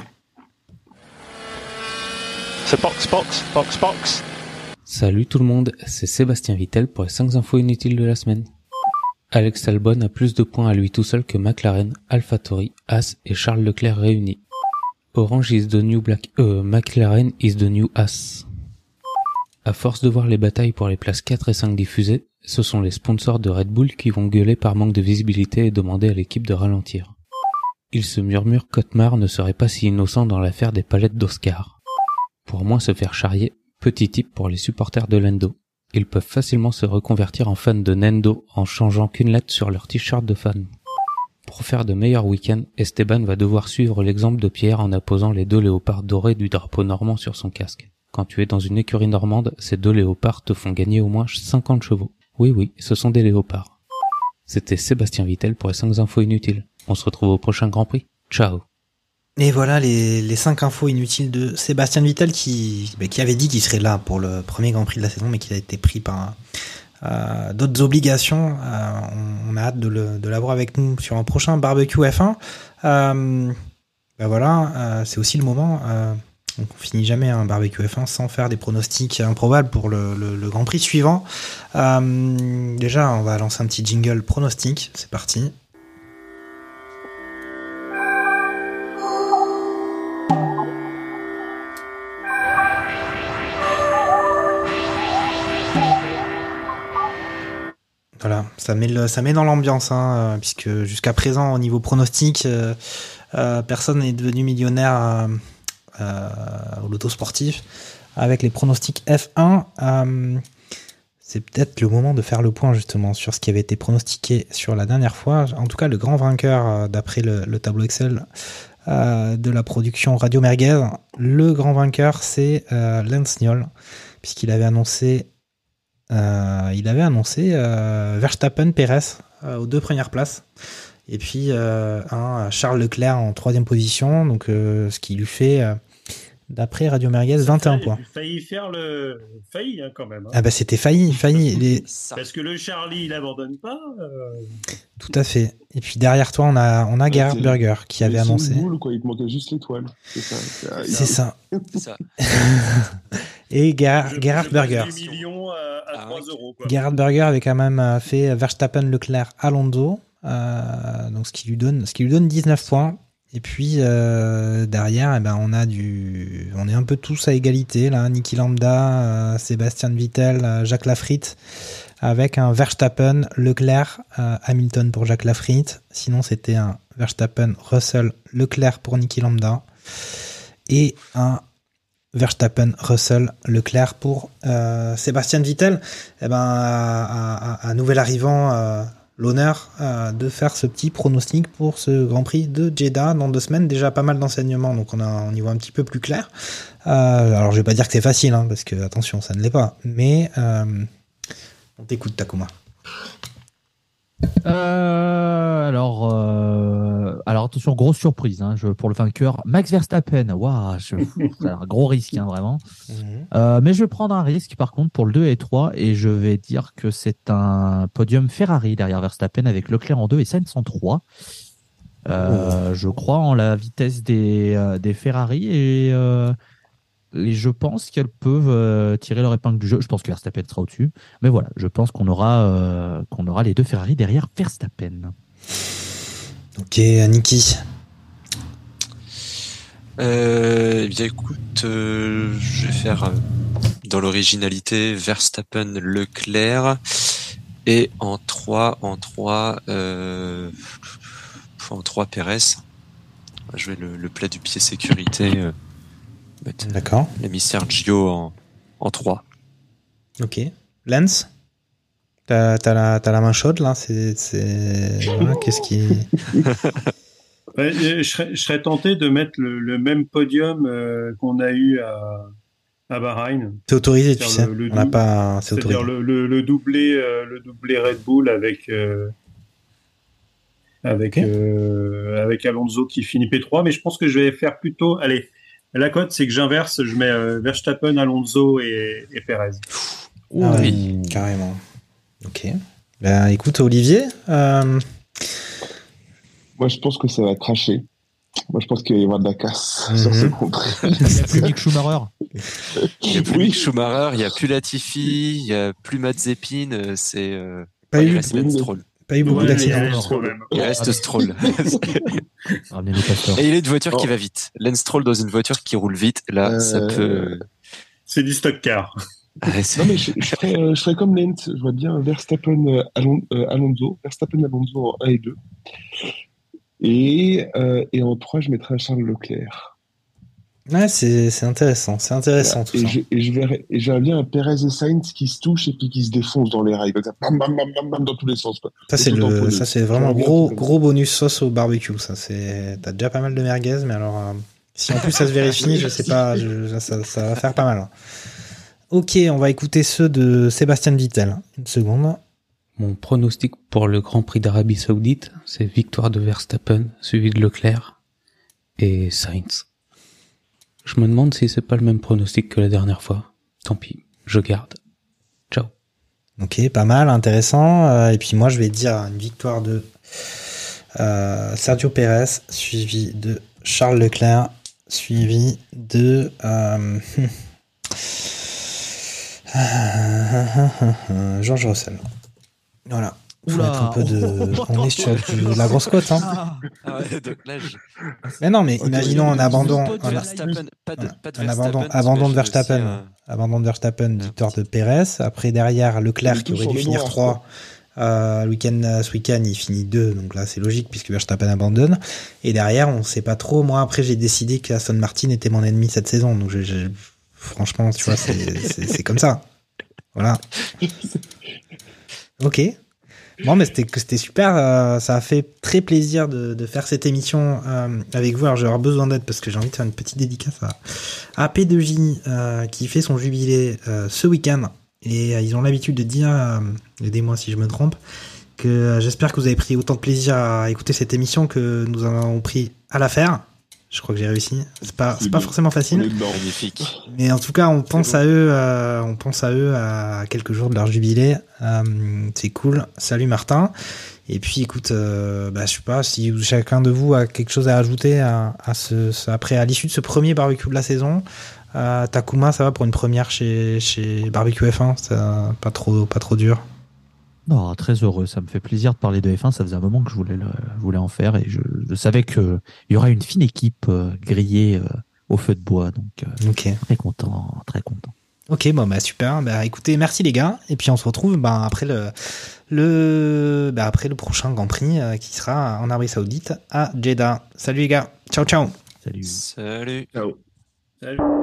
C: C'est box, box, box, box.
L: Salut tout le monde, c'est Sébastien Vettel pour les cinq infos inutiles de la semaine. Alex Albon a plus de points à lui tout seul que McLaren, AlphaTauri, Haas et Charles Leclerc réunis. Orange is the new black, euh, McLaren is the new Haas. À force de voir les batailles pour les places quatre et cinq diffusées, ce sont les sponsors de Red Bull qui vont gueuler par manque de visibilité et demander à l'équipe de ralentir. Il se murmure qu'Otmar ne serait pas si innocent dans l'affaire des palettes d'Oscar. Pour moins se faire charrier, petit tip pour les supporters de Lando. Ils peuvent facilement se reconvertir en fans de Nendo en changeant qu'une lettre sur leur t-shirt de fan. Pour faire de meilleurs week-ends, Esteban va devoir suivre l'exemple de Pierre en apposant les deux léopards dorés du drapeau normand sur son casque. Quand tu es dans une écurie normande, ces deux léopards te font gagner au moins cinquante chevaux. Oui, oui, ce sont des léopards. C'était Sébastien Vettel pour les cinq infos inutiles. On se retrouve au prochain Grand Prix. Ciao.
F: Et voilà les, les cinq infos inutiles de Sébastien Vettel qui, bah, qui avait dit qu'il serait là pour le premier Grand Prix de la saison, mais qu'il a été pris par euh, d'autres obligations. Euh, on, on a hâte de, le, de l'avoir avec nous sur un prochain barbecue F un. Euh, bah voilà, euh, c'est aussi le moment... Euh, Donc on finit jamais un barbecue F un sans faire des pronostics improbables pour le, le, le Grand Prix suivant. Euh, déjà, on va lancer un petit jingle pronostic. C'est parti. Voilà, ça met le, ça met dans l'ambiance, hein, puisque jusqu'à présent, au niveau pronostic, euh, euh, personne n'est devenu millionnaire euh, euh, au loto sportif avec les pronostics F un. Euh, c'est peut-être le moment de faire le point justement sur ce qui avait été pronostiqué sur la dernière fois. En tout cas, le grand vainqueur, euh, d'après le, le tableau Excel euh, de la production Radio Merguez, le grand vainqueur, c'est euh, Lance Niol, puisqu'il avait annoncé Euh, il avait annoncé euh, Verstappen, Pérez euh, aux deux premières places, et puis euh, un Charles Leclerc en troisième position, donc euh, ce qui lui fait, euh, d'après Radio Merguez, vingt et un points.
G: Failli faire le failli hein, quand même. Hein.
F: Ah bah c'était failli, failli. Les...
G: Parce que le Charlie il abandonne pas. Euh...
F: Tout à fait. Et puis derrière toi on a on a ouais, Gerhard Berger qui avait annoncé.
H: Boule, quoi. Il te manquait juste l'étoile. C'est ça.
F: C'est ça.
I: C'est ça.
F: Et Gerhard,
G: je,
F: Gerhard
G: je
F: Berger.
G: Millions à, à trois euros, quoi.
F: Gerhard Berger avait quand même fait Verstappen, Leclerc, Alonso, euh, donc ce qui lui donne, ce qui lui donne dix-neuf points. Et puis euh, derrière, eh ben on a du, on est un peu tous à égalité là. Niki Lambda, euh, Sébastien Vettel, euh, Jacques Lafritte, avec un Verstappen, Leclerc, euh, Hamilton pour Jacques Lafritte. Sinon c'était un Verstappen, Russell, Leclerc pour Niki Lambda et un Verstappen, Russell, Leclerc pour euh, Sébastien Vettel. Eh ben, à, à, à nouvel arrivant, euh, l'honneur euh, de faire ce petit pronostic pour ce Grand Prix de Jeddah dans deux semaines. Déjà pas mal d'enseignements, donc on, a, on y voit un petit peu plus clair. Euh, alors je vais pas dire que c'est facile, hein, parce que attention, ça ne l'est pas. Mais euh, on t'écoute, Takuma.
J: Euh, alors, euh, alors attention, grosse surprise hein, je, pour le vainqueur, Max Verstappen. Waouh, c'est un gros risque hein, vraiment. Mmh. Euh, mais je vais prendre un risque par contre pour le deux et trois et je vais dire que c'est un podium Ferrari derrière Verstappen avec Leclerc en deux et Sainz en trois. Euh, mmh. Je crois en la vitesse des, euh, des Ferrari et euh, Et je pense qu'elles peuvent euh, tirer leur épingle du jeu. Je pense que Verstappen sera au-dessus. Mais voilà, je pense qu'on aura, euh, qu'on aura les deux Ferrari derrière Verstappen.
F: Ok, Niki.
I: Euh, eh bien, écoute, euh, je vais faire euh, dans l'originalité Verstappen, Leclerc. Et en trois, en trois, euh, en trois Pérez. Je vais le, le plat du pied sécurité. Euh,
F: D'accord.
I: L'ami Sergio en, en trois.
F: Ok. Lance, t'as, t'as, la, t'as la main chaude là. C'est, c'est... Voilà, qu'est-ce qui.
G: Ouais, je, serais, je serais tenté de mettre le, le même podium euh, qu'on a eu à, à Bahreïn.
F: C'est autorisé, tu sais.
G: Le, le
F: On n'a pas. C'est
G: c'est-à-dire
F: autorisé.
G: le, le, le doublé, euh, le doublé Red Bull avec. Euh, avec, okay. euh, avec Alonso qui finit P trois, mais je pense que je vais faire plutôt. Allez. La cote, c'est que j'inverse, je mets euh, Verstappen, Alonso et, et Perez.
F: Ah oui, carrément. Ok. Ben, écoute, Olivier. Euh...
H: Moi, je pense que ça va cracher. Moi, je pense qu'il va y avoir de la casse mm-hmm. sur ce contrat.
J: Il n'y a plus Mick Schumacher.
I: Il n'y a plus oui. Mick Schumacher, il n'y a plus Latifi, il n'y a plus Mazepin. C'est. Euh...
F: Pas
I: ouais,
F: eu
I: il reste même Stroll.
F: Pas eu beaucoup
G: ouais,
F: d'accidents.
I: Il reste Stroll. Et il est une voiture oh. qui va vite. Lance Stroll dans une voiture qui roule vite, là, euh... ça peut.
G: C'est du stock car.
H: Ah, c'est... Non, mais je, je, ferais, euh, je ferais comme Lance. Je vois bien Verstappen, euh, Alon, euh, Alonso. Verstappen, Alonso en un et deux. Et, euh, et en trois, je mettrais Charles Leclerc.
F: Ouais, c'est, c'est intéressant. C'est intéressant
H: voilà.
F: tout
H: et
F: ça.
H: Je, et, je verrais, et j'aurais bien un Perez et Sainz qui se touchent et puis qui se défoncent dans les rails. Bam, bam, bam, bam, bam, dans tous les sens. Quoi.
F: Ça, c'est, le, ça, c'est vraiment gros, gros bonus sauce au barbecue. Ça, c'est... T'as déjà pas mal de merguez, mais alors, euh, si en plus ça se vérifie, je sais pas, je, ça, ça va faire pas mal. Ok, on va écouter ceux de Sébastien Vettel. Une seconde.
L: Mon pronostic pour le Grand Prix d'Arabie Saoudite, c'est victoire de Verstappen, suivi de Leclerc et Sainz. Je me demande si c'est pas le même pronostic que la dernière fois. Tant pis, je garde. Ciao.
F: Ok, pas mal, intéressant. Euh, et puis moi, je vais dire une victoire de euh, Sergio Pérez, suivi de Charles Leclerc, suivi de euh, George Russell. Voilà. Faut
J: Oula,
F: mettre un peu de.
J: oh,
F: on est sur de la grosse cote, hein.
I: Ah ouais, donc là, je...
F: Mais non, mais imaginons un abandon. Un,
I: Verstappen, pas de, pas de
F: un abandon, abandon de Verstappen. Un... Abandon de Verstappen, victoire de Pérez. Après, derrière, Leclerc qui aurait dû finir trois. Euh, le week-end, ce week-end, il finit deux, donc là c'est logique puisque Verstappen abandonne. Et derrière, on sait pas trop. Moi, après, j'ai décidé qu'Aston Martin était mon ennemi cette saison, donc je, je, franchement, tu vois, c'est, c'est, c'est comme ça. Voilà. Ok. Bon, mais c'était, c'était super. Euh, ça a fait très plaisir de, de faire cette émission euh, avec vous. Alors, j'ai avoir besoin d'aide parce que j'ai envie de faire une petite dédicace à, à P deux J euh, qui fait son jubilé euh, ce week-end. Et euh, ils ont l'habitude de dire, euh, aidez-moi si je me trompe, que euh, j'espère que vous avez pris autant de plaisir à écouter cette émission que nous en avons pris à la faire. Je crois que j'ai réussi. C'est pas, c'est, c'est pas forcément facile.
I: Magnifique.
F: Mais en tout cas, on pense à eux, euh, on pense à eux à quelques jours de leur jubilé. Euh, c'est cool. Salut Martin. Et puis, écoute, euh, bah, je sais pas si chacun de vous a quelque chose à ajouter à, à ce, ce après à l'issue de ce premier barbecue de la saison. Euh, Takuma, ça va pour une première chez chez Barbecue F un, ça pas trop pas trop dur.
J: Non, très heureux, ça me fait plaisir de parler de F un, ça faisait un moment que je voulais le, je voulais en faire et je, je savais que il y aurait une fine équipe euh, grillée euh, au feu de bois, donc euh,
F: okay.
J: Très content, très content.
F: Ok, bon bah super, bah écoutez, merci les gars, et puis on se retrouve bah, après le le bah, après le prochain Grand Prix euh, qui sera en Arabie Saoudite à Jeddah. Salut les gars, ciao ciao.
J: Salut.
I: Salut.
H: Ciao.
G: Salut.